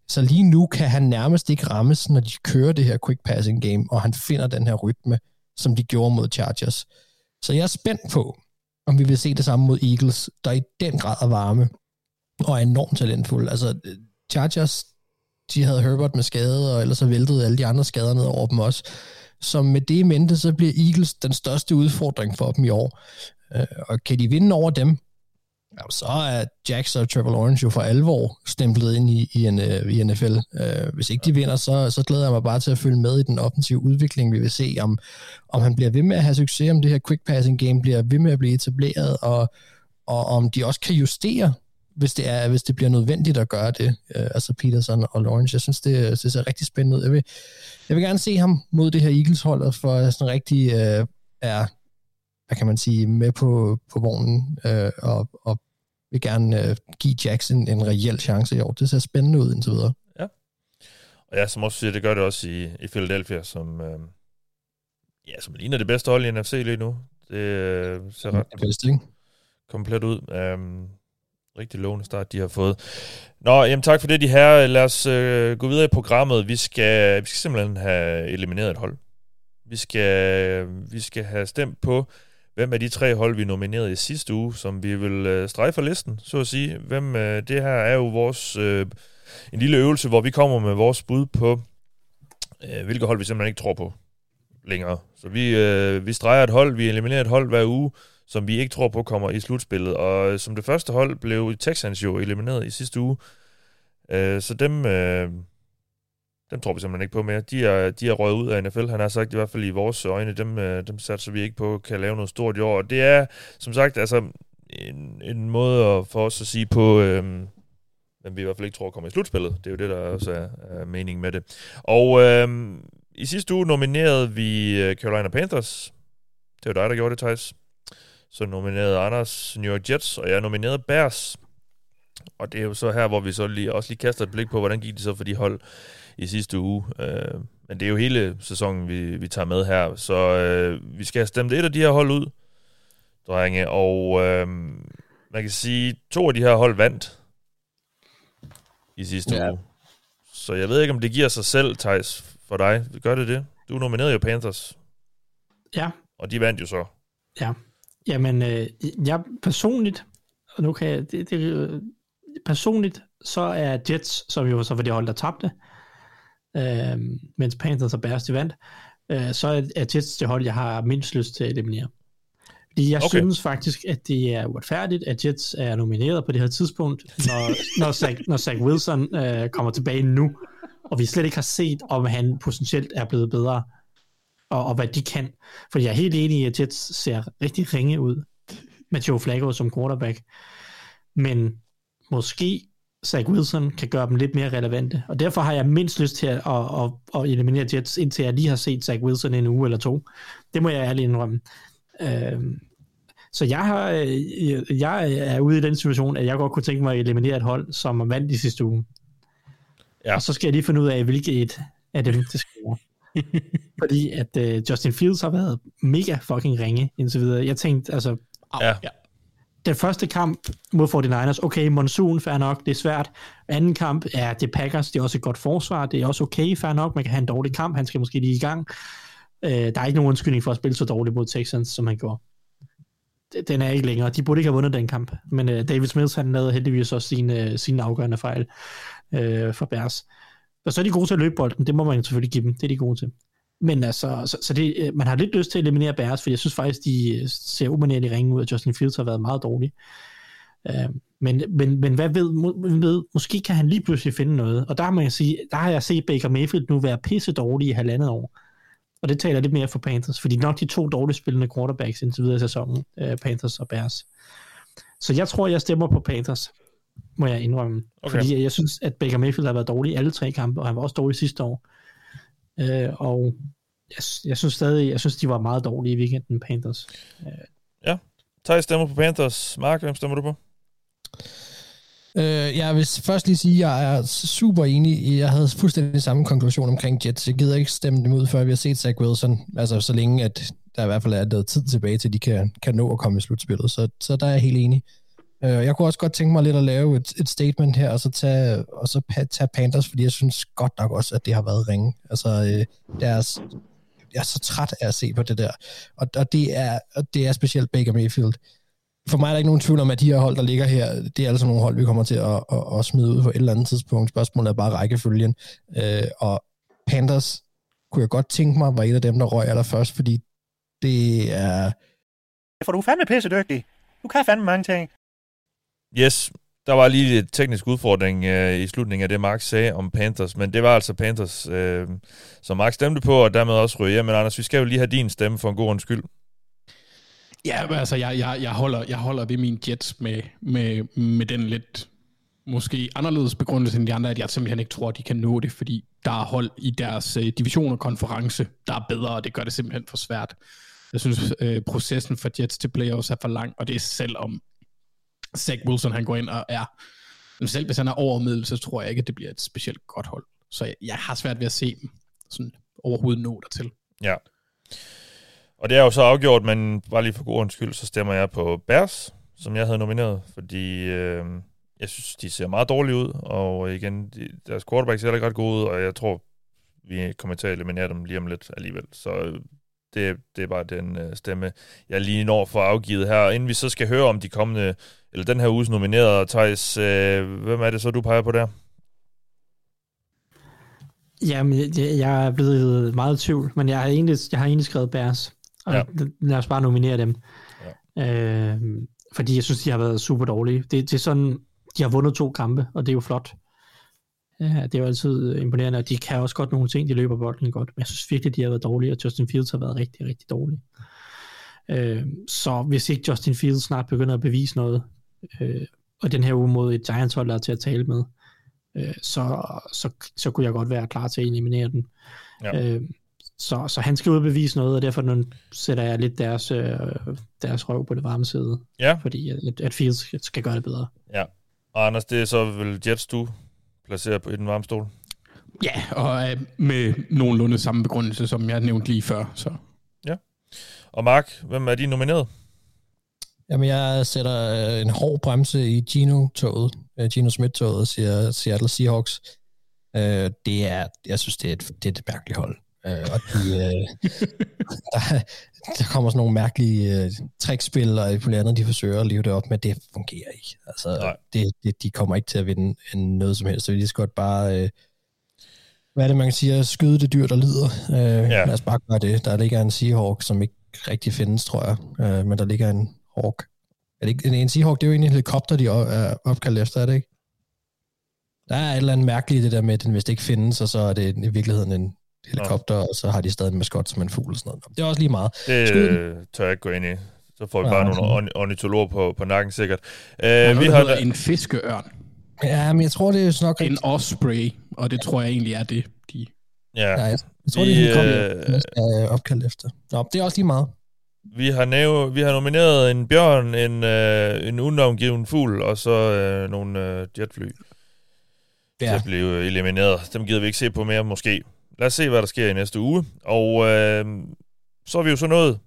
Så lige nu kan han nærmest ikke rammes, når de kører det her quick passing game, og han finder den her rytme, som de gjorde mod Chargers. Så jeg er spændt på, om vi vil se det samme mod Eagles, der i den grad er varme, og er enormt talentfulde. Altså, Chargers, de havde Herbert med skade, og ellers så væltede alle de andre skader ned over dem også. Så med det i mente, så bliver Eagles den største udfordring for dem i år. Og kan de vinde over dem, så er Jax og Trevor Lawrence jo for alvor stemplet ind i NFL. Hvis ikke de vinder, så glæder jeg mig bare til at følge med i den offensive udvikling. Vi vil se, om han bliver ved med at have succes, om det her quick passing game bliver ved med at blive etableret, og om de også kan justere, hvis det bliver nødvendigt at gøre det. Altså Peterson og Lawrence. Jeg synes, det ser rigtig spændende ud. Jeg vil gerne se ham mod det her Eagles-hold, for sådan rigtig er, hvad kan man sige, med på vognen, og vil gerne give Jackson en reel chance i år. Det ser spændende ud indtil videre. Ja. Og ja, som også siger, det gør det også i Philadelphia, som ligner det bedste hold i NFC lige nu. Det ser ret komplet ud. Rigtig lovende start, de har fået. Nå, jamen tak for det, de her. Lad os gå videre i programmet. Vi skal simpelthen have elimineret et hold. Vi skal have stemt på, hvem af de 3 hold, vi nominerede i sidste uge, som vi vil strejfe listen, så at sige. Det her er jo vores en lille øvelse, hvor vi kommer med vores bud på, hvilke hold vi simpelthen ikke tror på længere. Så vi streger et hold, vi eliminerer et hold hver uge, som vi ikke tror på kommer i slutspillet. Og som det første hold blev Texans jo elimineret i sidste uge. Så dem tror vi simpelthen ikke på mere. De er røget ud af NFL. Han har sagt i hvert fald i vores øjne, dem satser vi ikke på, kan lave noget stort i år. Og det er, som sagt, altså en måde for os at sige på, hvem vi i hvert fald ikke tror kommer i slutspillet. Det er jo det, der også er meningen med det. Og i sidste uge nominerede vi Carolina Panthers. Det var dig, der gjorde det, Thijs. Så nominerede Anders New York Jets, og jeg nominerede Bears. Og det er jo så her, hvor vi så lige kaster et blik på, hvordan gik det så for de hold i sidste uge. Men det er jo hele sæsonen, vi tager med her. Så vi skal have stemt et af de her hold ud, drenge. Og man kan sige, 2 af de her hold vandt i sidste uge. Så jeg ved ikke, om det giver sig selv, Thijs, for dig. Gør det? Du nominerede jo Panthers. Ja. Og de vandt jo så. Ja. Jamen, jeg personligt, og nu kan jeg, personligt, så er Jets, som jo så var det hold, der tabte, mens Panthers og Bears, de vandt, så er Jets det hold, jeg har mindst lyst til at eliminere. Fordi jeg synes faktisk, at det er uretfærdigt, at Jets er nomineret på det her tidspunkt, når Zach Wilson kommer tilbage nu, og vi slet ikke har set, om han potentielt er blevet bedre, og hvad de kan. Fordi jeg er helt enig i, at Jets ser rigtig ringe ud med Joe Flacco som quarterback. Men måske Zach Wilson kan gøre dem lidt mere relevante. Og derfor har jeg mindst lyst til at eliminere Jets, indtil jeg lige har set Zach Wilson en uge eller 2. Det må jeg ærligt indrømme. Så jeg er ude i den situation, at jeg godt kunne tænke mig at eliminere et hold, som vandt i sidste uge. Ja. Og så skal jeg lige finde ud af, hvilket et af dem det skal være. Fordi at Justin Fields har været mega fucking ringe indtil videre. Jeg tænkte, altså den første kamp mod 49ers, okay, monsun, fair nok, det er svært. Anden kamp er det Packers, det er også et godt forsvar, det er også okay, fair nok, man kan have en dårlig kamp, han skal måske lige i gang. Der er ikke nogen undskyldning for at spille så dårligt mod Texans, som han gjorde. Den er ikke længere, de burde ikke have vundet den kamp, men David Smith, han lavede heldigvis også sine afgørende fejl for Bears. Og så er de gode til at løbe bolden, det må man selvfølgelig give dem, det er de gode til. Men altså, så det, man har lidt lyst til at eliminere Bears, for jeg synes faktisk, de ser umanerligt ringe ud, at Justin Fields har været meget dårlig. Men hvad ved, måske kan han lige pludselig finde noget, og der må jeg sige, der har jeg set Baker Mayfield nu være pisse dårlig i 1,5 år. Og det taler lidt mere for Panthers, fordi nok de 2 dårligt spillende quarterbacks indtil videre i sæsonen, Panthers og Bears. Så jeg tror, jeg stemmer på Panthers, må jeg indrømme. Okay. Fordi jeg synes, at Baker Mayfield har været dårlig i alle 3 kampe, og han var også dårlig sidste år. Og jeg synes stadig, de var meget dårlige i weekenden, Panthers. Ja, Thijs stemmer på Panthers. Mark, hvem stemmer du på? Jeg vil først lige sige, at jeg er super enig. Jeg havde fuldstændig samme konklusion omkring Jets. Jeg gider ikke stemme dem ud, før vi har set Zach Wilson. Altså så længe, at der i hvert fald er noget tid tilbage til, de kan nå at komme i slutspillet. Så der er jeg helt enig. Jeg kunne også godt tænke mig lidt at lave et statement her, og så tage Panthers, fordi jeg synes godt nok også, at det har været ringe. Altså, jeg er så træt af at se på det der. Og det er specielt Baker Mayfield. For mig er der ikke nogen tvivl om, at de her hold, der ligger her, det er altså nogle hold, vi kommer til at smide ud på et eller andet tidspunkt. Spørgsmålet er bare rækkefølgen. Og Panthers kunne jeg godt tænke mig, var et af dem, der røg allerførst, fordi det er... For du er fandme pisse dygtig. Du kan fandme mange ting. Yes, der var lige et teknisk udfordring i slutningen af det, Mark sagde om Panthers, men det var altså Panthers, som Mark stemte på, og dermed også ryger. Men Anders, vi skal jo lige have din stemme for en god undskyld. Ja, altså jeg holder ved min Jets med den lidt måske anderledes begrundelse end de andre, at jeg simpelthen ikke tror, at de kan nå det, fordi der er hold i deres division og konference, der er bedre, og det gør det simpelthen for svært. Jeg synes, processen for Jets til playoffs er for lang, og det er selvom Zach Wilson han går ind og er, selv hvis han er overmiddel, så tror jeg ikke, at det bliver et specielt godt hold. Så jeg har svært ved at se dem sådan overhovedet nå dertil. Ja. Og det er jo så afgjort, men bare lige for god undskyld, så stemmer jeg på Bears, som jeg havde nomineret, fordi jeg synes, de ser meget dårlige ud, og igen, deres quarterback ser ikke ret gode ud, og jeg tror, vi kommer til at eliminere dem lige om lidt alligevel. Så det er bare den stemme, jeg lige når for afgivet her. Inden vi så skal høre om de kommende, eller den her uges nominerede, Theis, hvem er det så, du peger på der? Jamen, jeg er blevet meget i tvivl, men jeg har egentlig skrevet Bears, og lad os bare nominere dem. Ja. Fordi jeg synes, de har været super dårlige. Det er sådan, de har vundet 2 kampe, og det er jo flot. Det er jo altid imponerende, og de kan også godt nogle ting, de løber bolden godt, men jeg synes virkelig, de har været dårlige, og Justin Fields har været rigtig, rigtig dårlig. Så hvis ikke Justin Fields snart begynder at bevise noget, og den her uge mod et Giants-hold, der er til at tale med, så kunne jeg godt være klar til at eliminere den. Ja. Så han skal udbevise noget, og derfor nu sætter jeg lidt deres røv på det varme side, fordi at Fields skal gøre det bedre. Ja, og Anders, det er så vel Jets, du placerer på i den varme stol? Ja, og med nogenlunde samme begrundelse, som jeg nævnte lige før. Så. Ja. Og Mark, hvem er din nomineret? Jamen, jeg sætter en hård bremse i Geno Smith-toget, siger Seattle Seahawks. Jeg synes, det er et mærkeligt hold. Og der kommer sådan nogle mærkelige trickspil og på andet, de forsøger at leve det op med, det fungerer ikke. Altså, de kommer ikke til at vinde noget som helst, så vi lige skal godt bare, hvad er det, man kan sige, skyde det dyr, der lider. Lad os bare gøre det. Der ligger en Seahawk, som ikke rigtig findes, tror jeg, men der ligger en Hawk. Er det ikke en Seahawk? Det er jo egentlig en helikopter, de er opkaldt efter, er det ikke? Der er et eller andet mærkeligt det der med, at den vist ikke findes, og så er det i virkeligheden en helikopter, og så har de stadig en maskot som en fugl og sådan noget. Det er også lige meget. Det tør jeg ikke gå ind i. Så får vi bare nogle ornitologer på nakken, sikkert. Vi har en fiskeørn. Ja, men jeg tror, det er nok... En osprey, og det tror jeg egentlig er det, de... Ja, jeg tror, det er opkaldt efter. Nå, det er også lige meget. Vi har nomineret en bjørn, en unavngiven fugl, og så nogle jetfly. Ja. Det blev elimineret. Dem gider vi ikke se på mere, måske. Lad os se, hvad der sker i næste uge. Og så er vi jo så nået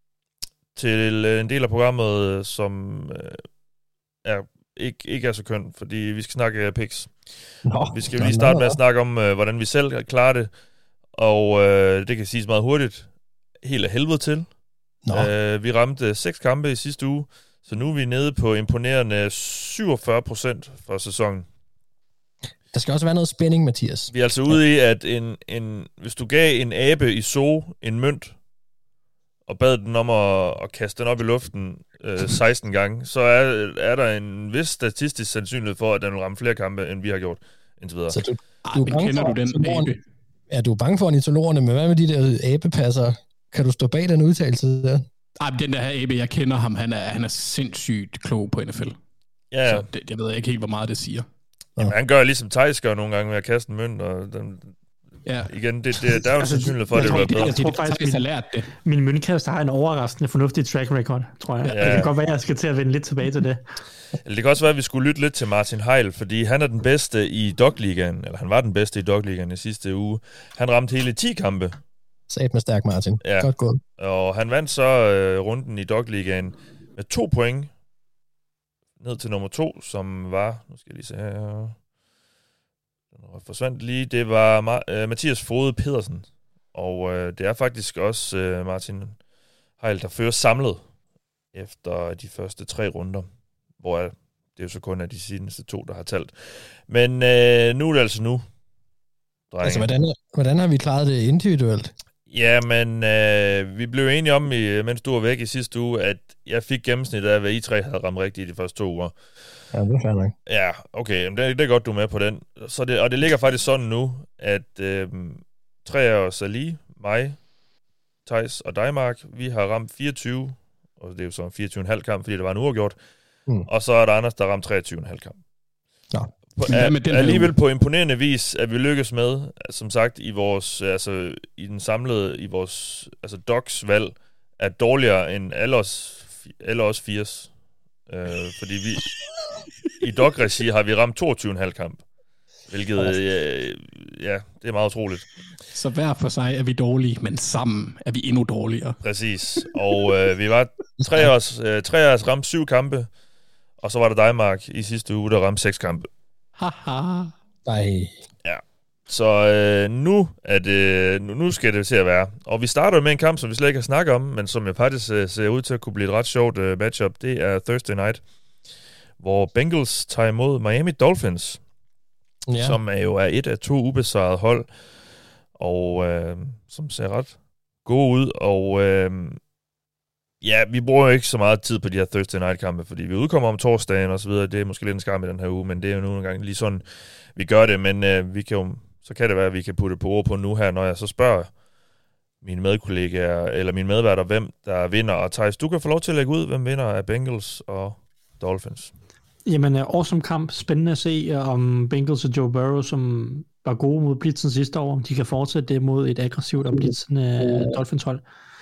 til en del af programmet, som ikke er så køn, fordi vi skal snakke picks. Vi skal jo lige starte med at snakke om, hvordan vi selv klarer det. Og det kan siges meget hurtigt. Helt af helvede til. Vi ramte 6 kampe i sidste uge, så nu er vi nede på imponerende 47% for sæsonen. Der skal også være noget spænding, Mathias. Vi er altså ude i, at hvis du gav en abe i zoo en mønt, og bad den om at kaste den op i luften 16 gange, så er der en vis statistisk sandsynlighed for, at den vil ramme flere kampe, end vi har gjort indtil videre. Så du er bange for den abe? Ja, du er bange for ornitologerne, men hvad med de der abepasser? Kan du stå bag den udtalelse der? Den der her abe, jeg kender ham, han er sindssygt klog på NFL. Ja. Så jeg ved ikke helt, hvor meget det siger. Jamen, han gør ligesom Theis gør nogle gange med at kaste en mønt, og igen, der er jo sandsynlighed for, at det vil være bedre. Jeg tror faktisk, min møntkaster har en overraskende fornuftig track record, tror jeg. Ja. Det kan godt være, at jeg skal til at vende lidt tilbage til det. Eller det kan også være, at vi skulle lytte lidt til Martin Heil, fordi han er den bedste i Dogligaen, eller han var den bedste i Dogligaen i sidste uge. Han ramte hele 10 kampe. Sat med stærk, Martin. Ja. Godt gået. Og han vandt så runden i Dogligaen med 2 point. ned til nummer 2, som var, nu skal jeg lige se her, den forsvandt lige, det var Mathias Fode Pedersen, og det er faktisk også Martin Heil, der fører samlet efter de første 3 runder, hvor det er jo så kun af de seneste 2, der har talt. Men nu er det altså nu, drenge. Altså, hvordan har vi klaret det individuelt? Ja, men vi blev enige om, mens du var væk i sidste uge, at jeg fik gennemsnit af, hvad I 3 havde ramt rigtigt i de første 2 uger. Ja, det er fair nok. Ja, okay, men det er godt, du er med på den. Og det ligger faktisk sådan nu, at 3 af os er lige, mig, Thijs og dig, Mark, vi har ramt 24, og det er jo så 24,5 kamp, fordi det var en uafgjort. Og så er der Anders, der ramte 23,5 kamp. Nå. Alligevel på imponerende vis, at vi lykkes med, som sagt, i vores, altså i den samlede, i vores, altså docs valg, er dårligere end alle os 80. Fordi vi i dog-regi har vi ramt 22,5 kamp. Hvilket, ja, det er meget utroligt. Så hver for sig er vi dårlige, men sammen er vi endnu dårligere. Præcis. Og vi var 3 af os ramte 7 kampe, og så var der dig, Mark, i sidste uge, der ramte 6 kampe. Haha. Nej. Ja. Så nu skal det til at være. Og vi starter med en kamp, som vi slet ikke har snakket om, men som jeg faktisk ser ud til at kunne blive et ret sjovt matchup. Det er Thursday Night, hvor Bengals tager imod Miami Dolphins, som jo er et af 2 ubesejrede hold, og som ser ret gode ud. Og ja, vi bruger jo ikke så meget tid på de her Thursday Night-kampe, fordi vi udkommer om torsdagen og så videre. Det er måske lidt en skam i den her uge, men det er jo nogle gange lige sådan, vi gør det. Men så kan det være, at vi kan putte på ord på nu her, når jeg så spørger mine medkollegaer eller mine medværter, hvem der vinder. Og Thijs, du kan få lov til at lægge ud, hvem vinder af Bengals og Dolphins. Jamen, awesome kamp. Spændende at se, om Bengals og Joe Burrow, som var gode mod blitzen sidste år, de kan fortsætte det mod et aggressivt og blitzende Dolphins-hold.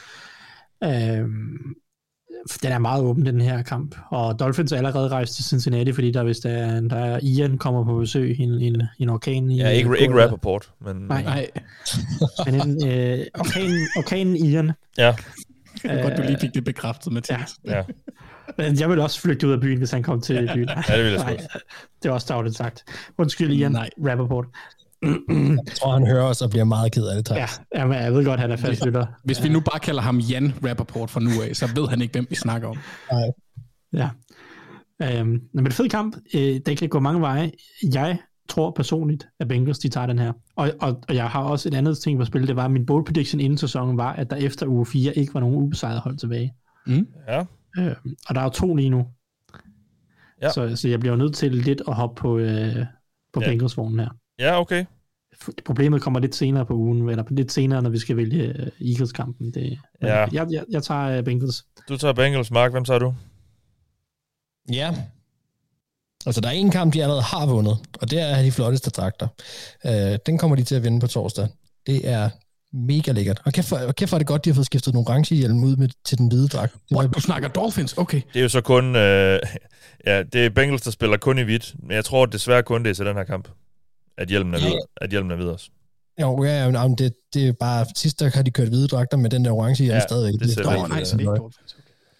Den er meget åben, den her kamp. Og Dolphins er allerede rejst til Cincinnati, fordi hvis der er Ian kommer på besøg i en orkan. Ja, ikke Rappaport, men... Nej. Men orkanen Ian. Ja. Det er godt, du lige fik det bekræftet, Mathias. Ja. Men jeg ville også flygte ud af byen, hvis han kom til byen. Ja, det ville jeg sgu. Det er også dagligt sagt. Undskyld Ian, Rappaport. Jeg tror, han hører os og bliver meget ked af det, Thijs. Ja, men jeg ved godt, han er fast lytter. Hvis vi nu bare kalder ham Jan Rappaport fra nu af, så ved han ikke, hvem vi snakker om. Nej. Ja. Men det fed kamp. Den kan gå mange veje. Jeg tror personligt, at Bengals, de tager den her. Og jeg har også et andet ting på spil. Det var, at min bold prediction inden sæsonen var, at der efter uge 4 ikke var nogen ubesejrede hold tilbage. Ja. Og der er jo 2 lige nu. Ja. Så jeg bliver nødt til lidt at hoppe på Bengals-vognen her. Ja, okay. Problemet kommer lidt senere på ugen, eller lidt senere, når vi skal vælge Eagles-kampen. Jeg tager Bengals. Du tager Bengals. Mark, hvem tager du? Ja. Altså, der er en kamp, de allerede har vundet, og det er de flotteste dragter. Den kommer de til at vinde på torsdag. Det er mega lækkert. Og kæft for det godt, de har fået skiftet nogle orangehjelme ud til den hvide dragt. Du snakker Dolphins? Okay. Det er jo så kun... det er Bengals, der spiller kun i hvidt, men jeg tror desværre kun det er til den her kamp, at hjelmen er hvid også. Jo, det er bare... Sidst der har de kørt hvide dragter med den der orange hjelm stadigvæk. Det ser nej, så det er ikke Dolphins.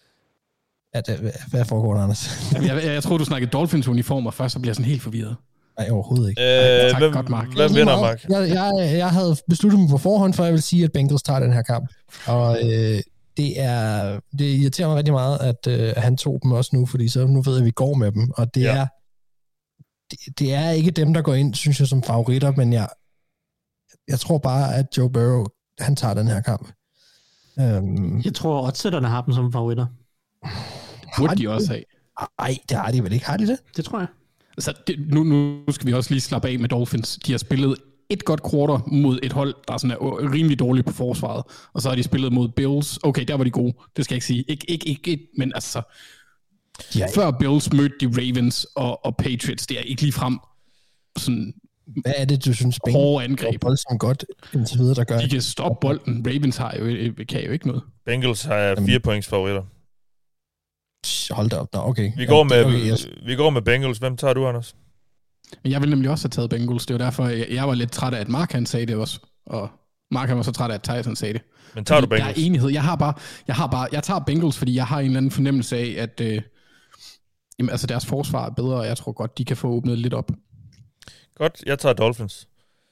Hvad foregår der, Anders? Jeg tror, du snakkede Dolphins-uniformer først, så bliver jeg sådan helt forvirret. Nej, overhovedet ikke. Hvem vinder, Mark? Jeg havde besluttet mig på forhånd, for jeg vil sige, at Bengals tager den her kamp. Og det irriterer mig rigtig meget, at han tog dem også nu, fordi så nu ved jeg, at vi går med dem. Og det er ikke dem, der går ind, synes jeg, som favoritter, men jeg tror bare, at Joe Burrow, han tager den her kamp. Jeg tror, oddsætterne har dem som favoritter. Burde de også have? Nej, det har de vel ikke. Har de det? Det tror jeg. Altså, nu skal vi også lige slappe af med Dolphins. De har spillet et godt quarter mod et hold, der er sådan rimelig dårligt på forsvaret. Og så har de spillet mod Bills. Okay, der var de gode. Det skal jeg ikke sige. Ikke, men altså... Før Bills mødte de Ravens og Patriots, det er ikke lige frem sådan... Hvad er det, du synes, hårde angreb? Som godt indtil videre, der gør. De kan stoppe bolden. Ravens kan jo ikke noget. Bengals har 4 points favoritter. Hold da op. Nå, okay. Vi går med Bengals. Hvem tager du, Anders? Jeg ville nemlig også have taget Bengals. Det var derfor, jeg var lidt træt af, at Mark han sagde det også. Og Mark han var så træt af, at Tyson sagde det. Men tager du Bengals? Der er enighed. Jeg tager Bengals, fordi jeg har en eller anden fornemmelse af, at Jamen, altså deres forsvar er bedre, og jeg tror godt, de kan få åbnet lidt op. Godt, jeg tager Dolphins.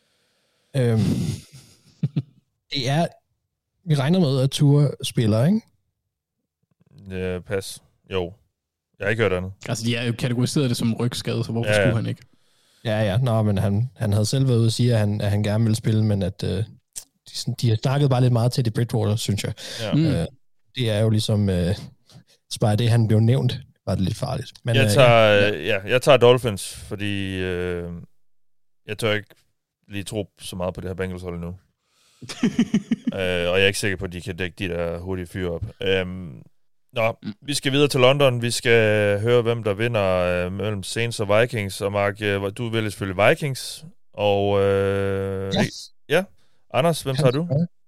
Det er... Vi regner med, at Tua spiller, ikke? Ja, pas. Jo. Jeg har ikke hørt andet. Altså, de er jo kategoriseret det som rygskade, så hvorfor skulle han ikke? Ja. Nå, men han havde selv været ude og sige, at han gerne ville spille, men at de har snakket bare lidt meget til det Bridgewater, synes jeg. Ja. Det er jo ligesom... bare det, han blev nævnt, var det lidt farligt. Men, jeg tager Dolphins, fordi jeg tør ikke lige tro så meget på det her Bengals-hold nu. Og jeg er ikke sikker på, at de kan dække de der hurtige fyre op. Vi skal videre til London. Vi skal høre, hvem der vinder mellem Saints og Vikings. Og Mark, du vælger selvfølgelig Vikings. Og ja, Anders, hvem tager du?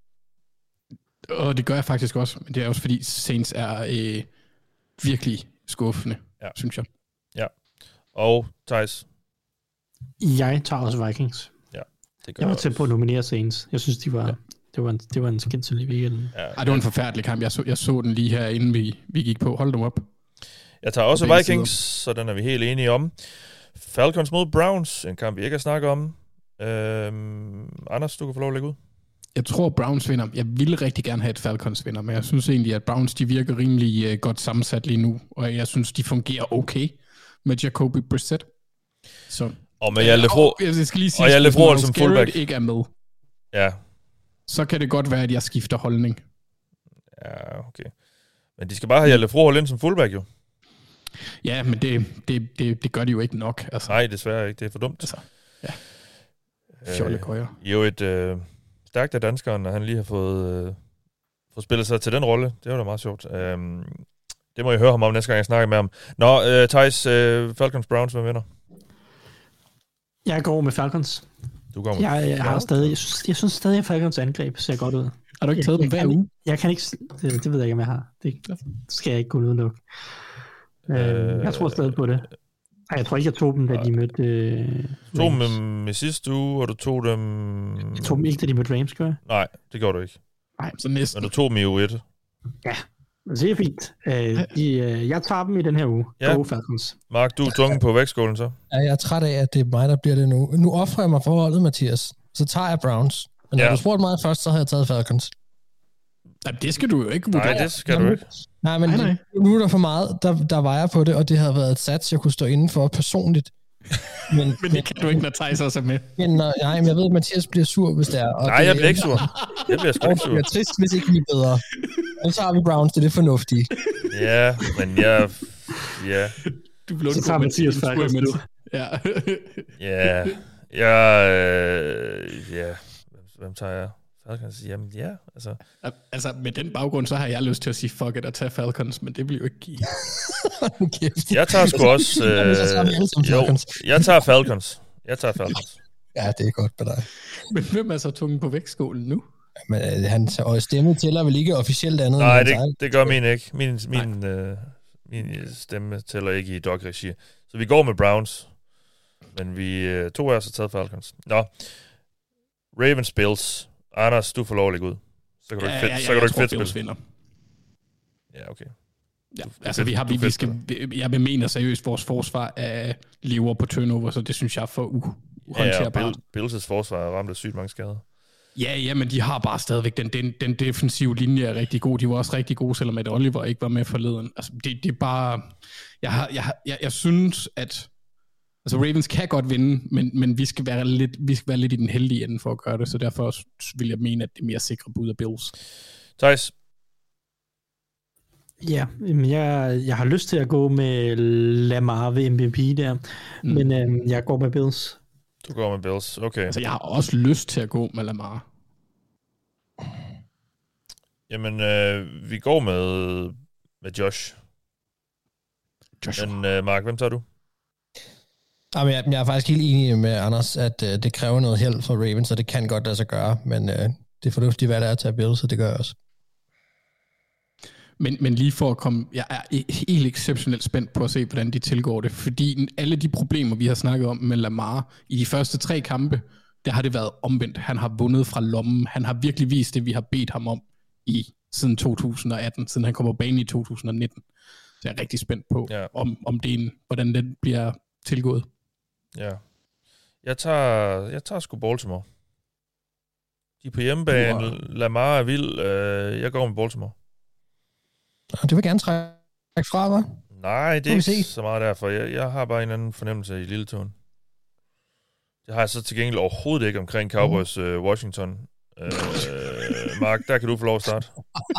Og det gør jeg faktisk også. Men det er også fordi Saints er virkelig skuffende, synes jeg. Ja. Og Thijs? Jeg tager også Vikings. Ja, det gør jeg var tæt på at nominere Saints. Jeg synes, det var en skændselig weekend. Det var en forfærdelig kamp. Jeg så den lige her, inden vi gik på. Hold dem op. Jeg tager også Vikings, så den er vi helt enige om. Falcons mod Browns, en kamp, vi ikke har snakket om. Anders, du kan få lov at lægge ud. Jeg tror, Browns vinder. Jeg ville rigtig gerne have et Falcons vinder, men jeg synes egentlig, at Browns de virker rimelig godt sammensat lige nu, og jeg synes, de fungerer okay med Jacoby Brissett. Så, og med Hjalte Froholt som fullback. Ikke er med. Ja. Så kan det godt være, at jeg skifter holdning. Ja, okay. Men de skal bare have Hjalte Froholt ind som fullback, jo. Ja, men det gør de jo ikke nok. Altså. Nej, desværre ikke. Det er for dumt. Altså, ja. Fjollekøjer. Jo et stærkt af danskeren, og han lige har fået spillet sig til den rolle. Det var da meget sjovt. Det må jeg høre ham om næste gang, jeg snakker med ham. Thijs, Falcons Browns, hvem vinder? Jeg går med Falcons. Du går med jeg har stadig, jeg synes stadig, at Falcons angreb ser godt ud. Har du ikke taget dem hver uge? Jeg kan ikke, det ved jeg ikke, om jeg har. Det skal jeg ikke kunne udelukke. Jeg tror stadig på det. Nej, jeg tror ikke, jeg tog dem, da de mødte Du tog dem i sidste uge, og du tog dem... Jeg tog dem ikke, da de mødte Rams, gør jeg? Nej, det gjorde du ikke. Nej, så næsten. Men du tog dem i uge 1. Ja, men det er fint. Jeg tager dem i den her uge. Ja. Go Falcons. Mark, du er tungen på vægtskålen så? Ja, jeg er træt af, at det er mig, der bliver det nu. Nu offrer jeg mig forholdet, Mathias. Så tager jeg Browns. Men når du spurgte mig først, så har jeg taget Falcons. Nej, det skal du jo ikke vurdere. Nej, det skal du ikke. Nej, men nu er der for meget, der vejer på det, og det havde været et sats, jeg kunne stå inden for personligt. Men det kan du ikke, når Thijs også er med. Men jeg ved, at Mathias bliver sur, hvis det er. Og nej, jeg bliver ikke sur. Jeg bliver sgu ikke sur. Jeg er trist, hvis ikke vi er bedre. Nu tager vi Browns, det er det fornuftige. Ja, men ja. Du bliver så tager Mathias faktisk med. Ja. Hvem tager jeg? Falcons, jamen ja, altså. Altså, med den baggrund, så har jeg lyst til at sige fuck it og tage Falcons, men det vil jo ikke give. Jeg tager sgu også... jeg tager Falcons. Ja, det er godt på dig. Men hvem er så tungen på vægtskålen nu? Men og stemme tæller vel ikke officielt andet? Nej, det gør min ikke. Min stemme tæller ikke i dog-regi. Så vi går med Browns. Men vi to af os har taget Falcons. Nå. Ravens Bills. Anders, du får lov at lægge ud. Så kan du ikke fedt spille. Vinder. Ja, okay. Ja, altså jeg mener seriøst, vores forsvar lever på turnover, så det synes jeg er for uhåndterbart. Bills' forsvar er ramt af sygt mange skader. Ja, men de har bare stadigvæk den defensive linje er rigtig god. De var også rigtig gode, selvom at Oliver ikke var med forleden. Altså, det er bare... Jeg synes, at altså Ravens kan godt vinde, men vi skal være lidt i den heldige ende for at gøre det, så derfor vil jeg mene, at det er mere sikre bud af Bills. Thijs? Ja, jeg har lyst til at gå med Lamar ved MVP der, men jeg går med Bills. Du går med Bills, okay. Altså, jeg har også lyst til at gå med Lamar. Jamen, vi går med Josh. Men Mark, hvem tager du? Jamen, jeg er faktisk helt enig med Anders, at det kræver noget held for Ravens, og det kan godt lade sig gøre, men det er fornuftigt, hvad der er at tage Bills, så det gør jeg også. Men lige for at komme, jeg er helt exceptionelt spændt på at se, hvordan de tilgår det, fordi alle de problemer, vi har snakket om med Lamar i de første 3 kampe, der har det været omvendt. Han har vundet fra lommen. Han har virkelig vist det, vi har bedt ham om siden 2018, siden han kom på banen i 2019. Så jeg er rigtig spændt på, om det er hvordan den bliver tilgået. Ja. Jeg tager sgu Baltimore. De er på hjemmebane. Lamar er vild. Jeg går med Baltimore. Det vil gerne trække fra, hva'? Nej, det er ikke så meget derfor. Jeg har bare en anden fornemmelse i lille tåen. Det har jeg så til gengæld overhovedet ikke omkring Cowboys Washington. Mark, der kan du få lov at starte.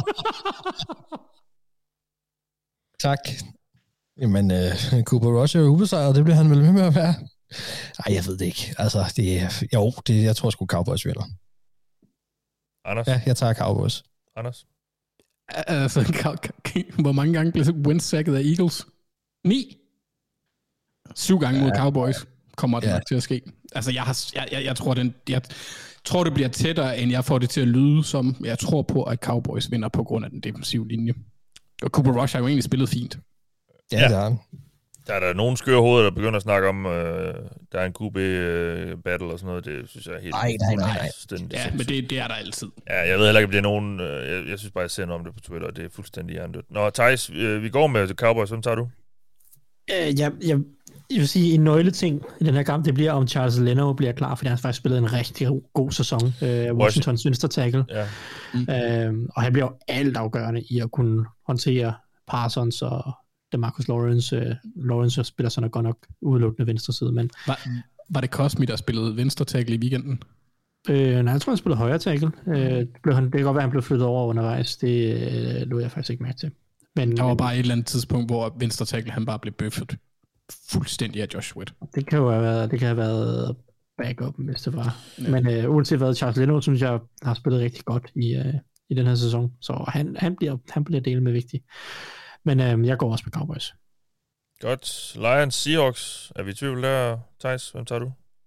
Tak. Jamen, Cooper Rush er jo ubesejret, det bliver han vel med at være. Nej, jeg ved det ikke. Altså, jeg tror sgu Cowboys vinder. Anders? Ja, jeg tager Cowboys. Anders? Altså, hvor mange gange blev Wentz sacket af Eagles? 9? 7 gange mod Cowboys kommer det nok til at ske. Altså, jeg tror, det bliver tættere, end jeg får det til at lyde som. Jeg tror på, at Cowboys vinder på grund af den defensive linje. Og Cooper Rush har jo egentlig spillet fint. Ja, det har han. Der er der nogle skøre hoveder, der begynder at snakke om, der er en QB-battle og sådan noget. Det synes jeg er helt... Nej. Ja, men det er der altid. Ja, jeg ved heller ikke, om det er nogen... Jeg synes bare, jeg ser noget om det på Twitter, og det er fuldstændig hjernedødt. Nå, Thijs, vi går med Cowboys. Hvem tager du? Jeg vil sige, en nøgleting i den her kamp, det bliver, om Charles Leno bliver klar, for han har faktisk spillet en rigtig god sæson. Washingtons venstre tackle. Ja. Og han bliver jo alt afgørende i at kunne håndtere Parsons og DeMarcus Lawrence. Lawrence spiller sådan godt nok udelukkende venstre side, men... Var det Cosmi, der spillede venstre tackle i weekenden? Nej, jeg tror, han spillede højre tackle. Det kan godt være, han blev flyttet over undervejs. Det lå jeg faktisk ikke mærke til. Der var bare et eller andet tidspunkt, hvor venstre tackle, han bare blev bøffet fuldstændig af Josh Sweat. Det kan jo have været backup, hvis det var. Ja. Men uanset hvad, Charles Leno, synes jeg, har spillet rigtig godt i den her sæson. Så han bliver delt med vigtigt. Men jeg går også med Cowboys. Godt. Lions, Seahawks. Er vi i tvivl der? Thijs, hvem tager du?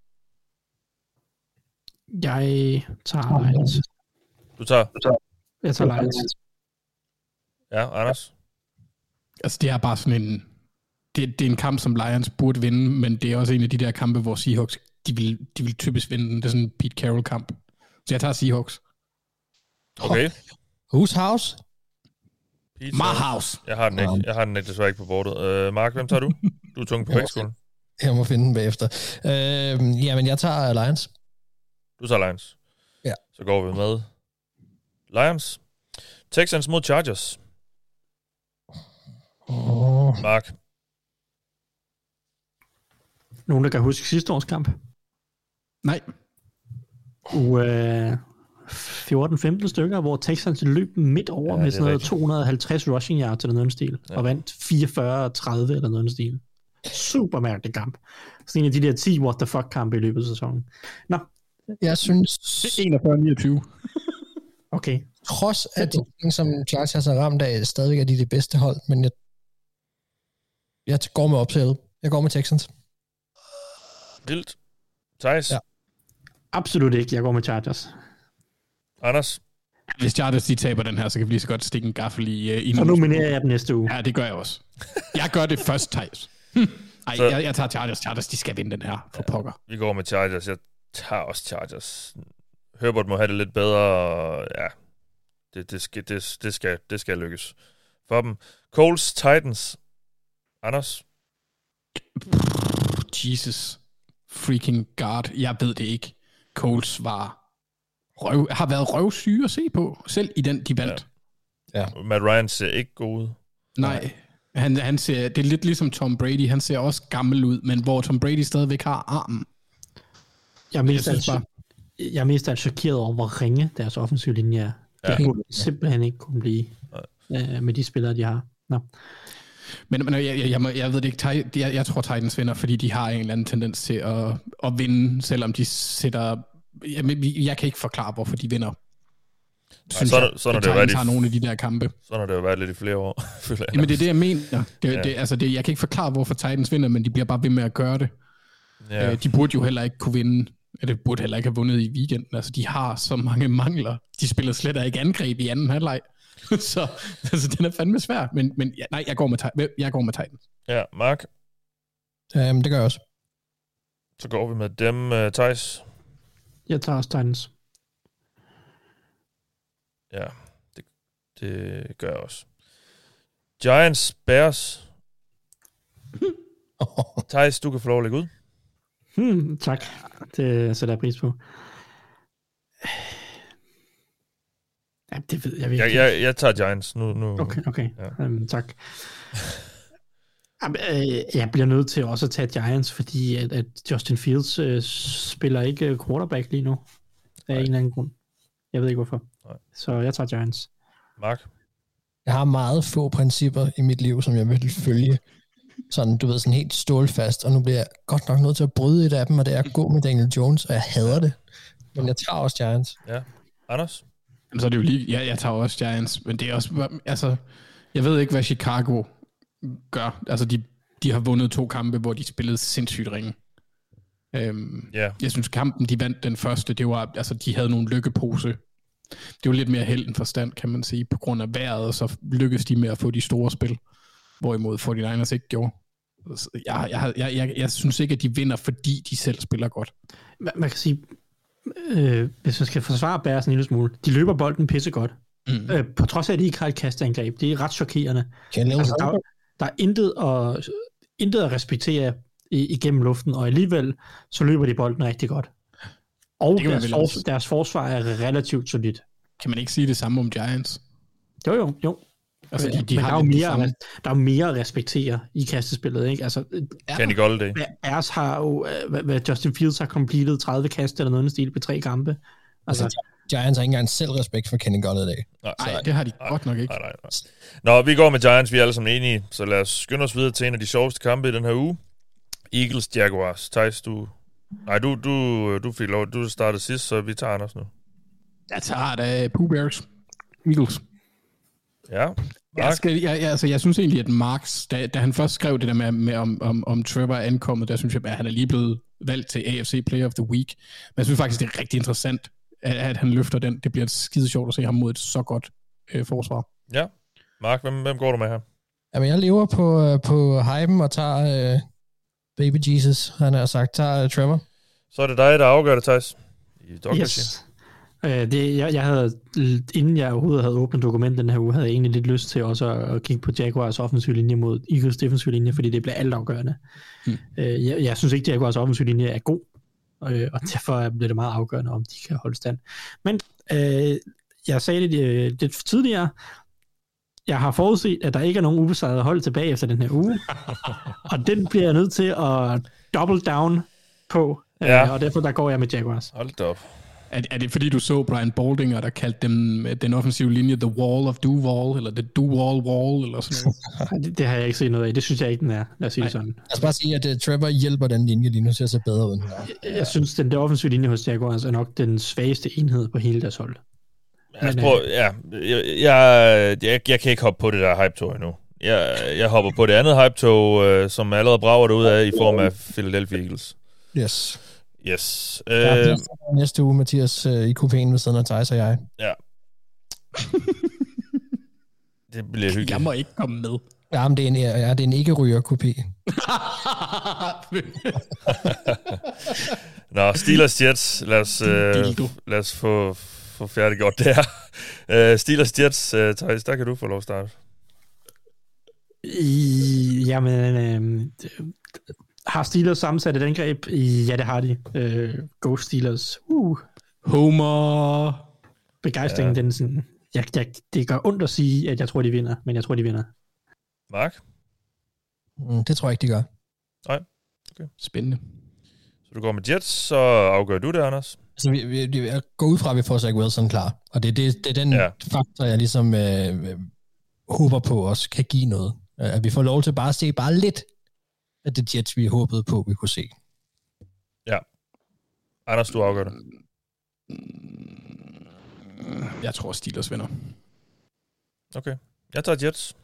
Jeg tager Lions. Du tager? Jeg tager Lions. Ja, Anders? Altså, det er bare sådan en... Det er en kamp, som Lions burde vinde, men det er også en af de der kampe, hvor Seahawks, de vil typisk vinde den. Det er sådan en Pete Carroll-kamp. Så jeg tager Seahawks. Okay. Whose house? Pizza. My house. Jeg har den ikke. Jeg har den ikke desværre ikke på bordet. Mark, hvem tager du? Du er tung på vægtskolen. Jeg må finde den bagefter. Jamen, jeg tager Lions. Du tager Lions. Ja. Så går vi med Lions. Texans mod Chargers. Mark. Nogen, der kan huske sidste års kamp? Nej. 14-15 stykker, hvor Texans løb midt over med sådan noget 250 rushing yards til den stil, og vandt 44-30 eller noget stil. Super mærkelig kamp. Sådan en af de der 10 what the fuck kampe i løbet af sæsonen. Nå. Jeg synes... 41-29. Okay. Trods af de ting, som Chargers har ramt af, stadigvæk er de det bedste hold, men jeg går med opsættet. Jeg går med Texans. Vildt. Thijs? Ja. Absolut ikke. Jeg går med Chargers. Anders? Hvis Chargers de taber den her, så kan vi lige så godt stikke en gaffel i så nominerer jeg den næste uge. Ja, det gør jeg også. Jeg gør det først, Thijs. Ej, jeg tager Chargers. Chargers, de skal vinde den her for pokker. Vi går med Chargers. Jeg tager også Chargers. Herbert må have det lidt bedre. Ja, det skal lykkes for dem. Colts, Titans. Anders? Jesus freaking God. Jeg ved det ikke. Colts har været røvsyge at se på, selv i den, de vandt. Ja. Matt Ryan ser ikke god ud. Nej, han ser, det er lidt ligesom Tom Brady, han ser også gammel ud, men hvor Tom Brady stadigvæk har armen. Jeg er mest chokeret over, hvor ringe deres offensive linje er. Det kunne simpelthen ikke kunne blive med de spillere, de har. Nå. Men jeg ved det ikke. Jeg tror Titans vinder, fordi de har en eller anden tendens til at vinde, selvom de sætter... Jeg kan ikke forklare, hvorfor de vinder. Sådan har det jo været tager nogle af de der kampe. Sådan har det jo været lidt i flere år. Jamen det er det, jeg mener. Jeg kan ikke forklare, hvorfor Titans vinder, men de bliver bare ved med at gøre det. Ja. De burde jo heller ikke kunne vinde. Det burde heller ikke have vundet i weekenden. Altså, de har så mange mangler. De spiller slet ikke angreb i anden halvleg. Så altså, den er fandme svær. Men nej, jeg går med Titans. Ja, Mark? Det gør jeg også. Så går vi med dem, Thijs. Jeg tager også Titans. Ja, det gør jeg også. Giants, Bears. Thijs, du kan få lov at lægge ud. Tak. Det sætter jeg pris på. Ja, det ved jeg virkelig. Jeg tager Giants. Nu. Okay. Ja. Tak. Jeg bliver nødt til også at tage Giants, fordi at Justin Fields spiller ikke quarterback lige nu. Af en eller anden grund. Jeg ved ikke hvorfor. Nej. Så jeg tager Giants. Mark? Jeg har meget få principper i mit liv, som jeg vil følge. Sådan, du ved, sådan helt stålfast, og nu bliver jeg godt nok nødt til at bryde et af dem, og det er at gå med Daniel Jones, og jeg hader det. Men jeg tager også Giants. Ja. Anders? Jamen, så er det jo lige, jeg tager også Giants, men det er også, altså, jeg ved ikke, hvad Chicago gør. Altså, de har vundet 2 kampe, hvor de spillede sindssygt ringe. Jeg synes, kampen, de vandt den første, det var, altså, de havde nogle lykkepose. Det var lidt mere held end forstand, kan man sige, på grund af vejret, og så lykkedes de med at få de store spil, hvorimod 49ers ikke gjorde. Jeg synes ikke, at de vinder, fordi de selv spiller godt. Man kan sige, hvis man skal forsvare Bears en lille smule, de løber bolden pissegodt. På trods af, at de ikke har et kasteangreb. Det er ret chokerende. Altså, der er intet at respektere igennem luften, og alligevel så løber de bolden rigtig godt. Og deres forsvar er relativt solidt. Kan man ikke sige det samme om Giants? Jo. Altså, men der er jo mere at respektere i kastespillet, ikke? Altså, Kenny Golladay. Bears har jo, hvad Justin Fields har completed 30 kast eller noget i stil på 3 kampe. Altså, Giants har ikke engang selv respekt for Kenny Golladay. Nej, det har de godt nok ikke. Nej. Nå, vi går med Giants, vi er alle sammen enige, så lad os skynde os videre til en af de sjoveste kampe i den her uge. Eagles, Jaguars. Thijs, du fik lov, du startede sidst, så vi tager Anders nu. Jeg tager da Pooh Bears. Eagles. Ja. Jeg synes egentlig, at Marks, da han først skrev det der med om Trevor er ankommet, der synes jeg, at han er lige blevet valgt til AFC Player of the Week. Men jeg synes faktisk, det er rigtig interessant, at han løfter den. Det bliver skide sjovt at se ham mod et så godt forsvar. Ja. Mark, hvem går du med her? Jamen, jeg lever på hypen og tager Baby Jesus, han har sagt, tager Trevor. Så er det dig, der afgør det, Thijs. Yes. Jeg havde, inden jeg overhovedet havde åbnet dokumentet den her uge, havde jeg egentlig lidt lyst til også at kigge på Jaguars offensive linje mod Eagles defensive linje, fordi det bliver altafgørende. Jeg synes ikke, Jaguars offensive linje er god, og derfor bliver det meget afgørende, om de kan holde stand. Men jeg sagde det lidt tidligere, jeg har forudset, at der ikke er nogen ubesejrede hold tilbage efter den her uge, og den bliver jeg nødt til at double down på, og derfor der går jeg med Jaguars. Hold op. Er det fordi, du så Brian Baldinger, der kaldte dem den offensive linje The Wall of Duval, eller The Duval Wall, eller sådan noget? Det har jeg ikke set noget af. Det synes jeg ikke, den er. Lad os sige det sådan. Jeg skal bare sige, at Trevor hjælper den linje lige nu til at se bedre ud. Jeg synes, den der offensive linje hos Jaguars er nok den svageste enhed på hele deres hold. Jeg kan ikke hoppe på det der hype-tog endnu. Jeg hopper på det andet hype-tog, som allerede brager det ud af i form af Philadelphia Eagles. Yes. Næste uge, Mathias, i kupéen ved siden af Thijs og jeg. Ja. Det bliver hyggeligt. Jeg må ikke komme med. Jamen, det er en ikke-ryger-kupé. Nå, Steelers Jets. Lad os få færdiggjort det her. Steelers Jets, Thijs, der kan du få lov at starte. Jamen, har Steelers sammensat et angreb? Ja, det har de. Go Steelers. Homer. Begejstringen, den sådan... det gør ondt at sige, at jeg tror, de vinder, men jeg tror, de vinder. Mark? Det tror jeg ikke, de gør. Nej. Okay. Spændende. Så du går med Jets, så afgør du det, Anders? Altså, vi går ud fra, at vi får Zach Wilson klar. Og det er den faktor, jeg ligesom håber på også kan give noget. At vi får lov til bare at se bare lidt af det Jets, vi håbede på, vi kunne se. Ja. Anders, du afgør det. Jeg tror, Steelers vinder. Okay. Jeg tager Jets.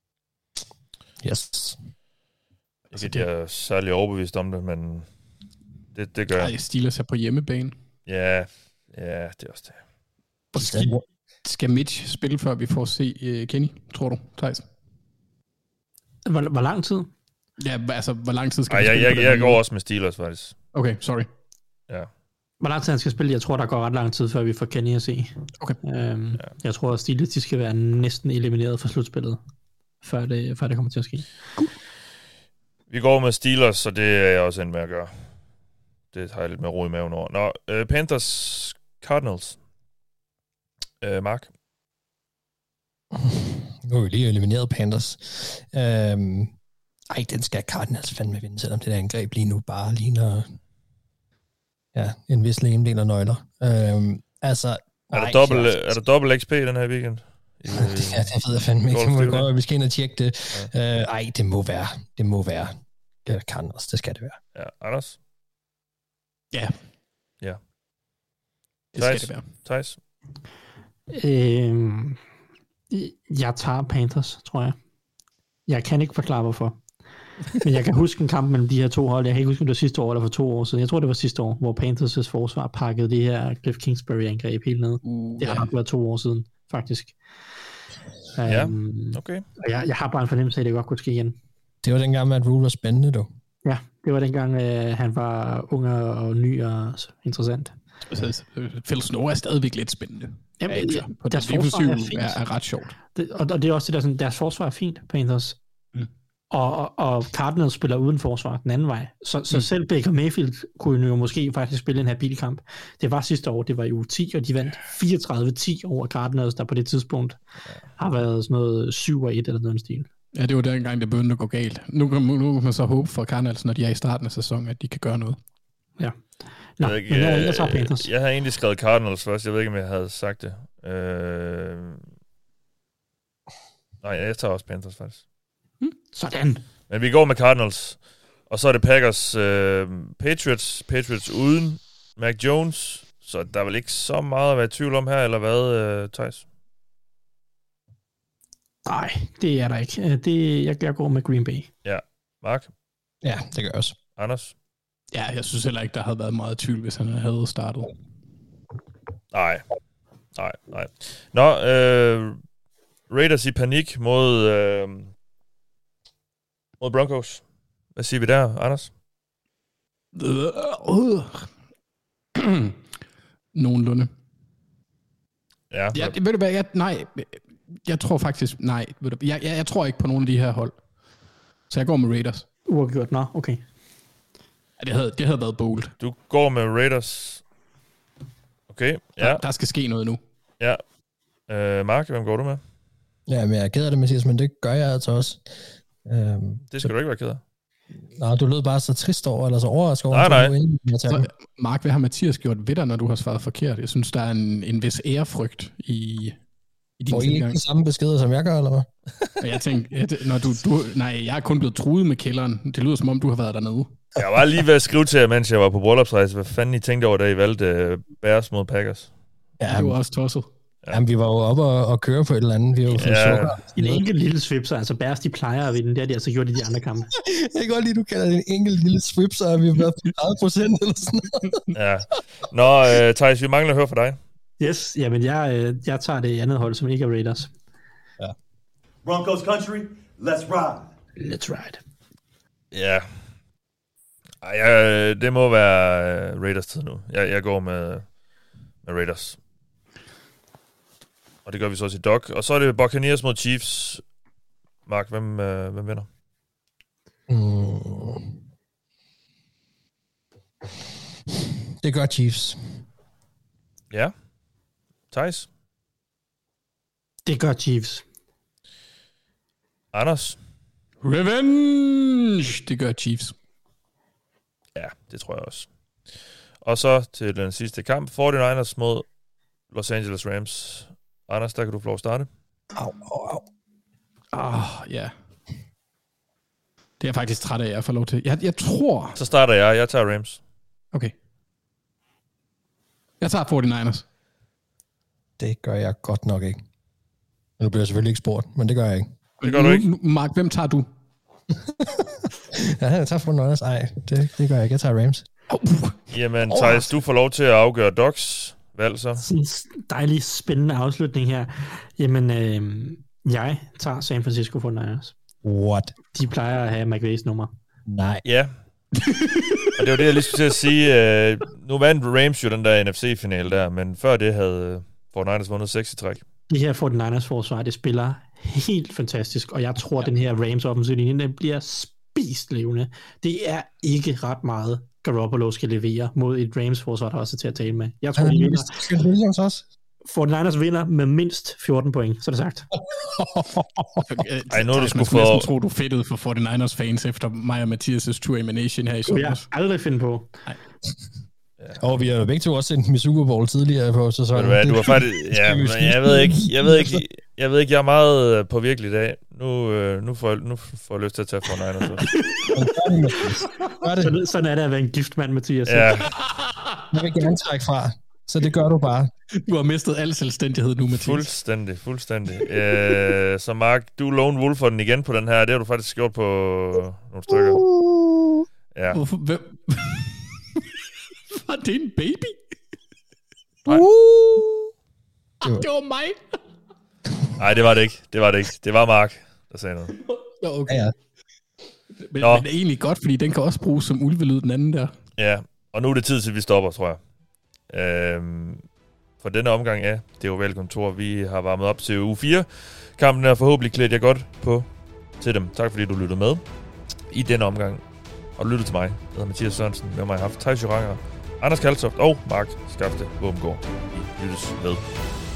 Yes. Jeg er særlig overbevist om det, men det gør jeg. Steelers er på hjemmebane. Ja, det er også det. Skal Mitch spille, før vi får se Kenny, tror du, Thijs? Hvor lang tid? Ja, altså, hvor lang tid skal vi spille? Jeg går også med Steelers, faktisk. Okay, sorry. Ja. Hvor lang tid han skal spille? Jeg tror, der går ret lang tid, før vi får Kenny at se. Okay. Jeg tror, at Steelers de skal være næsten elimineret fra slutspillet. før det kommer til at ske. Vi går med Steelers, så det er jeg også endt med at gøre. Det har jeg lidt med ro i maven over. Nå, Panthers Cardinals. Mark? Nu har vi lige elimineret Panthers. Den skal Cardinals fandme vinde, selvom det der angreb lige nu bare ligner en vis lægemdel af nøgler. Er der dobbelt XP den her weekend? Det ved jeg fandme ikke. Det må godt, vi skal ind og tjekke det. Det må være. Cardinals, det skal det være. Ja, Anders? Ja. Det Thijs? skal det være. Thijs? Jeg tager Panthers, tror jeg. Jeg kan ikke forklare, hvorfor. Men jeg kan huske en kamp mellem de her to hold. Jeg kan ikke huske, om det var sidste år eller for 2 år siden. Jeg tror, det var sidste år, hvor Panthers' forsvar pakkede det her Cliff Kingsbury-angreb helt ned. Det har nok været 2 år siden, faktisk. Okay. Jeg har bare en fornemmelse af, at det godt kunne ske igen. Det var dengang, at Rule var spændende, du. Ja, det var dengang, han var ung og ny og interessant. Phil Snow er stadigvæk lidt spændende. Jamen, deres forsvar er fint. Er ret sjovt. Og det er også det der sådan, deres forsvar er fint, Panthers. Og Cardinals spiller uden forsvar den anden vej. Så selv Baker Mayfield kunne jo måske faktisk spille en habil kamp. Det var sidste år, det var i uge 10, og de vandt 34-10 over Cardinals, der på det tidspunkt har været sådan noget 7-1 eller noget stil. Ja, det var dengang, det begyndte at gå galt. Nu kan man så håbe for Cardinals, når de er i starten af sæsonen, at de kan gøre noget. Ja. Nå, jeg tager Panthers. Jeg havde egentlig skrevet Cardinals først. Jeg ved ikke, om jeg havde sagt det. Nej, jeg tager også Panthers faktisk. Sådan. Men vi går med Cardinals. Og så er det Packers Patriots uden Mac Jones. Så der er vel ikke så meget at være i tvivl om her, eller hvad, Thijs? Nej, det er der ikke. Jeg går med Green Bay. Ja. Mark? Ja, det gør jeg også. Anders? Ja, jeg synes heller ikke, der havde været meget tvivl, hvis han havde startet. Nej. Nå, Raiders i panik mod Broncos. Hvad siger vi der, Anders? Nogenlunde. Ja. Ved du hvad? Nej. Jeg tror faktisk, nej. Jeg tror ikke på nogen af de her hold. Så jeg går med Raiders. Uafgjort, nå, okay. Ja, det havde været bold. Du går med Raiders. Okay, ja. Der skal ske noget nu. Ja. Mark, hvem går du med? Ja, men jeg er ked af det, Mathias, men det gør jeg altså også. Det skal du ikke være ked af. Nej, du lød bare så trist over, eller så overrasket over. Nej. Så, Mark, hvad har Mathias gjort ved dig, når du har svaret forkert? Jeg synes, der er en vis ærefrygt i din får I ikke de samme beskeder, som jeg gør, eller hvad? Og jeg tænkte, nej, jeg er kun blevet truet med kælderen. Det lyder, som om du har været dernede. Jeg var lige ved at skrive til jer, mens jeg var på bryllupsrejse. Hvad fanden I tænkte over, da I valgte Bears mod Packers? Ja, det var også tosset. Ja. Jamen, vi var jo oppe og køre på et eller andet. Vi har jo fået sukker. En enkelt lille svipser, altså Bears, de plejer at vinde. Det har de altså gjort i de andre kampe. Jeg kan godt lide, du kalder det en enkelt lille svipser, og vi har været på 30% eller sådan noget. Ja. Nå, Thijs, vi mangler at høre fra dig. Yes, jamen jeg tager det andet hold, som ikke er Raiders. Ja. Broncos country, let's ride. Let's ride. Ja. Det må være Raiders tid nu. Jeg går med Raiders. Og det gør vi så også i Doc. Og så er det Buccaneers mod Chiefs. Mark, hvem vinder? Det gør Chiefs. Ja. Thijs? Det gør Chiefs. Anders? Revenge! Det gør Chiefs. Ja, det tror jeg også. Og så til den sidste kamp. 49ers mod Los Angeles Rams. Anders, der kan du få lov at starte. Au. Ja. Det er jeg faktisk træt af, at jeg får lov til. Jeg tror... Så starter jeg. Jeg tager Rams. Okay. Jeg tager 49ers. Det gør jeg godt nok ikke. Nu bliver jeg selvfølgelig ikke spurgt, men det gør jeg ikke. Det gør du ikke. Mark, hvem tager du? Ja, jeg tager 49ers. Ej, det gør jeg ikke. Jeg tager Rams. Jamen, Thijs, du får lov til at afgøre Docs valg så. Sådan en dejlig, spændende afslutning her. Jamen, jeg tager San Francisco 49ers. What? De plejer at have McVays nummer. Nej. Ja. Og det var det, jeg lige skulle til at sige. Nu vandt Rams jo den der NFC-finale der, men før det havde 49ers vundet 6 i træk. Det her 49ers forsvar, det spiller helt fantastisk, og jeg tror, den her Rams offensive linje, den bliver spist levende. Det er ikke ret meget, Garoppolo skal levere mod et Rams forsvar, der også er til at tale med. Jeg tror, de vinder. Skal Williams også? 49ers vinder med mindst 14 point, så er det sagt. Ej, nu er du sgu for... Jeg tror, du fedtede for 49ers fans efter mig og Mathias' tour emanation her i sommer. Det vil jeg aldrig finde på. Nej. Ja. Og vi har jo begge to også sendt dem i Super Bowl tidligere på sæsonen. Du har faktisk... Ja, men jeg ved ikke, jeg er meget påvirkelig i dag. Nu får jeg lyst til at tage for Niners. Sådan er det at være en gift mand, Mathias. Ja. Jeg vil gerne trække fra, så det gør du bare. Du har mistet al selvstændighed nu, Mathias. Fuldstændig. Så Mark, du er lone wolf for den igen på den her. Det har du faktisk gjort på nogle stykker. Ja. Hvem? Var det en baby? Det var mig. Nej, det var det ikke. Det var Mark, der sagde noget. Okay. Ja. Men det er egentlig godt, fordi den kan også bruges som ulvelyd, den anden der. Ja, og nu er det tid til, vi stopper, tror jeg. For denne omgang af det ovale kontor, vi har varmet op til uge 4. Kampen er forhåbentlig klædt jer godt på til dem. Tak fordi du lyttede med i denne omgang. Og du lyttede til mig. Jeg hedder Mathias Sørensen. Med mig har haft Thijs Joranger, Anders Kaltoft og Mark Skafte Våbengård. Vi lyttes med.